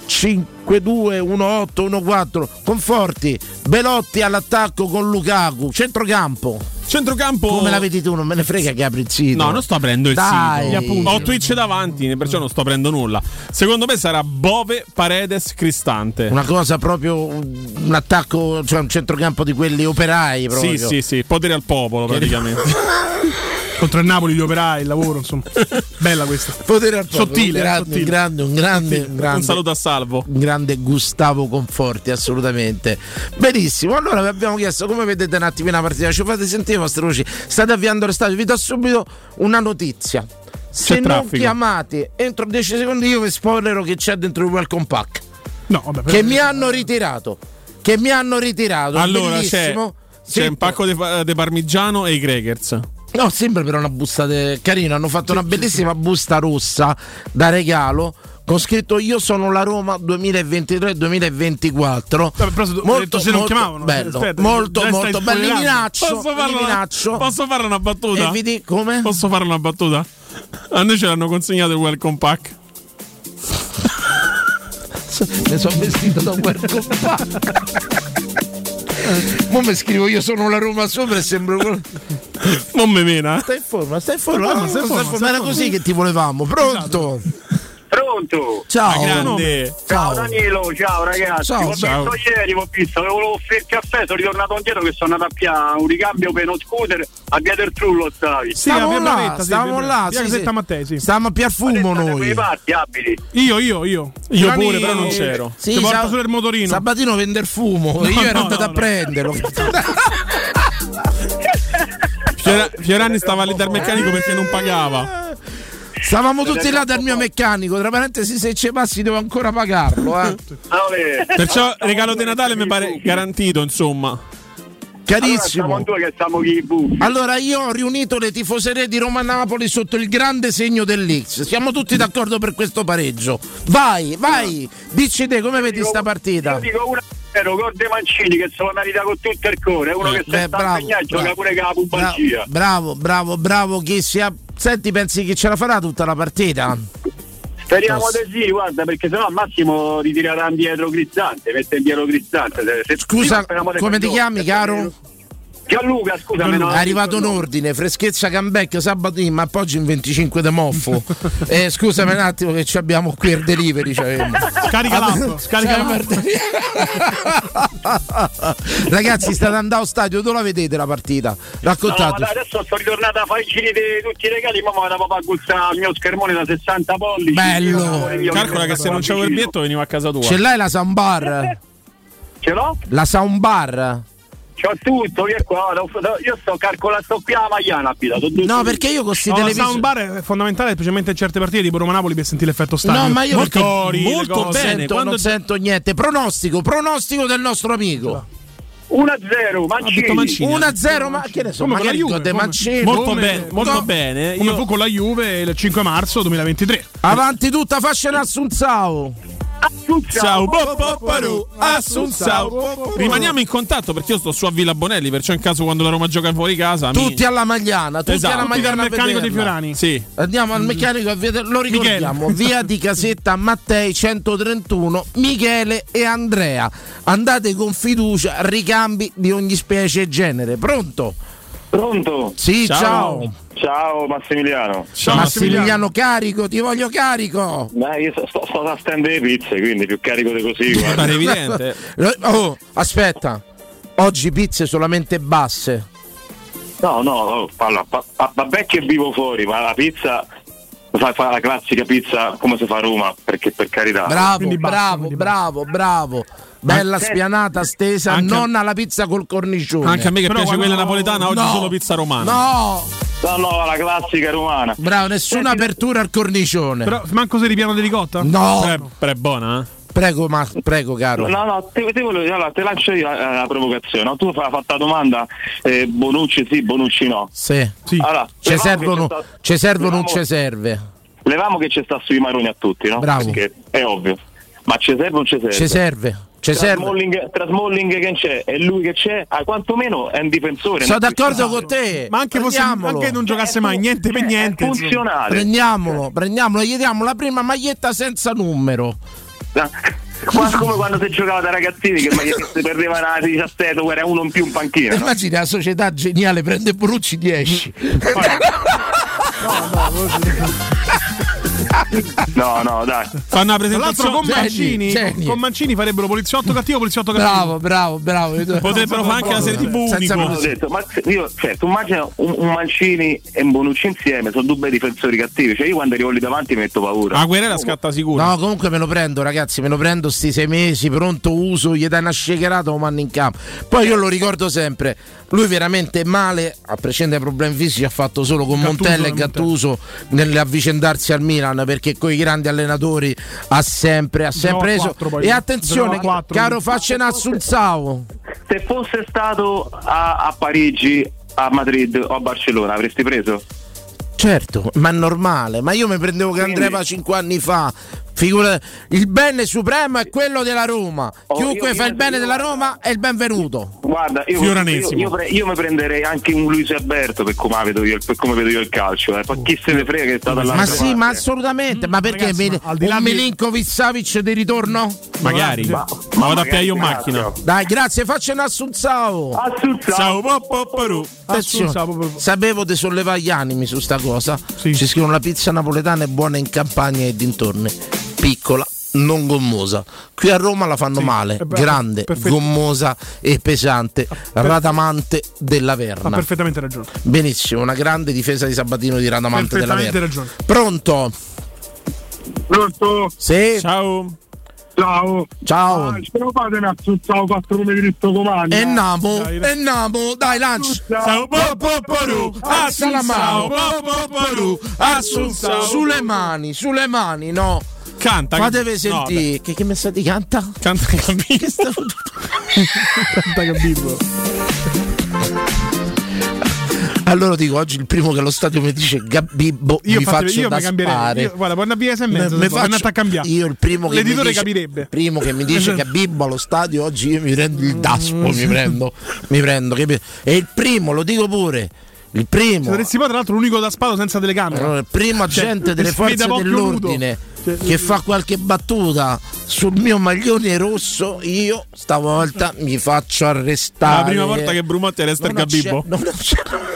521814. Conforti, Belotti all'attacco con Lukaku, centrocampo. Come la vedi tu? Non me ne frega che apri il sito. No, non sto aprendo il sito. Ho Twitch davanti, perciò non sto aprendo nulla. Secondo me sarà Bove, Paredes, Cristante. Una cosa proprio, un attacco, cioè un centrocampo di quelli operai proprio. Sì, potere al popolo praticamente. Contro il Napoli di operai, il lavoro, insomma. Bella questa. Potere al popolo. Sottile. Un grande. Un saluto a Salvo. Un grande Gustavo Conforti, assolutamente. Benissimo. Allora vi abbiamo chiesto come vedete un attimo la partita. Ci fate sentire le vostre voci. State avviando le stadio. Vi do subito una notizia. Se non chiamate entro 10 secondi io vi spoilerò che c'è dentro il welcome pack. No, vabbè, che mi hanno ritirato. Allora bellissimo. C'è un pacco di parmigiano e i crackers. No, sembra però una busta carina. Hanno fatto una bellissima busta rossa da regalo con scritto io sono la Roma 2023-2024. Molto se non chiamavano. Bello. Aspetta, molto bello. Li minaccio. Posso farla una battuta? Come? Posso fare una battuta? A noi ce l'hanno consegnato il welcome pack. Ne sono vestito da un welcome pack. Mo mi scrivo io sono la Roma sopra e sembro non me mena. Stai in forma. Ma era così che ti volevamo. Pronto? Pronto? Ciao. Ciao Danilo, ciao ragazzi. Ciao. Ieri ho visto, volevo offrire il caffè, sono ritornato indietro che sono andato a piare un ricambio per uno scooter a Via del Trullo stavi. Stavamo là. Stavamo a piar fumo noi. Io pure, però non c'ero. Sì, ti porto solo il motorino. Sabatino vender fumo. Io ero andato a prenderlo. Fiorani stava lì dal meccanico perché non pagava. Stavamo tutti là dal mio meccanico. Tra parentesi, se ci passi devo ancora pagarlo. Perciò regalo di Natale mi pare garantito, insomma. Carissimo. Allora io ho riunito le tifoserie di Roma-Napoli sotto il grande segno dell'X. Siamo tutti d'accordo per questo pareggio. Vai, dici te come vedi sta partita. Io dico 1-0 gol De Mancini che se lo merita con tutto il cuore. È uno che sta impegnato, gioca pure con la pubalgia. Bravo chi sia. Senti, pensi che ce la farà tutta la partita? Speriamo di sì, guarda, perché sennò al massimo ritirerà indietro Cristante, mette indietro Cristante. Scusa, come ti chiami, caro? Gianluca, scusami. È arrivato un ordine, freschezza comeback sabato ma appoggi in 25 de moffo. Scusami un attimo che ci abbiamo qui il delivery. Scarica l'app. Ragazzi, state andando allo stadio, dove la vedete la partita? Raccontate. No, adesso sono ritornato a fare i giri di tutti i regali, ma vado a guardare il mio schermone da 60 pollici. Bello. Calcola che se non c'avevo il biglietto venivo a casa tua. Ce l'hai la soundbar? Ce l'ho? La soundbar? C'ho tutto, io sto calcolando qui a Magliana abitato. No, perché io con questi televisori. La soundbar è fondamentale, specialmente in certe partite tipo Roma-Napoli per sentire l'effetto stadio. No, ma io molto bene. Non sento niente. Pronostico del nostro amico. 1-0 Mancini. 1-0, ma che ne so, magari De Mancini. Molto bene. Come fu con la Juve il 5 marzo 2023. Avanti tutta, fascia Assunzao. Assunzao. Rimaniamo in contatto perché io sto su a Villa Bonelli, perciò in caso quando la Roma gioca fuori casa tutti alla Magliana, tutti alla Magliana al meccanico di Fiorani. Sì. Andiamo al meccanico, lo ricordiamo, via di Casetta Mattei 131, Michele e Andrea. Andate con fiducia, ricambi di ogni specie e genere. Pronto? Sì, ciao. Ciao Massimiliano. Ciao Massimiliano, carico, ti voglio carico. Io sto a stendere le pizze, quindi più carico di così. Pare evidente. Oh, aspetta. Oggi pizze solamente basse. No, vabbè che vivo fuori, ma la pizza fa la classica pizza come si fa a Roma, perché per carità. Bravo. Bella spianata stesa, anche non alla pizza col cornicione. Anche a me che piace quella napoletana, oggi solo pizza romana. No, la classica romana. Bravo, nessuna apertura al cornicione. Però manco se ripiano di ricotta? No. Però è buona, Prego, caro. No, te lancio io la provocazione. No? Tu hai fatto la domanda, Bonucci sì, Bonucci no. Sì. Allora, ci serve o non ci serve? Levamo che ci sta sui maroni a tutti, no? Bravo. Perché è ovvio. Ma ci serve o non ci serve? Ci serve. Tra Smalling che c'è e lui che c'è, quantomeno è un difensore. Sono d'accordo con te. Ma anche non giocasse mai, niente per niente. È funzionale. Prendiamolo, gli diamo la prima maglietta senza numero. Come quando si giocava da ragazzini che si perdeva la 17, era uno in più in panchina. Immagini la società geniale, prende Bonucci 10. No, dai. Fanno una presentazione con Mancini. Con Mancini farebbero poliziotto cattivo. Bravo. Potrebbero fare anche la serie TV unico. Ma io, tu immagina un Mancini e un Bonucci insieme, sono due bei difensori cattivi. Cioè io quando arrivo lì davanti mi metto paura. La Guerrera scatta sicuro. No, comunque me lo prendo, ragazzi, sti 6 mesi, pronto uso, gli dai una shakerata o mando in campo. Poi io lo ricordo sempre, lui veramente male, a prescindere dai problemi fisici, ha fatto solo con Montella e Gattuso nell'avvicendarsi al Milan, perché con i grandi allenatori ha sempre preso. E attenzione, caro Faccia Assunzao, se fosse stato a Parigi, a Madrid o a Barcellona, avresti preso? Certo, ma è normale, ma io mi prendevo Candreva 5 anni fa, Figura, il bene supremo è quello della Roma. Chiunque fa il bene della Roma è il benvenuto. Guarda, io mi prenderei anche un Luis Alberto per come vedo io il calcio. Chi se ne frega che è stato Ma sì, ma assolutamente. Ma perché ragazzi, un Milinkovic Savic di ritorno? Magari. Ma vado a piedi io in macchina. Dai, grazie, faccio un assunzao. Sapevo di sollevare gli animi su sta cosa. Ci scrivono: la pizza napoletana è buona in Campania e dintorni, piccola, non gommosa. Qui a Roma la fanno male, grande, gommosa e pesante, radamante della Verna. Ha perfettamente ragione. Benissimo, una grande difesa di Sabatino di radamante della Verna. Ragione. Pronto? Sì. Ciao. Ciao. Se lo fate un assunzao fatto come diritto comando. E Namo, dai, lancio. Sulle mani, no. Canta. Fatevi sentire. Che messaggio canta? Canta Gabibbo. Canta Gabibbo. Allora dico, oggi il primo che allo stadio mi dice Gabibbo, io mi faccio da spare. Guarda, buona BS e mezzo, andate a cambiare. Io il primo che l'editore mi dice, capirebbe. Il primo che mi dice Gabibbo allo stadio, oggi io mi prendo il daspo, mi prendo. E il primo, lo dico pure, il primo. Se dovresti poi tra l'altro l'unico da spado senza telecamera. Allora, il primo agente delle forze dell'ordine che fa qualche battuta sul mio maglione rosso, io stavolta mi faccio arrestare. È la prima volta che Brumotti arresta il Gabibbo. Non c'è.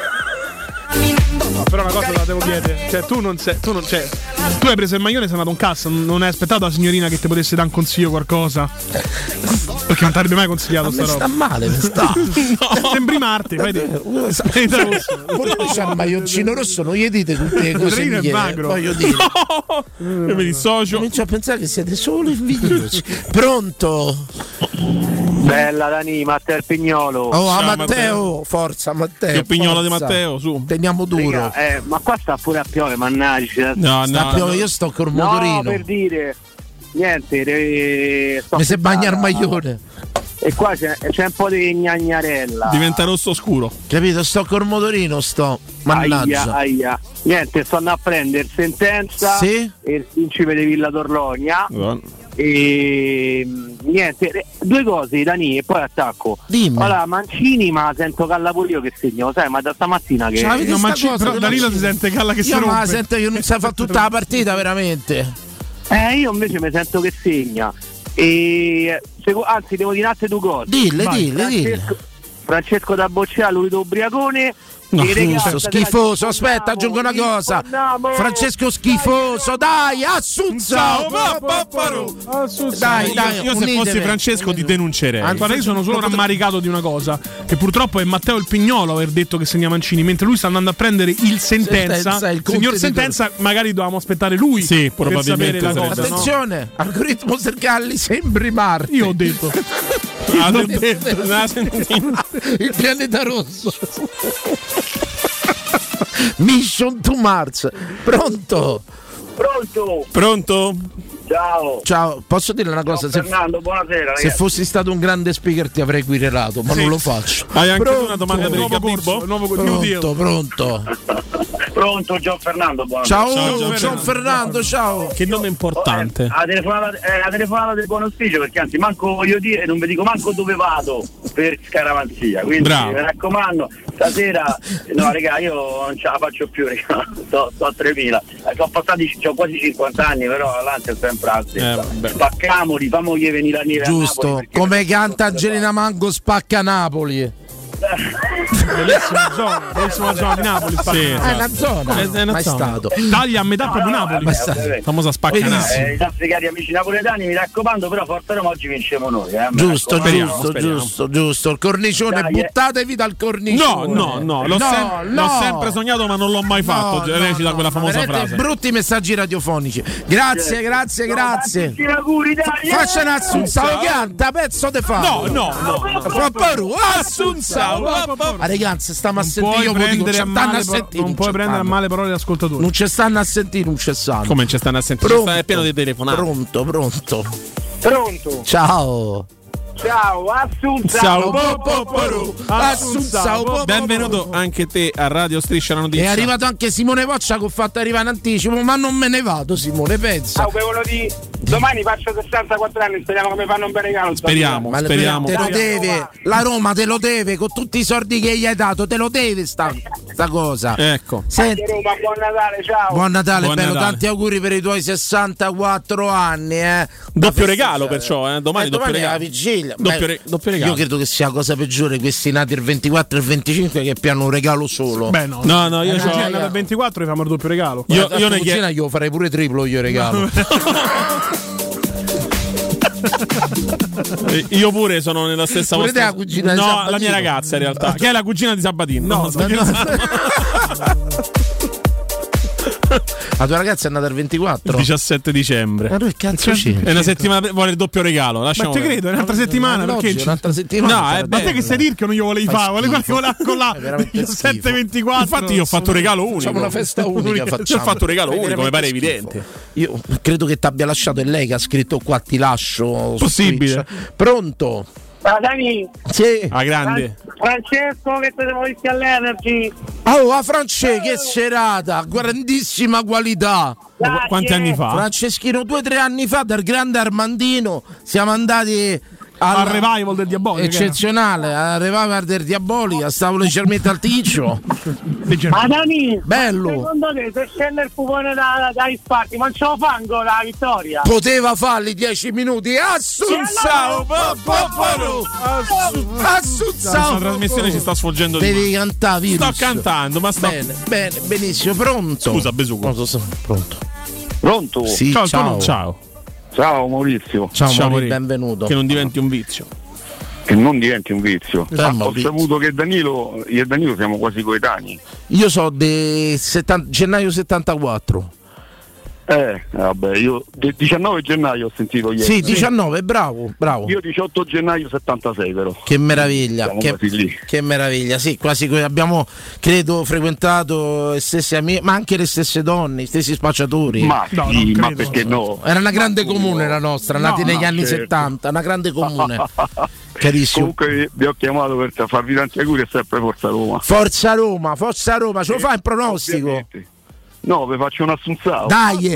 No, però una cosa te la devo chiedere. Cioè, tu hai preso il maglione e sei andato un cazzo. Non hai aspettato la signorina che ti potesse dare un consiglio, qualcosa? Perché non ti avrebbe mai consigliato sta roba. Sta male, sta. No. Sembri Marte, vai te. Pure c'ha il maglioncino rosso, non gli dite tutte le cose mie, voglio dire. No. Io mi dissocio. Comincio a pensare che siete solo invidiosi. Pronto? Bella Dani, Matteo il Pignolo. Matteo, forza Matteo. Il Pignolo di Matteo, su. Teniamo duro. Riga, ma qua sta pure a piove, mannaggia. No, io sto col motorino. No, per dire niente, mi si bagna il maglione. E qua c'è un po' di gnagnarella. Diventa rosso scuro. Capito? Sto col motorino, mannaggia. Aia. Niente, sto andando a prendere Sentenza e il Principe di Villa Torlonia. E niente, due cose Dani e poi attacco. Dimmi. Allora Mancini, ma sento Calla pure io che segno, sai, ma da stamattina che però Danilo si sente Calla che si rompe. Ma sento che non si fa tutta la partita veramente. Io invece mi sento che segna. E anzi devo dire altre due cose. Dille. Francesco da Boccea, Luido Ubriacone. No, schifoso, aspetta, aggiungo una cosa. Francesco schifoso, dai, Assunzao. Dai, io se fossi Francesco ti denuncerei. Guarda, io sono solo rammaricato di una cosa, che purtroppo è Matteo il Pignolo aver detto che segna Mancini, mentre lui sta andando a prendere il Sentenza. Il signor Sentenza, magari dovevamo aspettare lui. Sì, probabilmente per sapere la cosa. Attenzione, algoritmo Sercalli sembri Marte. Io ho detto. Il pianeta rosso. Mission to Mars. Pronto? Ciao, posso dire una cosa? Fernando, buonasera. Se fossi stato un grande speaker ti avrei querelato, ma non lo faccio. Hai anche una domanda per il Gabibbo? Pronto. Pronto, Gian Fernando, buonasera. Ciao, Gian Fernando, ciao. Che nome importante. La telefonata del buon auspicio, perché anzi manco voglio dire, non vi dico manco dove vado per scaramanzia, quindi mi raccomando, stasera no raga, io non ce la faccio più, raga. sto a 3000, ho quasi 50 anni, però avanti è sempre alto. Spaccamoli, famogli venire a Neve. Giusto, come canta Angelina Mango, spacca Napoli. Bellissima zona di Napoli. È una zona, è mai stato. Taglia a metà proprio Napoli. Famosa spacca I nostri cari amici napoletani, mi raccomando, però Forza Roma oggi vinciamo noi. Giusto. Il cornicione, buttatevi dal cornicione. No, l'ho sempre sognato, ma non l'ho mai fatto. Recita quella famosa frase. Brutti messaggi radiofonici. Grazie. Faccia un Assunzao, canta, pezzo de fa. No. Assunzao. Ragazzi, stiamo a sentire. Non puoi prendere a male parole ascoltatori. Non ci stanno a sentire, non ci stanno. Come ci stanno a sentire? È pieno di telefonate. Pronto. Pronto. Ciao. Ciao, Assunzao. Benvenuto anche te a Radio Striscia la Notizia. È arrivato anche Simone Voccia che ho fatto arrivare in anticipo, ma non me ne vado, Simone, pensa. Domani faccio 64 anni, speriamo che mi fanno un bel regalo. Speriamo. Te lo deve, la Roma te lo deve, con tutti i soldi che gli hai dato, te lo deve sta cosa. Ecco. Senti, Roma, buon Natale, ciao. Buon Natale, Buon bello, Natale. tanti auguri per i tuoi 64 anni, Doppio regalo perciò, domani doppio è la regalo. vigilia. Doppio regalo. Io credo che sia la cosa peggiore questi nati il 24 e il 25 che piano un regalo solo. Beh, no, io c'ho il 24 e facciamo il doppio regalo. Io ne chiedo, io farei pure triplo io regalo. Io pure sono nella stessa Pure te la cugina di Sabatino? la mia ragazza in realtà, che è la cugina di Sabatino. La tua ragazza è nata il 24? Il 17 dicembre. Ma dove cazzo c'è? È una settimana, vuole il doppio regalo. Ma te credo, è un'altra settimana. Perché un'altra settimana? No, ma te che sei dir che non io volevi fare? Volevi con la 17-24. Infatti io ho fatto un regalo unico. Facciamo una festa unica. Ho fatto un regalo unico, mi pare evidente. Io credo che ti abbia lasciato, è lei che ha scritto qua ti lascio. Possibile. Pronto? Dani, sì. Grande. Francesco, che te siamo visti all'Energy. Allora, Francesco, che serata, grandissima qualità. Quanti anni fa? Franceschino, 2-3 anni fa, dal grande Armandino siamo andati al revival del Diabolica. Eccezionale, al revival del Diabolica, stavo leggermente al ticcio. Ma Dani, bello. Secondo te se scende il pupone dai spacchi, ma ce lo fanno la vittoria? Poteva farli 10 minuti. Assunzao, Questa trasmissione ci sta svolgendo di devi cantare, virus. Sto cantando, ma sto bene, benissimo. Pronto? Scusa, Besugo. Pronto? Sì, ciao. Ciao Maurizio. Ciao Maurizio, benvenuto. Che non diventi un vizio. Che non diventi un vizio. Ho saputo che io e Danilo siamo quasi coetanei. Io so di gennaio 74. Vabbè, io 19 gennaio ho sentito ieri. Sì, 19, bravo. Io 18 gennaio 76 però. Che meraviglia. Che meraviglia, sì, quasi abbiamo credo frequentato le stesse amiche, ma anche le stesse donne, gli stessi spacciatori. Ma sì, ma perché no? Era una grande comune la nostra, nati negli anni 70, una grande comune. Carissimo. Comunque vi ho chiamato per farvi tanti auguri e sempre Forza Roma. Forza Roma, ce lo fai il pronostico? Ovviamente. No, vi faccio un assunzao. Dai,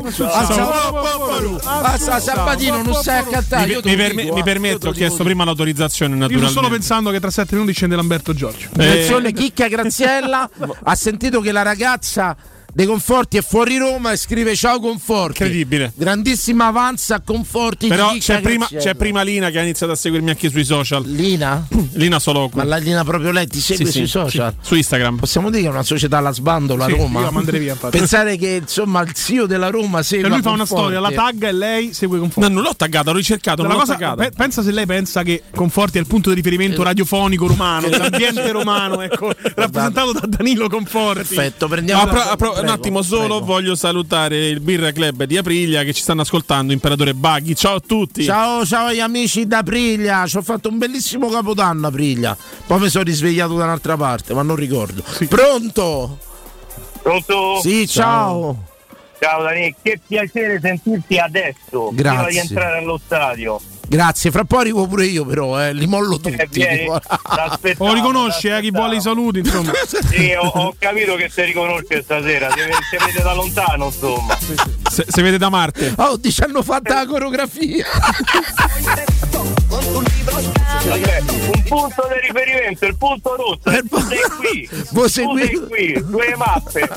Sabatino non sai a cantare. Mi permetto, ho chiesto prima l'autorizzazione naturalmente. Io sto solo pensando che tra 7 minuti scende Lamberto Giorgio. Attenzione, Chicca Graziella ha sentito che la ragazza dei Conforti è fuori Roma e scrive ciao Conforti. Incredibile. Grandissima avanza a Conforti. Però c'è prima Lina che ha iniziato a seguirmi anche sui social. Lina? Lina Soloco. Ma la Lina proprio lei ti segue sui social? Sì. Su Instagram. Possiamo dire che è una società alla sbando la Roma? Io la manderei via, infatti. Pensare che insomma il CEO della Roma segue. Lui fa una storia, la tagga e lei segue Conforti. No, non l'ho taggata, l'ho ricercato. Pensa se lei pensa che Conforti è il punto di riferimento radiofonico romano, dell'ambiente romano, ecco, rappresentato da Danilo Conforti. Perfetto, prendiamo un attimo solo. Voglio salutare il Birra Club di Aprilia che ci stanno ascoltando, Imperatore Baghi. Ciao a tutti. Ciao agli amici d'Aprilia. Ci ho fatto un bellissimo capodanno a Aprilia. Poi mi sono risvegliato da un'altra parte, ma non ricordo. Sì. Pronto? Sì, ciao. Ciao Dani, che piacere sentirti adesso. Grazie. Prima di entrare allo stadio. Grazie, fra poi arrivo pure io però, li mollo tutti. Lo riconosce, chi vuole i saluti, insomma. Sì, ho capito che si riconosce stasera, si vede da lontano, insomma. Si vede da Marte. Oh, ci hanno fatto la coreografia. Un punto di riferimento, il punto rosso. Sei qui, 2 mappe.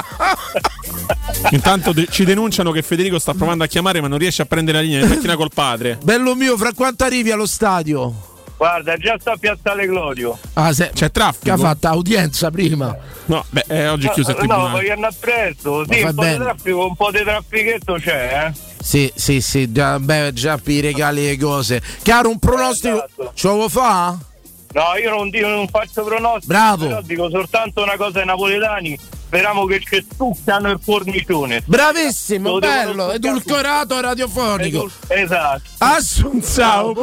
Intanto ci denunciano che Federico sta provando a chiamare ma non riesce a prendere la linea, in macchina col padre. Bello mio, fra quanto arrivi allo stadio? Guarda, già sta a Piazzale Clodio. C'è traffico? Che ha fatto udienza prima? No, oggi è chiuso il tribunale. No, voglio andare presto. Sì, un po' di traffichetto c'è, Sì, già per i regali e cose. Chiaro, un pronostico ce lo fa? No, io non faccio pronostici. Bravo. Però dico soltanto una cosa ai napoletani. Speriamo che ci stuccano il cornicione. Bravissimo, bello, edulcorato radiofonico. Esatto. Assunzao.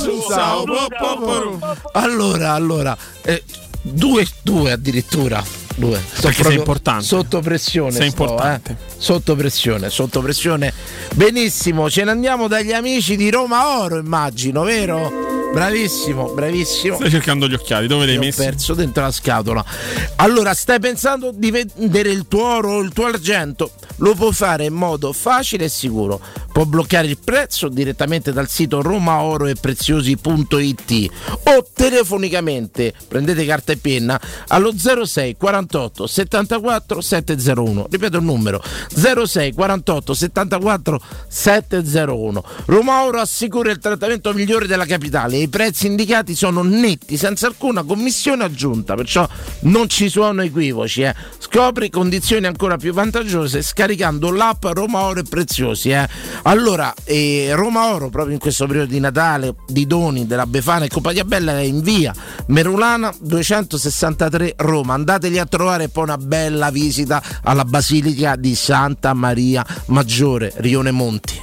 Allora, 2 addirittura. 2. Perché sei importante. Sotto pressione. Sei importante. Sotto pressione. Benissimo, ce ne andiamo dagli amici di Roma Oro, immagino, vero? Bravissimo. Stai cercando gli occhiali, dove li hai messi? Ho perso dentro la scatola. Allora, stai pensando di vendere il tuo oro o il tuo argento? Lo puoi fare in modo facile e sicuro. Puoi bloccare il prezzo direttamente dal sito romaoroepreziosi.it o telefonicamente, prendete carta e penna, allo 06 48 74 701. Ripeto il numero: 06 48 74 701. Roma Oro assicura il trattamento migliore della capitale. I prezzi indicati sono netti, senza alcuna commissione aggiunta, perciò non ci sono equivoci. Scopri condizioni ancora più vantaggiose scaricando l'app Roma Oro e Preziosi. Allora, Roma Oro, proprio in questo periodo di Natale, di doni della Befana e compagnia bella, è in via Merulana 263 Roma. Andateli a trovare e poi una bella visita alla Basilica di Santa Maria Maggiore, Rione Monti.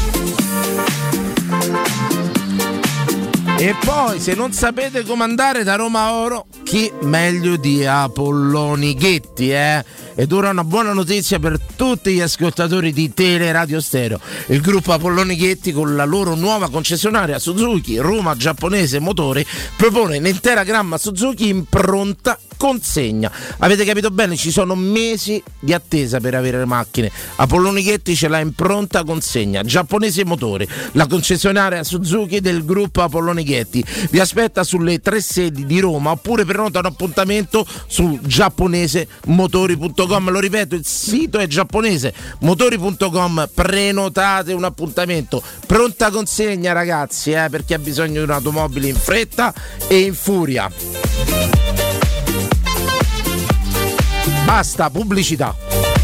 E poi, se non sapete come andare da Roma Oro, chi meglio di Apolloni Ghetti, Ed ora una buona notizia per tutti gli ascoltatori di Teleradio Stereo. Il gruppo Apolloni Ghetti, con la loro nuova concessionaria Suzuki Roma Giapponese Motori, propone l'intera gamma Suzuki in pronta consegna. Avete capito bene, ci sono mesi di attesa per avere le macchine. Apolloni Ghetti ce l'ha in pronta consegna. Giapponese Motori, la concessionaria Suzuki del gruppo Apolloni Ghetti, vi aspetta sulle 3 sedi di Roma, oppure prenota un appuntamento su giapponesemotori.com. Lo ripeto, il sito è giapponesemotori.com. prenotate un appuntamento. Pronta consegna, ragazzi, per chi ha bisogno di un'automobile in fretta e in furia. Basta pubblicità.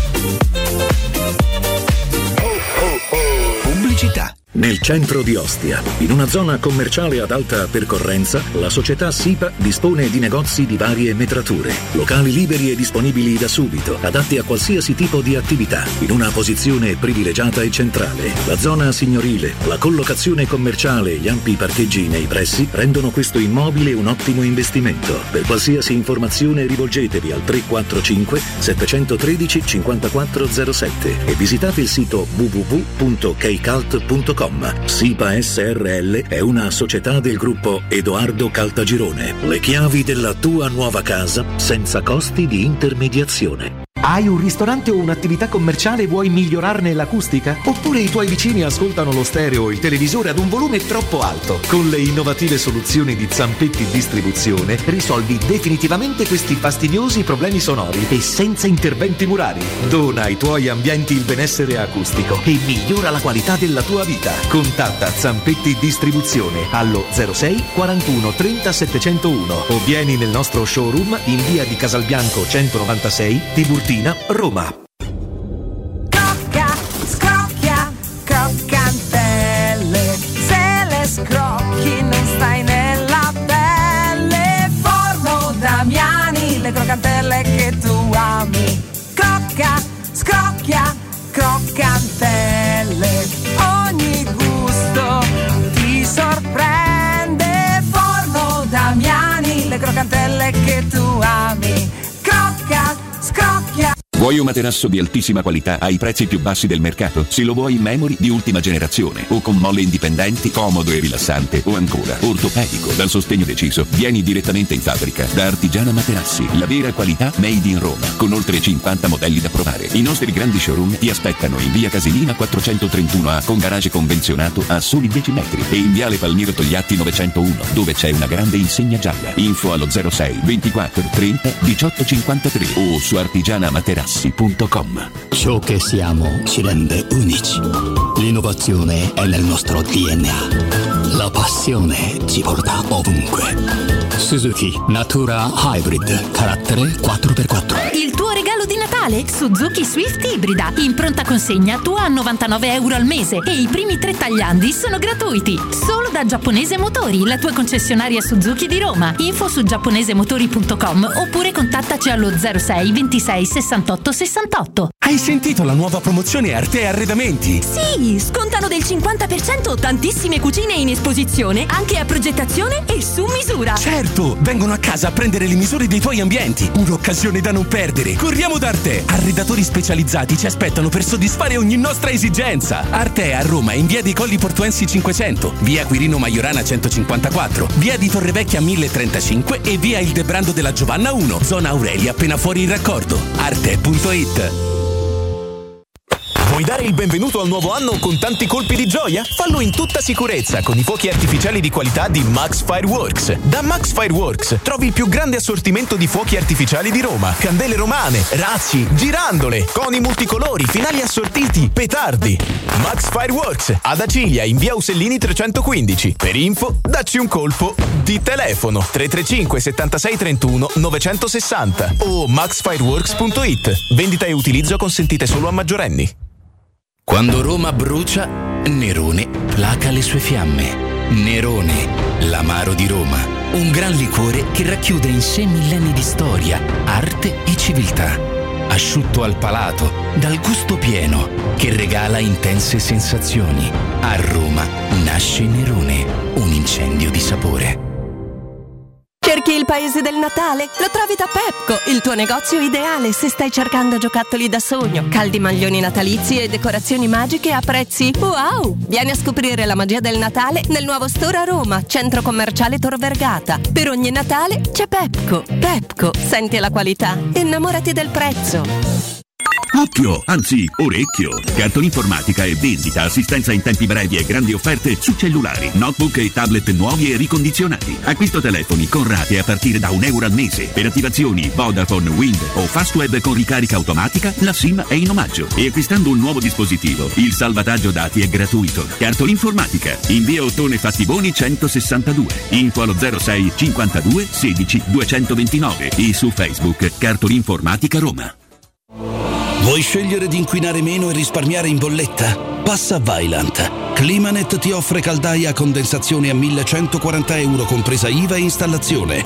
Pubblicità. Nel centro di Ostia, in una zona commerciale ad alta percorrenza, la società SIPA dispone di negozi di varie metrature, locali liberi e disponibili da subito, adatti a qualsiasi tipo di attività, in una posizione privilegiata e centrale. La zona signorile, la collocazione commerciale e gli ampi parcheggi nei pressi rendono questo immobile un ottimo investimento. Per qualsiasi informazione rivolgetevi al 345 713 5407 e visitate il sito www.keicalt.com. SIPA SRL è una società del gruppo Edoardo Caltagirone. Le chiavi della tua nuova casa senza costi di intermediazione. Hai un ristorante o un'attività commerciale e vuoi migliorarne l'acustica? Oppure i tuoi vicini ascoltano lo stereo o il televisore ad un volume troppo alto? Con le innovative soluzioni di Zampetti Distribuzione risolvi definitivamente questi fastidiosi problemi sonori e senza interventi murari. Dona ai tuoi ambienti il benessere acustico e migliora la qualità della tua vita. Contatta Zampetti Distribuzione allo 06 41 30 701 o vieni nel nostro showroom in via di Casalbianco 196 Tiburtina, Roma. Crocca, scrocchia, croccantelle. Se le scrocchi non stai nella pelle. Forno Damiani, le croccantelle che tu ami. Crocca, scrocchia, croccantelle. Ogni gusto ti sorprende. Forno Damiani, le croccantelle che tu ami. Crocca, scrocchia. Vuoi un materasso di altissima qualità ai prezzi più bassi del mercato? Se lo vuoi in memory di ultima generazione o con molle indipendenti, comodo e rilassante, o ancora ortopedico dal sostegno deciso, vieni direttamente in fabbrica da Artigiana Materassi, la vera qualità made in Roma, con oltre 50 modelli da provare. I nostri grandi showroom ti aspettano in via Casilina 431A con garage convenzionato a soli 10 metri e in viale Palmiro Togliatti 901, dove c'è una grande insegna gialla. Info allo 06 24 30 18 53 o su artigianamaterassi.com. Ciò che siamo ci rende unici. L'innovazione è nel nostro DNA. La passione ci porta ovunque. Suzuki Natura Hybrid, carattere 4x4. Il tuo regalo di Natale? Suzuki Swift Ibrida. In pronta consegna tua a €99 al mese e i primi 3 tagliandi sono gratuiti. Solo da Giapponese Motori, la tua concessionaria Suzuki di Roma. Info su giapponesemotori.com oppure contattaci allo 06 26 68 68. Hai sentito la nuova promozione Arte Arredamenti? Sì, scontano del 50% tantissime cucine in esposizione, anche a progettazione e su misura. Certo! Certo, vengono a casa a prendere le misure dei tuoi ambienti. Un'occasione da non perdere. Corriamo da Arte. Arredatori specializzati ci aspettano per soddisfare ogni nostra esigenza. Arte a Roma, in via dei Colli Portuensi 500, via Quirino Maiorana 154, via di Torrevecchia 1035 e via Ildebrando della Giovanna 1, zona Aurelia, appena fuori il raccordo. Arte.it. Vuoi dare il benvenuto al nuovo anno con tanti colpi di gioia? Fallo in tutta sicurezza con i fuochi artificiali di qualità di Max Fireworks. Da Max Fireworks trovi il più grande assortimento di fuochi artificiali di Roma, candele romane, razzi, girandole, coni multicolori, finali assortiti, petardi. Max Fireworks ad Acilia in via Usellini 315. Per info, dacci un colpo di telefono 335 76 31 960 o maxfireworks.it. Vendita e utilizzo consentite solo a maggiorenni. Quando Roma brucia, Nerone placa le sue fiamme. Nerone, l'amaro di Roma. Un gran liquore che racchiude in sé millenni di storia, arte e civiltà. Asciutto al palato, dal gusto pieno, che regala intense sensazioni. A Roma nasce Nerone, un incendio di sapore. Cerchi il paese del Natale? Lo trovi da Pepco, il tuo negozio ideale se stai cercando giocattoli da sogno, caldi maglioni natalizi e decorazioni magiche a prezzi wow! Vieni a scoprire la magia del Natale nel nuovo store a Roma, centro commerciale Tor Vergata. Per ogni Natale c'è Pepco. Pepco, senti la qualità, innamorati del prezzo. Occhio, anzi orecchio. Cartolinformatica e vendita, assistenza in tempi brevi e grandi offerte su cellulari, notebook e tablet nuovi e ricondizionati. Acquisto telefoni con rate a partire da €1 al mese. Per attivazioni Vodafone, Wind o Fastweb con ricarica automatica, la SIM è in omaggio. E acquistando un nuovo dispositivo, il salvataggio dati è gratuito. Cartolinformatica, in via Ottone Fattiboni 162. Info allo 06 52 16 229 e su Facebook Cartolinformatica Roma. Vuoi scegliere di inquinare meno e risparmiare in bolletta? Passa a Vaillant. Climanet ti offre caldaia a condensazione a €1.140 compresa IVA e installazione.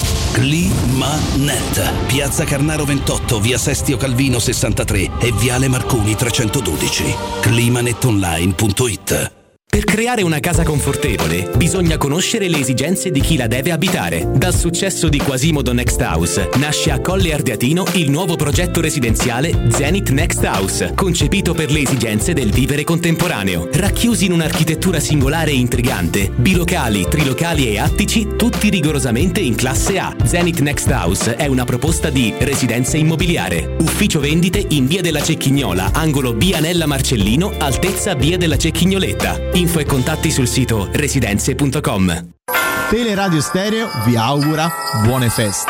Climanet. Piazza Carnaro 28, via Sestio Calvino 63 e viale Marconi 312. Climanetonline.it. Per creare una casa confortevole bisogna conoscere le esigenze di chi la deve abitare. Dal successo di Quasimodo Next House nasce a Colle Ardeatino il nuovo progetto residenziale Zenith Next House, concepito per le esigenze del vivere contemporaneo. Racchiusi in un'architettura singolare e intrigante, bilocali, trilocali e attici, tutti rigorosamente in classe A. Zenith Next House è una proposta di residenza immobiliare. Ufficio vendite in via della Cecchignola, angolo Bianella Marcellino, altezza via della Cecchignoletta. Info e contatti sul sito residenze.com. Teleradio Stereo vi augura buone feste.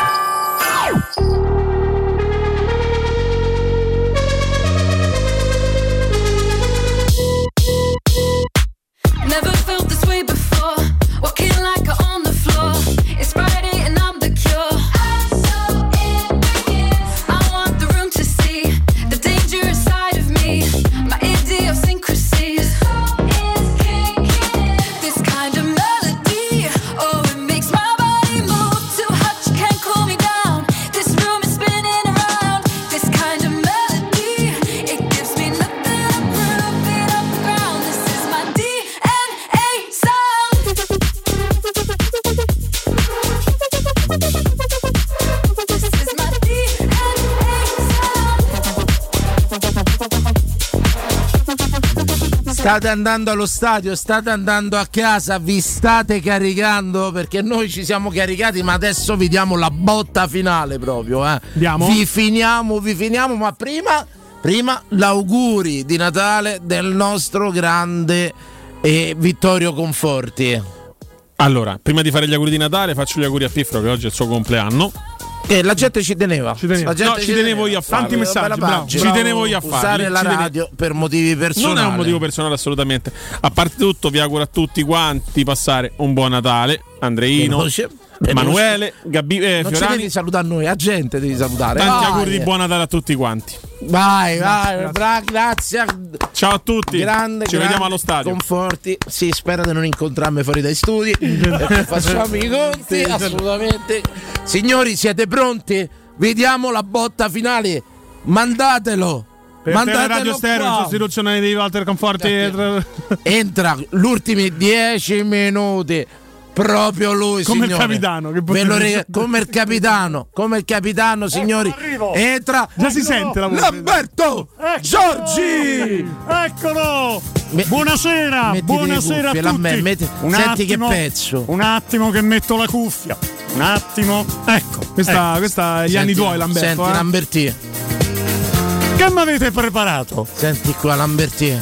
Never felt this way before. Walking like on the floor. It's Friday and I'm the cure. I'm so I want the room to see the dangerous side of me. My idiosyncrasies. This kind of melody, oh, it makes my body move. Too hot, you can't cool me down. This room is spinning around. This kind of melody, it gives me nothing to prove it up the ground. This is my DNA sound. This is my State andando allo stadio, state andando a casa, vi state caricando, perché noi ci siamo caricati, ma adesso vi diamo la botta finale proprio, Andiamo? Vi finiamo, ma prima l'auguri di Natale del nostro grande Vittorio Conforti. Allora, prima di fare gli auguri di Natale faccio gli auguri a Piffro che oggi è il suo compleanno. La gente ci teneva. La gente ci tenevo io a farlo. Tanti messaggi, bravo. Ci tenevo io a farlo. Usare la radio per motivi personali. Non è un motivo personale assolutamente. A parte tutto vi auguro a tutti quanti di passare un buon Natale. Andreino, Emanuele, Gabbi, non Fiorani. ci devi salutare noi, a gente devi salutare. Tanti auguri di buon Natale a tutti quanti. Vai, grazie. Ciao a tutti. Ci vediamo allo stadio. Conforti. Sì, spero di non incontrarmi fuori dai studi. Perché facciamo i conti. Assolutamente. Signori, siete pronti? Vediamo la botta finale. Mandatelo. Per Radio Stereo, in sostituzione di Walter Conforti. Entra gli ultimi 10 minuti. Proprio lui, come signore. Il capitano, che come il capitano, signori. Entra. Già si sente la voce. Lamberto Giorgi! Eccolo! Buonasera, buonasera a tutti. Senti che pezzo. Un attimo che metto la cuffia. Un attimo. Ecco. Questa gli anni tuoi, Lamberto. Senti, Lamberti. Che mi avete preparato? Senti qua, Lamberti.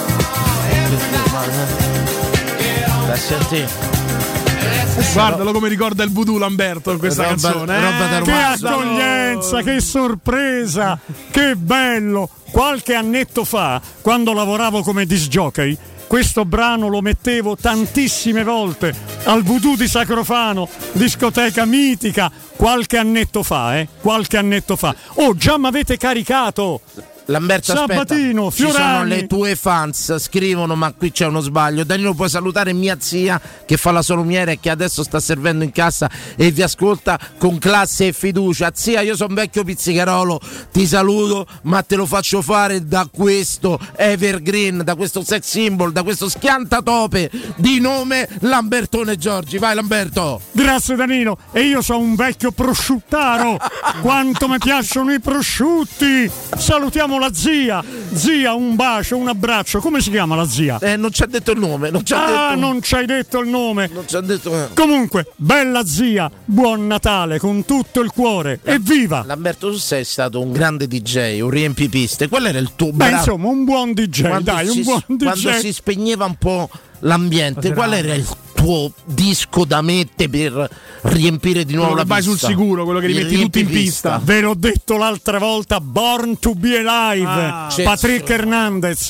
Senti. Guardalo come ricorda il voodoo Lamberto in questa canzone. Che accoglienza, che sorpresa, che bello. Qualche annetto fa, quando lavoravo come disc jockey, questo brano lo mettevo tantissime volte al voodoo di Sacrofano, discoteca mitica, qualche annetto fa. Oh, già mi avete caricato. Lamberto, Sabatino, aspetta, Fiorani. ci sono le tue fans, scrivono, ma qui c'è uno sbaglio. Danilo, puoi salutare mia zia che fa la salumiera e che adesso sta servendo in cassa e vi ascolta con classe e fiducia. Zia, io sono vecchio pizzicarolo, ti saluto, ma te lo faccio fare da questo evergreen, da questo sex symbol, da questo schiantatope di nome Lambertone Giorgi. Vai, Lamberto. Grazie, Danilo. E io sono un vecchio prosciuttaro. Quanto mi piacciono i prosciutti. Salutiamo la zia, un bacio, un abbraccio. Come si chiama la zia? Non ci ha detto il nome. Non ci hai detto il nome. Non ci ha detto. Comunque, bella zia, buon Natale con tutto il cuore. Evviva! Lamberto, tu sei stato un grande DJ, un riempipiste. Qual era il tuo brano? Insomma, un buon DJ, un buon DJ. Quando si spegneva un po' l'ambiente, qual era il tuo disco da mettere per riempire di nuovo la pista? Vai sul sicuro, quello che rimetti tutti in pista. Ve l'ho detto l'altra volta, Born to be Alive, Patrick Hernandez,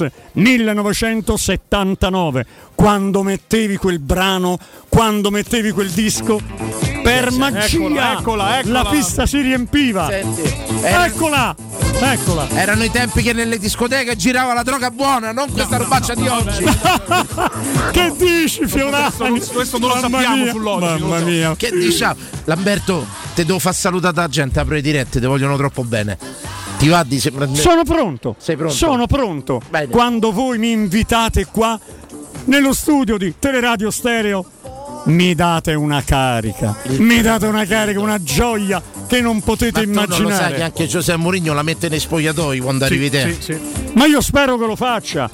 1979. Quando mettevi quel brano, quando mettevi quel disco, per magia eccola. la pista si riempiva. Senti, eccola. Erano i tempi che nelle discoteche girava la droga buona, non questa robaccia di oggi. Che dici, Fiorani? Questo non lo sappiamo sull'oggi. Mamma mia. Che diciamo? Lamberto, te devo far salutare la gente, apro le dirette, te vogliono troppo bene. Ti va di Sono pronto. Sei pronto? Sono pronto. Bene. Quando voi mi invitate qua nello studio di Teleradio Stereo, mi date una carica, una gioia che non potete immaginare. Non lo sai che anche Giuseppe Mourinho la mette nei spogliatoi quando arrivi te? Sì. Ma io spero che lo faccia,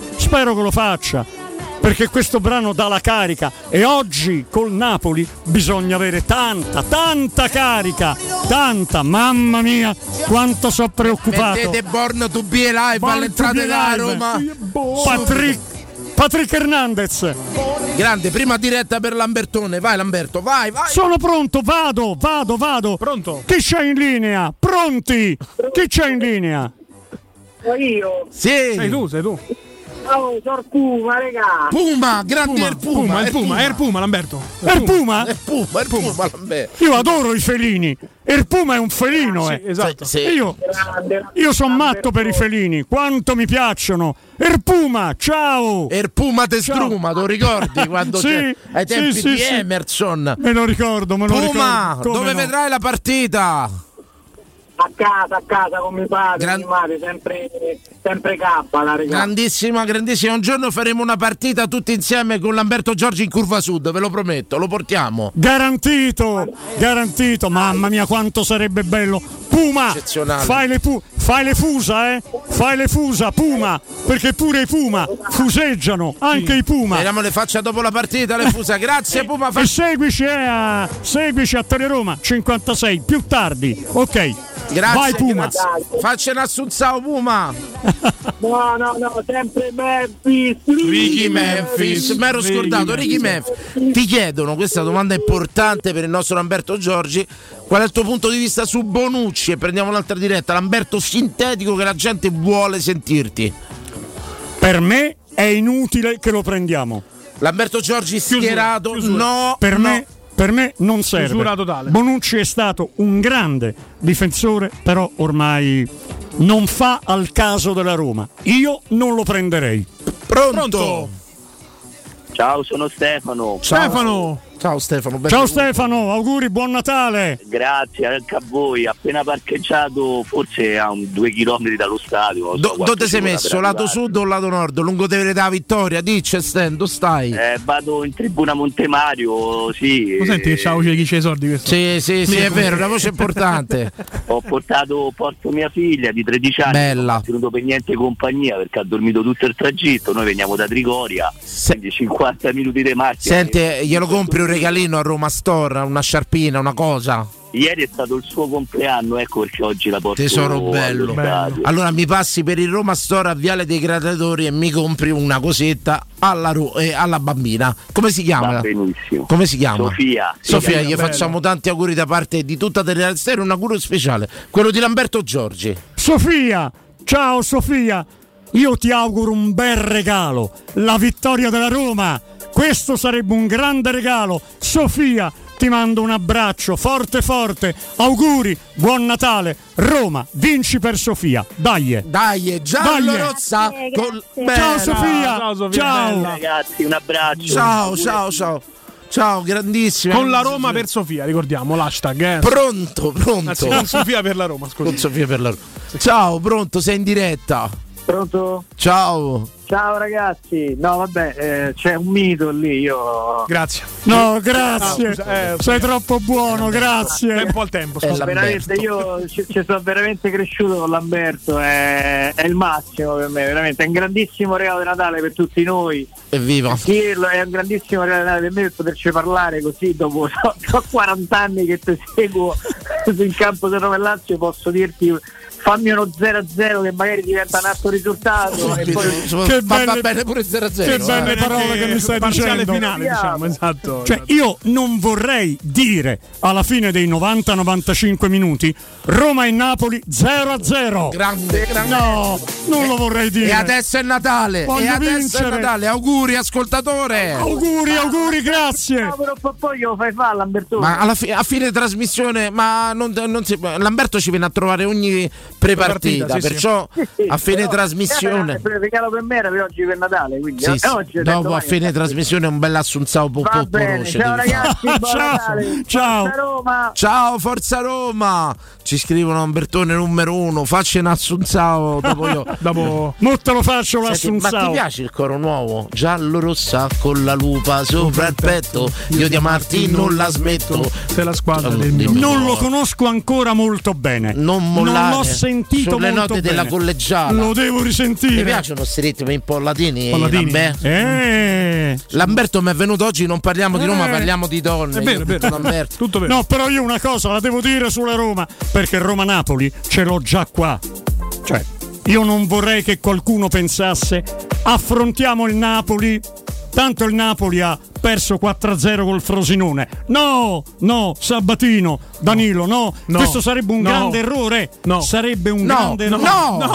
perché questo brano dà la carica e oggi col Napoli bisogna avere tanta carica, mamma mia, quanto sono preoccupato. Mettete Born to be Alive all'entrata della Roma. Patrick Hernandez. Grande, prima diretta per Lambertone. Vai, Lamberto, vai. Sono pronto, vado. Pronto? Chi c'è in linea? Pronti? Chi c'è in linea? Io. Sì. Sei tu. Oh, sono Puma, regà. Puma, grande Air Puma, Lamberto. Air Puma, Lamberto. Io adoro i felini. Air Puma è un felino, Sì, esatto. Sì. Io sono matto per i felini, quanto mi piacciono. Air Puma, ciao. Air Puma te struma, lo ricordi quando sì, ai tempi sì, di Emerson? Me lo ricordo. Puma, dove vedrai la partita? A casa con mio padre, mia madre, sempre cappa, grandissima. Un giorno faremo una partita tutti insieme con Lamberto Giorgi in Curva Sud, ve lo prometto, lo portiamo. Garantito. Mamma mia, quanto sarebbe bello. Puma, fai le fusa, fai le fusa, Puma, perché pure i Puma fuseggiano, anche i Puma. Vediamo le faccia dopo la partita, le fusa. Grazie Puma. E seguici a Teleroma 56 più tardi, ok. Grazie, vai Puma. Faccia un assunzao Puma. No, sempre Memphis. Ricky Memphis. Mi ero scordato, Ricky Memphis. Ti chiedono, questa domanda importante per il nostro Lamberto Giorgi, qual è il tuo punto di vista su Bonucci? E prendiamo un'altra diretta, Lamberto sintetico che la gente vuole sentirti. Per me è inutile che lo prendiamo. Lamberto Giorgi schierato, no. Per me non serve. Bonucci è stato un grande difensore, però ormai non fa al caso della Roma. Io non lo prenderei. Pronto? Ciao, sono Stefano. Stefano, Ciao Stefano. Ciao Stefano, auguri, buon Natale. Grazie anche a voi. Appena parcheggiato, forse a 2 chilometri dallo stadio. Dove sei messo? Lato sud o lato nord? Lungotevere della Vittoria? Dice Sten, dove stai? Vado in tribuna Montemario, sì. Lo senti che c'ha voce chi c'è i soldi questo? Sì, è vero, una voce importante. Porto mia figlia di 13 anni. Bella. Non ha tenuto per niente compagnia perché ha dormito tutto il tragitto. Noi veniamo da Trigoria, quindi 50 minuti di macchina. Senti, glielo compri un regalino a Roma Store, una sciarpina, una cosa? Ieri è stato il suo compleanno, ecco perché oggi la porto. Tesoro bello. Allora mi passi per il Roma Store a Viale dei Gladiatori e mi compri una cosetta alla bambina. Come si chiama? Va benissimo. Come si chiama? Sofia, gli facciamo tanti auguri da parte di tutta Teleradio Stereo, un augurio speciale, quello di Lamberto Giorgi. Sofia, ciao Sofia, io ti auguro un bel regalo, la vittoria della Roma. Questo sarebbe un grande regalo. Sofia, ti mando un abbraccio forte, auguri, buon Natale, Roma, vinci per Sofia, dai, giallo rossa. Ciao Sofia, ciao ragazzi, un abbraccio. Ciao, grandissima. Con la Roma per Sofia, ricordiamo l'hashtag. Pronto. Anzi, con Sofia per la Roma, scusa. Con Sofia per la Roma. Ciao, pronto, sei in diretta. Pronto? Ciao ragazzi, no vabbè, c'è un mito lì, io. Grazie. No, grazie. Sei troppo buono, grazie. È un po' il tempo, scusa. Veramente io ci sono veramente cresciuto con Lamberto, è il massimo per me, veramente. È un grandissimo regalo di Natale per tutti noi. Evviva. Dirlo, è un grandissimo regalo di Natale per me per poterci parlare così dopo 40 anni che ti seguo in campo del Roma e Lazio, posso dirti. Fammi uno 0-0 che magari diventa un altro risultato e poi... va bene pure 0-0. Che belle parole che mi stai dicendo. Finale, diciamo, esatto. Cioè io non vorrei dire alla fine dei 90-95 minuti Roma e Napoli 0-0. Grande. No, non lo vorrei dire. E adesso è Natale. Auguri ascoltatore. Auguri, grazie. No, però poi io fai fare Lamberto. Ma a fine trasmissione, Lamberto ci viene a trovare ogni prepartita, perciò a fine trasmissione il regalo per me era per oggi per Natale, quindi oggi dopo a fine trasmissione un bel assunzao va bene. Ciao ragazzi, buon Natale. Ciao, Forza Roma. Ci scrivono Lambertone numero 1, faccia un assunzao dopo mo te lo faccio l'assunzao. Ma ti piace il coro nuovo? Giallo rossa con la lupa sopra il petto, io di amarti non la smetto, per la squadra del mio. Non lo conosco ancora molto bene, non mollare, l'ho sentito sulle molto note bene. Della collegiala lo devo risentire. Mi piacciono questi ritmi un po' latini. Lamberto mi è venuto oggi, non parliamo di Roma, parliamo di donne. È vero. Tutto vero. No, però io una cosa la devo dire sulla Roma, perché Roma-Napoli ce l'ho già qua. Cioè, io non vorrei che qualcuno pensasse affrontiamo il Napoli, tanto il Napoli ha perso 4-0 col Frosinone. No, Sabatino, Danilo, no. Questo sarebbe un grande errore. Sarebbe un grande errore.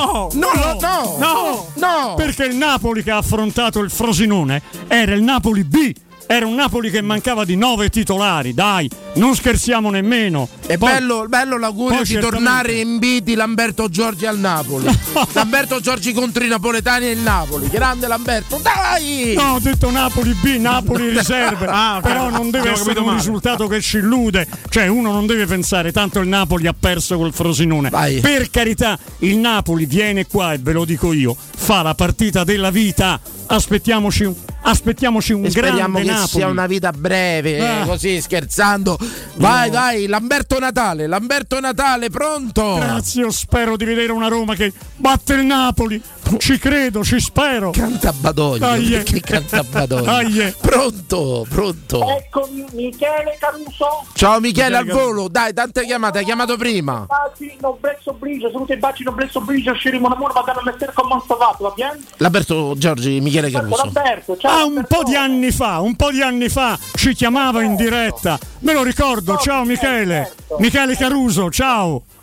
No. Perché il Napoli che ha affrontato il Frosinone era il Napoli B. Era un Napoli che mancava di 9 titolari, dai, non scherziamo nemmeno. È bello l'augurio di tornare in B di Lamberto Giorgi al Napoli. Lamberto Giorgi contro i napoletani e il Napoli. Grande Lamberto, dai! No, ho detto Napoli B, Napoli riserve. Però non deve essere un risultato che ci illude. Cioè uno non deve pensare tanto il Napoli ha perso col Frosinone. Vai. Per carità, il Napoli viene qua e ve lo dico io, fa la partita della vita. Aspettiamoci un grande speriamo che Napoli. sia una vita breve, così scherzando. Vai, Lamberto Natale, pronto? Grazie, io spero di vedere una Roma che batte il Napoli. Ci credo, ci spero. Canta Badoglio. Che canta Badoglio? Pronto. Eccomi, Michele Caruso. Ciao Michele, al volo. Dai, tante chiamate, hai chiamato prima. Saluti e baci, Noblesso Brigio, Scirimo Namur, ma danno mettere con Monstavato, va bene? Lamberto Giorgi, Michele Caruso. Lamberto, ciao. Un po' di anni fa ci chiamava in diretta. Me lo ricordo, ciao Michele. Michele Caruso, ciao.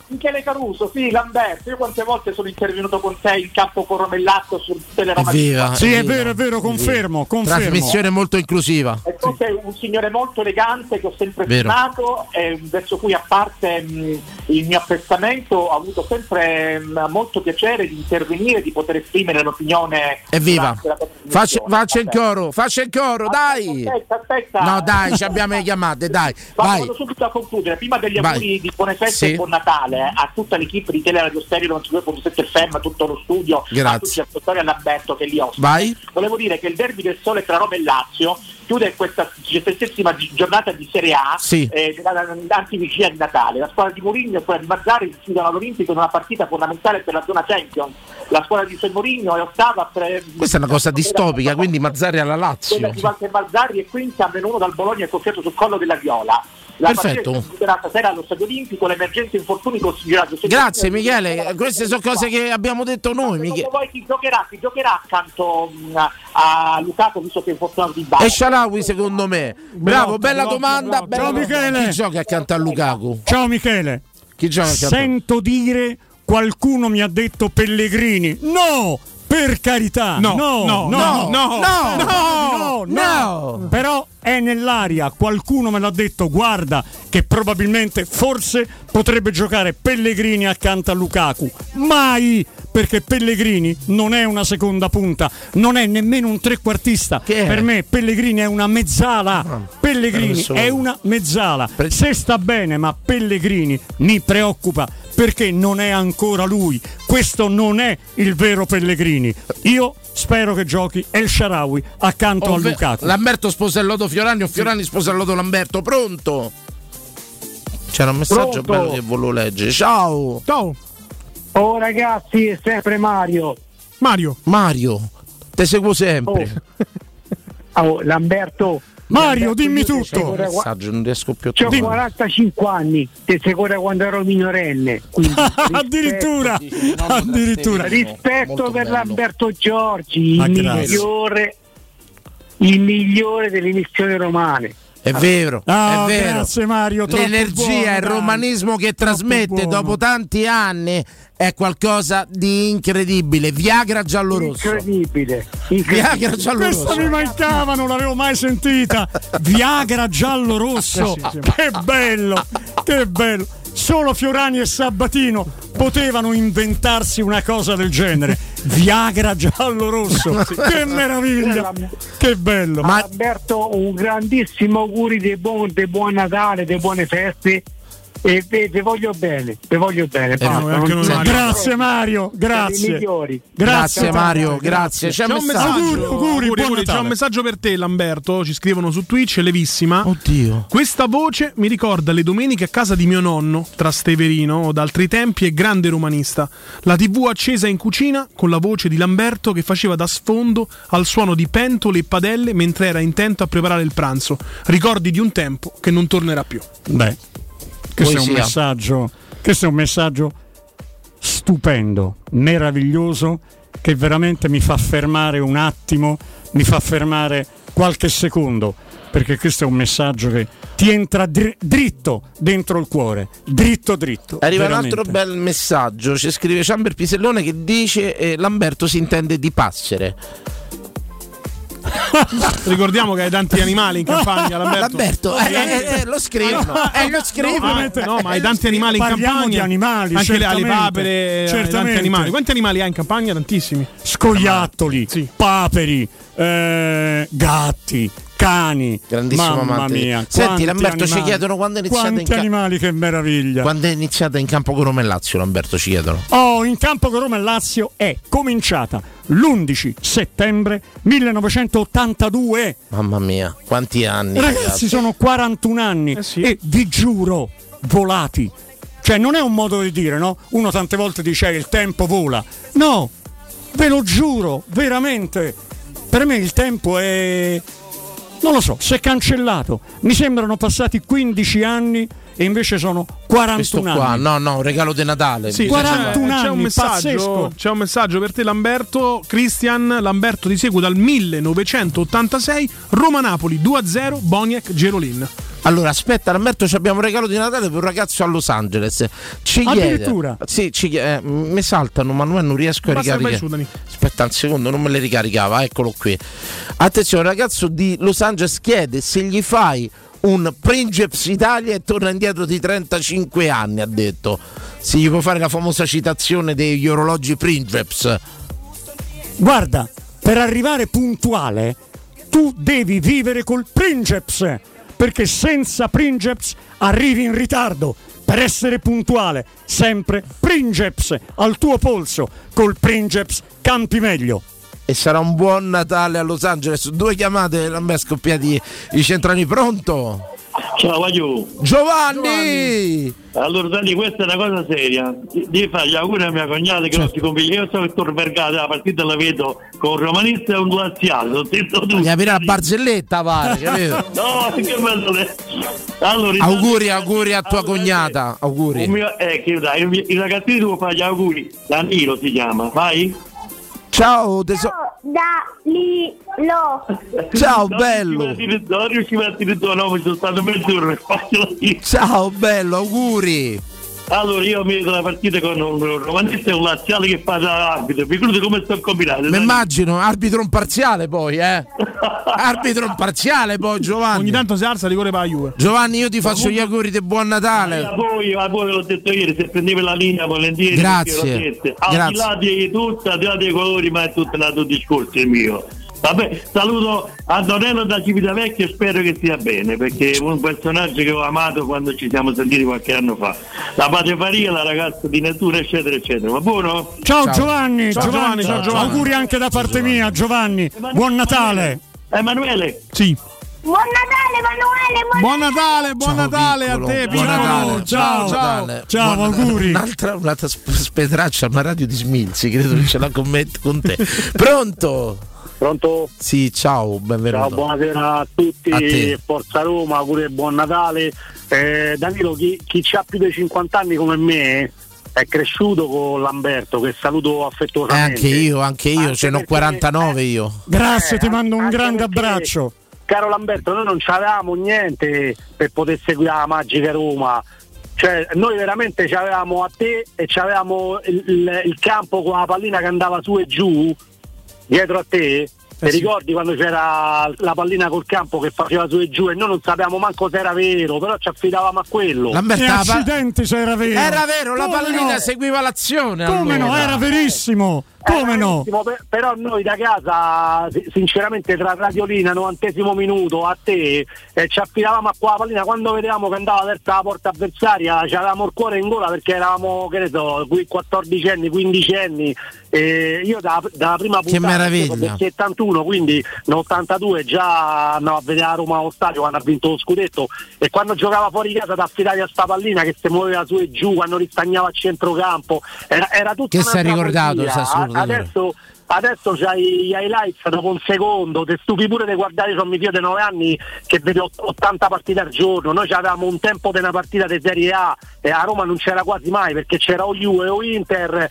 Michele Caruso, sì, Lamberto, io quante volte sono intervenuto con te in campo con Romellacco su Teleroma. Sì, è vero, confermo. Trasmissione molto inclusiva. E tu sei un signore molto elegante che ho sempre stimato, verso cui, a parte il mio apprezzamento, ho avuto sempre molto piacere di intervenire, di poter esprimere l'opinione. Evviva! Faccia il coro, dai! Aspetta. No, dai, ci abbiamo le chiamate, dai. Vai. Vado subito a concludere, prima degli auguri di buone feste e buon Natale a tutta l'equipe di Teleradio Stereo 92.7 FM, a tutto lo studio, grazie. A tutti gli ascoltatori, all'Alberto che li ospita. Vai. Volevo dire che il derby del Sole tra Roma e Lazio chiude questa 17ª giornata di Serie A, antivigilia di Natale. La squadra di Mourinho e quella di Mazzarri si sfidano all'Olimpico in una partita fondamentale per la zona Champions. La squadra di Mourinho è ottava. Questa è una cosa distopica, quindi Mazzarri alla Lazio. Quella di Walter Mazzarri è quinta, -1 dal Bologna e coffiato sul collo della Viola. La perfetto. Partita stasera allo Stadio Olimpico, l'emergenza infortuni considerato. Grazie Michele, queste sono cose che abbiamo detto noi. Michele. Poi chi giocherà accanto a Lukaku, visto che è infortunato di base? E Sharawi secondo me. Bravo, bella domanda. Ciao Michele. Chi gioca accanto a Lukaku? Ciao Michele. Chi gioca accanto? Sento dire, qualcuno mi ha detto Pellegrini. No! Per carità, no. Però è nell'aria, qualcuno me l'ha detto, guarda che probabilmente, forse potrebbe giocare Pellegrini accanto a Lukaku. Mai, perché Pellegrini non è una seconda punta, non è nemmeno un trequartista. Per me Pellegrini è una mezzala. Pellegrini è una mezzala. Se sta bene, ma Pellegrini mi preoccupa perché non è ancora lui. Questo non è il vero Pellegrini. Io spero che giochi El Shaarawy accanto a Lukaku. Lamberto sposa il lodo Fiorani o Fiorani sposa il lodo Lamberto. Pronto? C'era un messaggio bello che volevo leggere. Ciao. Oh ragazzi, è sempre Mario, te seguo sempre. Lamberto, Mario, dimmi tutto. Messaggio, non riesco più a C'ho 45 anni, te seguo quando ero minorenne. Addirittura. Rispetto per Lamberto Giorgi, il migliore delle emissioni romane. È vero, è vero. Grazie Mario. L'energia, il romanismo che trasmette dopo tanti anni è qualcosa di incredibile. Viagra giallorosso. Incredibile. Viagra giallorosso. Questa mi mancava, non l'avevo mai sentita. Viagra giallorosso. Che bello, che bello. Solo Fiorani e Sabatino potevano inventarsi una cosa del genere. Viagra giallo-rosso. Che meraviglia, che bello. Alberto, un grandissimo auguri di buon Natale, di buone feste. E vi voglio bene, grazie Mario, grazie. Grazie Mario, grazie. C'è un messaggio per te, Lamberto. Ci scrivono su Twitch, Levissima. Oddio. Questa voce mi ricorda le domeniche a casa di mio nonno, Trasteverino, o d'altri tempi, e grande romanista. La TV accesa in cucina con la voce di Lamberto che faceva da sfondo al suono di pentole e padelle mentre era intento a preparare il pranzo. Ricordi di un tempo che non tornerà più. Beh, questo è un messaggio stupendo, meraviglioso, che veramente mi fa fermare un attimo, mi fa fermare qualche secondo, perché questo è un messaggio che ti entra dritto dentro il cuore, dritto. Arriva veramente. Un altro bel messaggio, ci scrive Ciamber Pisellone che dice Lamberto si intende di passere. Ricordiamo che hai tanti animali in campagna, Lamberto. Lo scrivono. No, ma hai tanti animali in campagna. Di animali, anche le papere, tanti animali. Quanti animali hai in campagna? Tantissimi. Scoiattoli, paperi, gatti, cani. Grandissimo mamma mia. Senti Lamberto, ci chiedono quando è iniziata quanti animali, che meraviglia. Quando è iniziata in campo con Roma e Lazio, Lamberto, ci chiedono. In campo con Roma e Lazio è cominciata l'11 settembre 1982. Mamma mia, quanti anni, ragazzi, sono 41 anni. Sì. E vi giuro, volati. Cioè non è un modo di dire, no? Uno tante volte dice il tempo vola. No, ve lo giuro, veramente. Per me il tempo è... non lo so, si è cancellato. Mi sembrano passati 15 anni e invece sono 41 anni. No, un regalo di Natale. Sì, 41 anni, c'è un messaggio, c'è un messaggio per te, Lamberto. Cristian, Lamberto ti segue dal 1986. Roma-Napoli 2-0, Boniek Gerolin. Allora, aspetta, Lamberto, abbiamo un regalo di Natale per un ragazzo a Los Angeles. Ci addirittura? Chiede, sì, mi saltano, Manuel, non riesco a ricaricare. Aspetta un secondo, non me le ricaricava, eccolo qui. Attenzione, un ragazzo di Los Angeles chiede se gli fai un Princeps Italia e torna indietro di 35 anni, ha detto. Se gli può fare la famosa citazione degli orologi Princeps. Guarda, per arrivare puntuale tu devi vivere col Princeps, perché senza Princeps arrivi in ritardo. Per essere puntuale, sempre Princeps al tuo polso. Col Princeps campi meglio. E sarà un buon Natale a Los Angeles. 2 chiamate, a me scoppiati i centrali. Pronto? Ciao, Vagliù. Giovanni! Allora, Dani, questa è una cosa seria. Devi fare gli auguri a mia cognata che non si compie. Io so che Tor Vergata la partita la vedo con un romanista e un laziale. Gli aprirà la barzelletta, pare, capito? No, che bello. Allora, auguri a tua cognata. Auguri. Il ragazzino devo fare gli auguri. Danilo si chiama. Vai. Ciao tesoro. Ciao bello. Non riuscivo a dire il tuo nome, sono stato mezz'ora. Ciao bello, auguri. Allora io mi vedo la partita con un romanista e un laziale che fa da arbitro. Mi ricordo come sto combinando. Mi immagino, arbitro imparziale poi, arbitro imparziale poi, Giovanni. Ogni tanto si alza rigore per la Juve. Giovanni, io ti faccio gli auguri di buon Natale. A voi l'ho detto ieri, se prendevi la linea volentieri. Grazie. Al di là di tutto, al di là dei colori, ma è tutto un altro discorso il mio. Vabbè, saluto Antonello da Civitavecchia e spero che stia bene, perché è un personaggio che ho amato quando ci siamo sentiti qualche anno fa. La Patefaria, la ragazza di natura, eccetera, eccetera. Va buono? Ciao Giovanni. Giovanni. Auguri anche da parte mia, Giovanni. Buon Natale. Emanuele. Sì. Buon Natale, Emanuele. Buon Natale a te, Natale. Ciao, auguri. Un'altra spetraccia, una radio di Smilzi, credo che ce l'ha con te. Pronto? Pronto? Sì, ciao, benvenuto. Ciao, buonasera a tutti, a Forza Roma, auguri e buon Natale. Danilo, chi ha più di 50 anni come me è cresciuto con Lamberto, che saluto affettuosamente. Anche io, ce n'ho 49 io. Grazie, ti mando un grande abbraccio. Caro Lamberto, noi non c'avevamo niente per poter seguire la magica Roma. Cioè, noi veramente c'avevamo a te e c'avevamo il campo con la pallina che andava su e giù dietro a te. Ti ricordi quando c'era la pallina col campo che faceva su e giù e noi non sapevamo manco se era vero, però ci affidavamo a quello. Che accidenti se era vero. Era vero, la pallina seguiva l'azione. Come no, era verissimo. Come no? Però noi da casa, sinceramente, tra Radiolina, 90° minuto, a te, ci affidavamo a quella pallina. Quando vedevamo che andava verso la porta avversaria, ci avevamo il cuore in gola perché eravamo, che ne so, 14 anni, 15 anni. Io dalla prima puntata del 71, quindi nell'82 già andavo a vedere a Roma allo stadio quando ha vinto lo scudetto, e quando giocava fuori casa ti affidavi a sta pallina che si muoveva su e giù quando ristagnava a centrocampo. Era tutto che si è ricordato adesso c'hai gli highlights dopo un secondo, ti stupi pure di guardare. Sono mio figlio di 9 anni che vede 80 partite al giorno. Noi avevamo un tempo di una partita di Serie A e a Roma non c'era quasi mai, perché c'era o Juve o Inter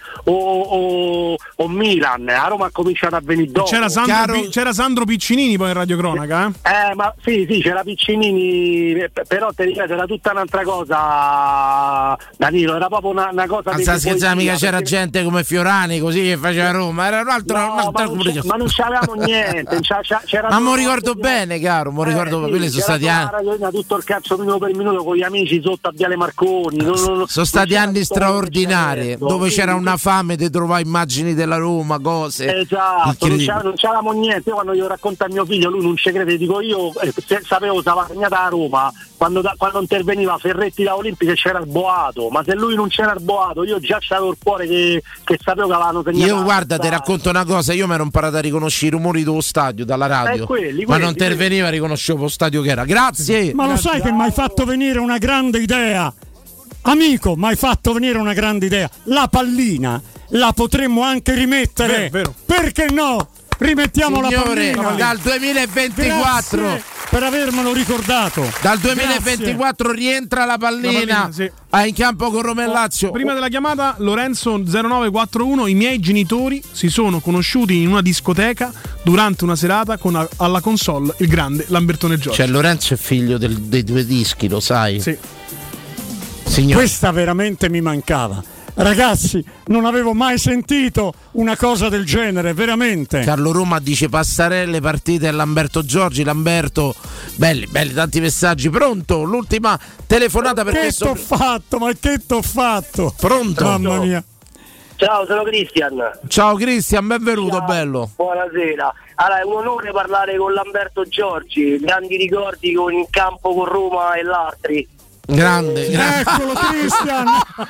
o Milan. A Roma ha cominciato a venire dopo. C'era Sandro Piccinini poi in radiocronaca, ma sì, c'era Piccinini, però ti ripeto, era tutta un'altra cosa, Danilo, era proprio una cosa. Non sta scherzando, mica c'era gente come Fiorani così che faceva Roma, era un'altra ma non c'avevamo niente. Ma mi ricordo bene, caro, mi ricordo quelli sono stati anni. Tutto il calcio minuto per minuto con gli amici sotto a Viale Marconi. Sono stati anni straordinari dove c'era una fame di trovare immagini della Roma, cose. Esatto, non c'avevamo niente. Io quando glielo racconto a mio figlio, lui non ci crede, dico io sapevo stava segnata a Roma quando interveniva Ferretti da Olimpica c'era il boato, ma se lui non c'era il boato io già c'avevo il cuore che sapevo che avevano segnato. Io guarda, ti racconto una cosa, io mi ero imparato a riconoscere i rumori dello stadio dalla radio, ma non interveniva, riconoscevo lo stadio che era. Grazie. Ma lo sai che mi hai fatto venire una grande idea, amico, mi hai fatto venire una grande idea. La pallina la potremmo anche rimettere. Vero. Perché no? Rimettiamo la pallina dal 2024. per avermelo ricordato. Dal 2024 rientra la pallina, sì. In campo con Roma e Lazio. Prima della chiamata, Lorenzo 0941, i miei genitori si sono conosciuti in una discoteca durante una serata con alla console il grande Lambertone Giorgi. Cioè Lorenzo è figlio dei due dischi, lo sai? Sì. Signor. Questa veramente mi mancava. Ragazzi, non avevo mai sentito una cosa del genere, veramente. Carlo Roma dice passarelle, partite a Lamberto Giorgi. Lamberto, belli, tanti messaggi. Pronto? L'ultima telefonata per questo. Ma che t'ho fatto? Pronto? Mamma mia. Ciao, sono Cristian. Ciao Cristian, benvenuto, Ciao. Bello. Buonasera. Allora, è un onore parlare con Lamberto Giorgi, grandi ricordi in campo con Roma e l'altri. Grande. Eccolo Cristian.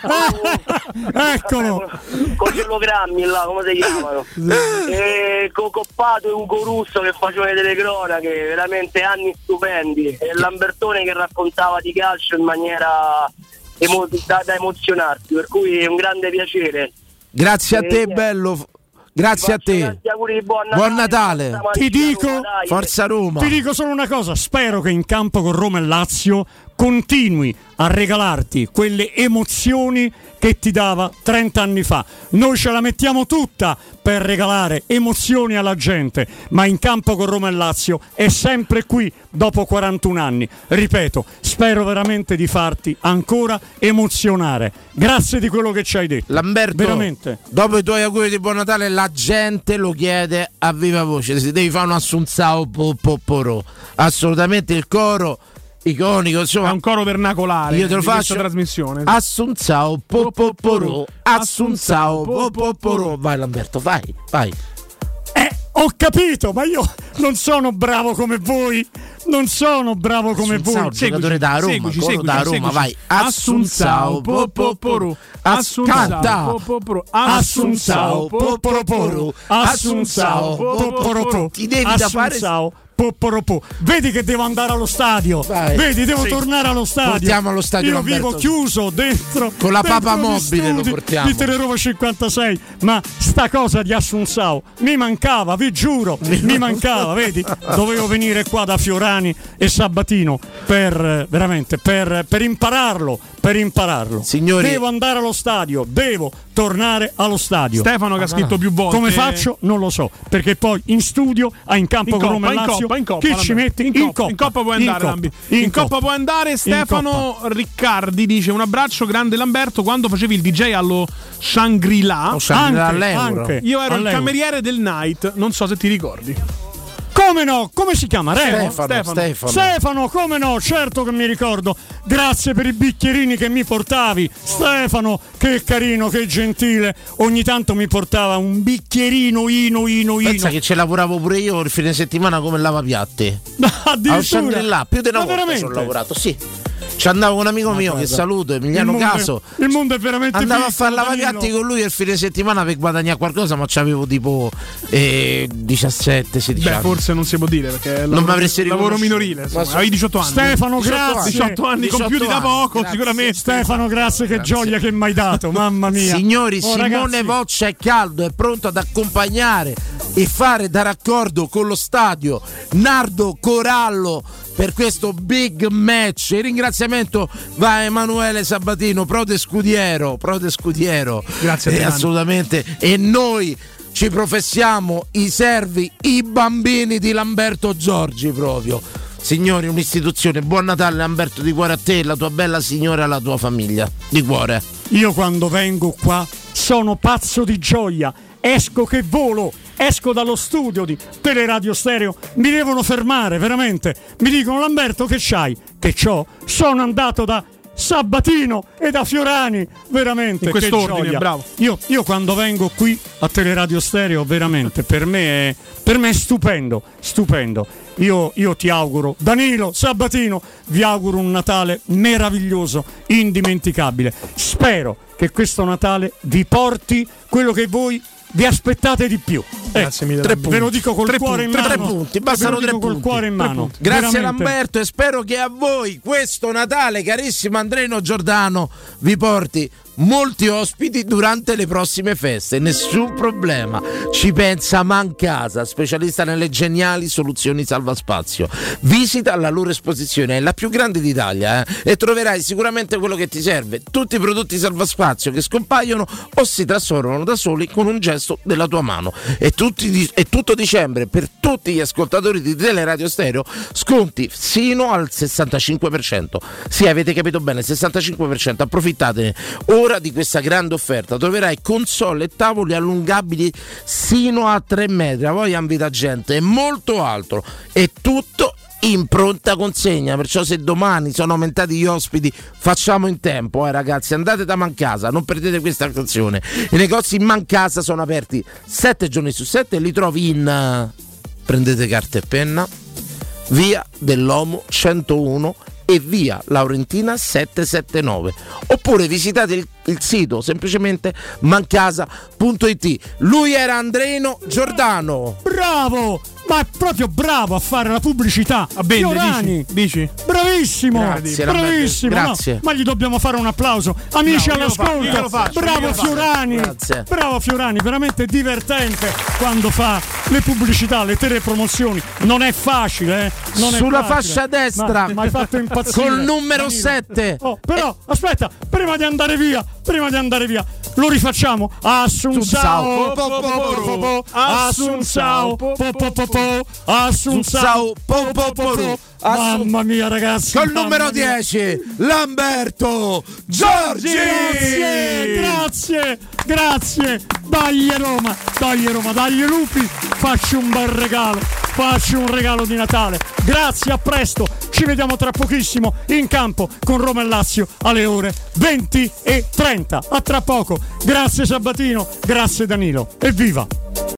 Eccolo. Con gli ologrammi là, come si chiamano? E con Coppato e Ugo Russo che facevano le telecronache, veramente anni stupendi. E Lambertone che raccontava di calcio in maniera da emozionarsi, per cui è un grande piacere. Grazie a te, Bello. Grazie a te. Buon Natale. Ti dico, Forza Roma. Ti dico solo una cosa, spero che in campo con Roma e Lazio continui a regalarti quelle emozioni che ti dava 30 anni fa. Noi ce la mettiamo tutta per regalare emozioni alla gente, ma in campo con Roma e Lazio è sempre qui dopo 41 anni. Ripeto, spero veramente di farti ancora emozionare. Grazie di quello che ci hai detto. Lamberto, veramente. Dopo i tuoi auguri di buon Natale la gente lo chiede a viva voce. Si devi fare un assunzao popporò. Assolutamente il coro iconico, insomma, è un coro vernacolare. Io te lo faccio. Trasmissione. Assunzao popporò. Assunzao popporò. Vai Lamberto, vai. Ho capito, ma io non sono bravo come voi. Non sono bravo come voi. Giocatore da Roma, da Roma, vai. Assunzao popporò. Assunzao popporò. Assunzao popporò. Ti devi da fare Popporopò. Vedi che devo andare allo stadio. Vai. Vedi, devo tornare allo stadio. Portiamo allo stadio Io Lamberto. vivo chiuso dentro con la dentro papa mobile lo portiamo di Telerova 56. Ma sta cosa di Assunzao mi mancava, vi giuro, mi mancava. Vedi, dovevo venire qua da Fiorani e Sabatino per veramente per impararlo. Signori, devo andare allo stadio, devo tornare allo stadio. Stefano che ha scritto più volte. Come faccio? Non lo so, perché poi in studio, in campo con Roma e Lazio, chi ci metti? In Coppa puoi andare, Lambi. In Coppa puoi andare. Stefano Riccardi dice: un abbraccio grande Lamberto, quando facevi il DJ allo Shangri-La. Anche. Io ero il cameriere del Night, non so se ti ricordi. Come no? Come si chiama? Stefano, come no? Certo che mi ricordo. Grazie per i bicchierini che mi portavi. Stefano, che carino, che gentile. Ogni tanto mi portava un bicchierino, ino. Pensa che ce lavoravo pure io il fine settimana come lavapiatti. Addirittura. Più di una volta ci ho lavorato, sì. Ci andavo con un amico mio che saluto, Emiliano Caso. Il mondo è veramente andavo a fare lavapiatti con lui il fine settimana per guadagnare qualcosa, ma c'avevo tipo 17-16 anni. Forse non si può dire perché non mi avresti lavoro minorile. Avevi 18 anni. Stefano, grazie. 18 anni compiuti da poco, grazie. Sicuramente. Stefano, grazie, che gioia che mi hai dato, mamma mia. Signori, Simone Voccia è caldo, è pronto ad accompagnare e fare da raccordo con lo stadio Nardo Corallo per questo big match. Il ringraziamento va a Emanuele Sabatino, prode scudiero. Grazie assolutamente. E noi ci professiamo i servi, i bambini di Lamberto Giorgi proprio. Signori, un'istituzione. Buon Natale Lamberto, di cuore a te, la tua bella signora e alla tua famiglia, di cuore. Io quando vengo qua sono pazzo di gioia, esco che volo. Esco dallo studio di Teleradio Stereo, mi devono fermare, veramente. Mi dicono: Lamberto, che c'hai? Che c'ho? Sono andato da Sabatino e da Fiorani, veramente. In quest'ordine, che gioia. bravo. Io quando vengo qui a Teleradio Stereo, veramente, per me è stupendo. Io ti auguro, Danilo, Sabatino, vi auguro un Natale meraviglioso, indimenticabile. Spero che questo Natale vi porti quello che voi vi aspettate di più. Grazie mille. Ve lo dico col cuore in mano. 3 punti, bastano 3 punti. Col cuore in mano. Grazie Lamberto, e spero che a voi questo Natale, carissimo Andreno Giordano, vi porti molti ospiti durante le prossime feste, nessun problema. Ci pensa Mancasa, specialista nelle geniali soluzioni salvaspazio. Visita la loro esposizione, è la più grande d'Italia, e troverai sicuramente quello che ti serve. Tutti i prodotti salvaspazio che scompaiono o si trasformano da soli con un gesto della tua mano. E tutto dicembre per tutti gli ascoltatori di Teleradio Stereo sconti sino al 65%. Sì, avete capito bene, 65%. Approfittatene ora di questa grande offerta. Troverai console e tavoli allungabili sino a 3 metri, a voi invita gente e molto altro. E tutto in pronta consegna, perciò se domani sono aumentati gli ospiti facciamo in tempo, ragazzi, andate da Mancasa, non perdete questa occasione. I negozi in Mancasa sono aperti 7 giorni su 7 e li trovi in prendete carta e penna, via dell'Omo 101 e via Laurentina 779, oppure visitate il sito semplicemente mancasa.it. Lui era Andreno Giordano. Bravo! Ma è proprio bravo a fare la pubblicità. Fiorani, dici? Bravissimo, grazie, bravissimo. grazie. No, ma gli dobbiamo fare un applauso. Amici all'ascolto. Bravo Fiorani. Grazie. Bravo Fiorani, veramente divertente quando fa le pubblicità, le telepromozioni. Non è facile, Non sulla è facile. fascia destra. Ma hai fatto impazzire. Col numero 7. Oh, però aspetta, prima di andare via, lo rifacciamo. Assunzao. Mamma mia, ragazzi. Col numero 10 Lamberto Giorgi. Grazie. Dai Roma, dai Lupi. Facci un bel regalo. Facci un regalo di Natale. Grazie, a presto. Ci vediamo tra pochissimo in campo con Roma e Lazio alle ore 20:30. A tra poco. Grazie Sabatino, grazie Danilo. Evviva!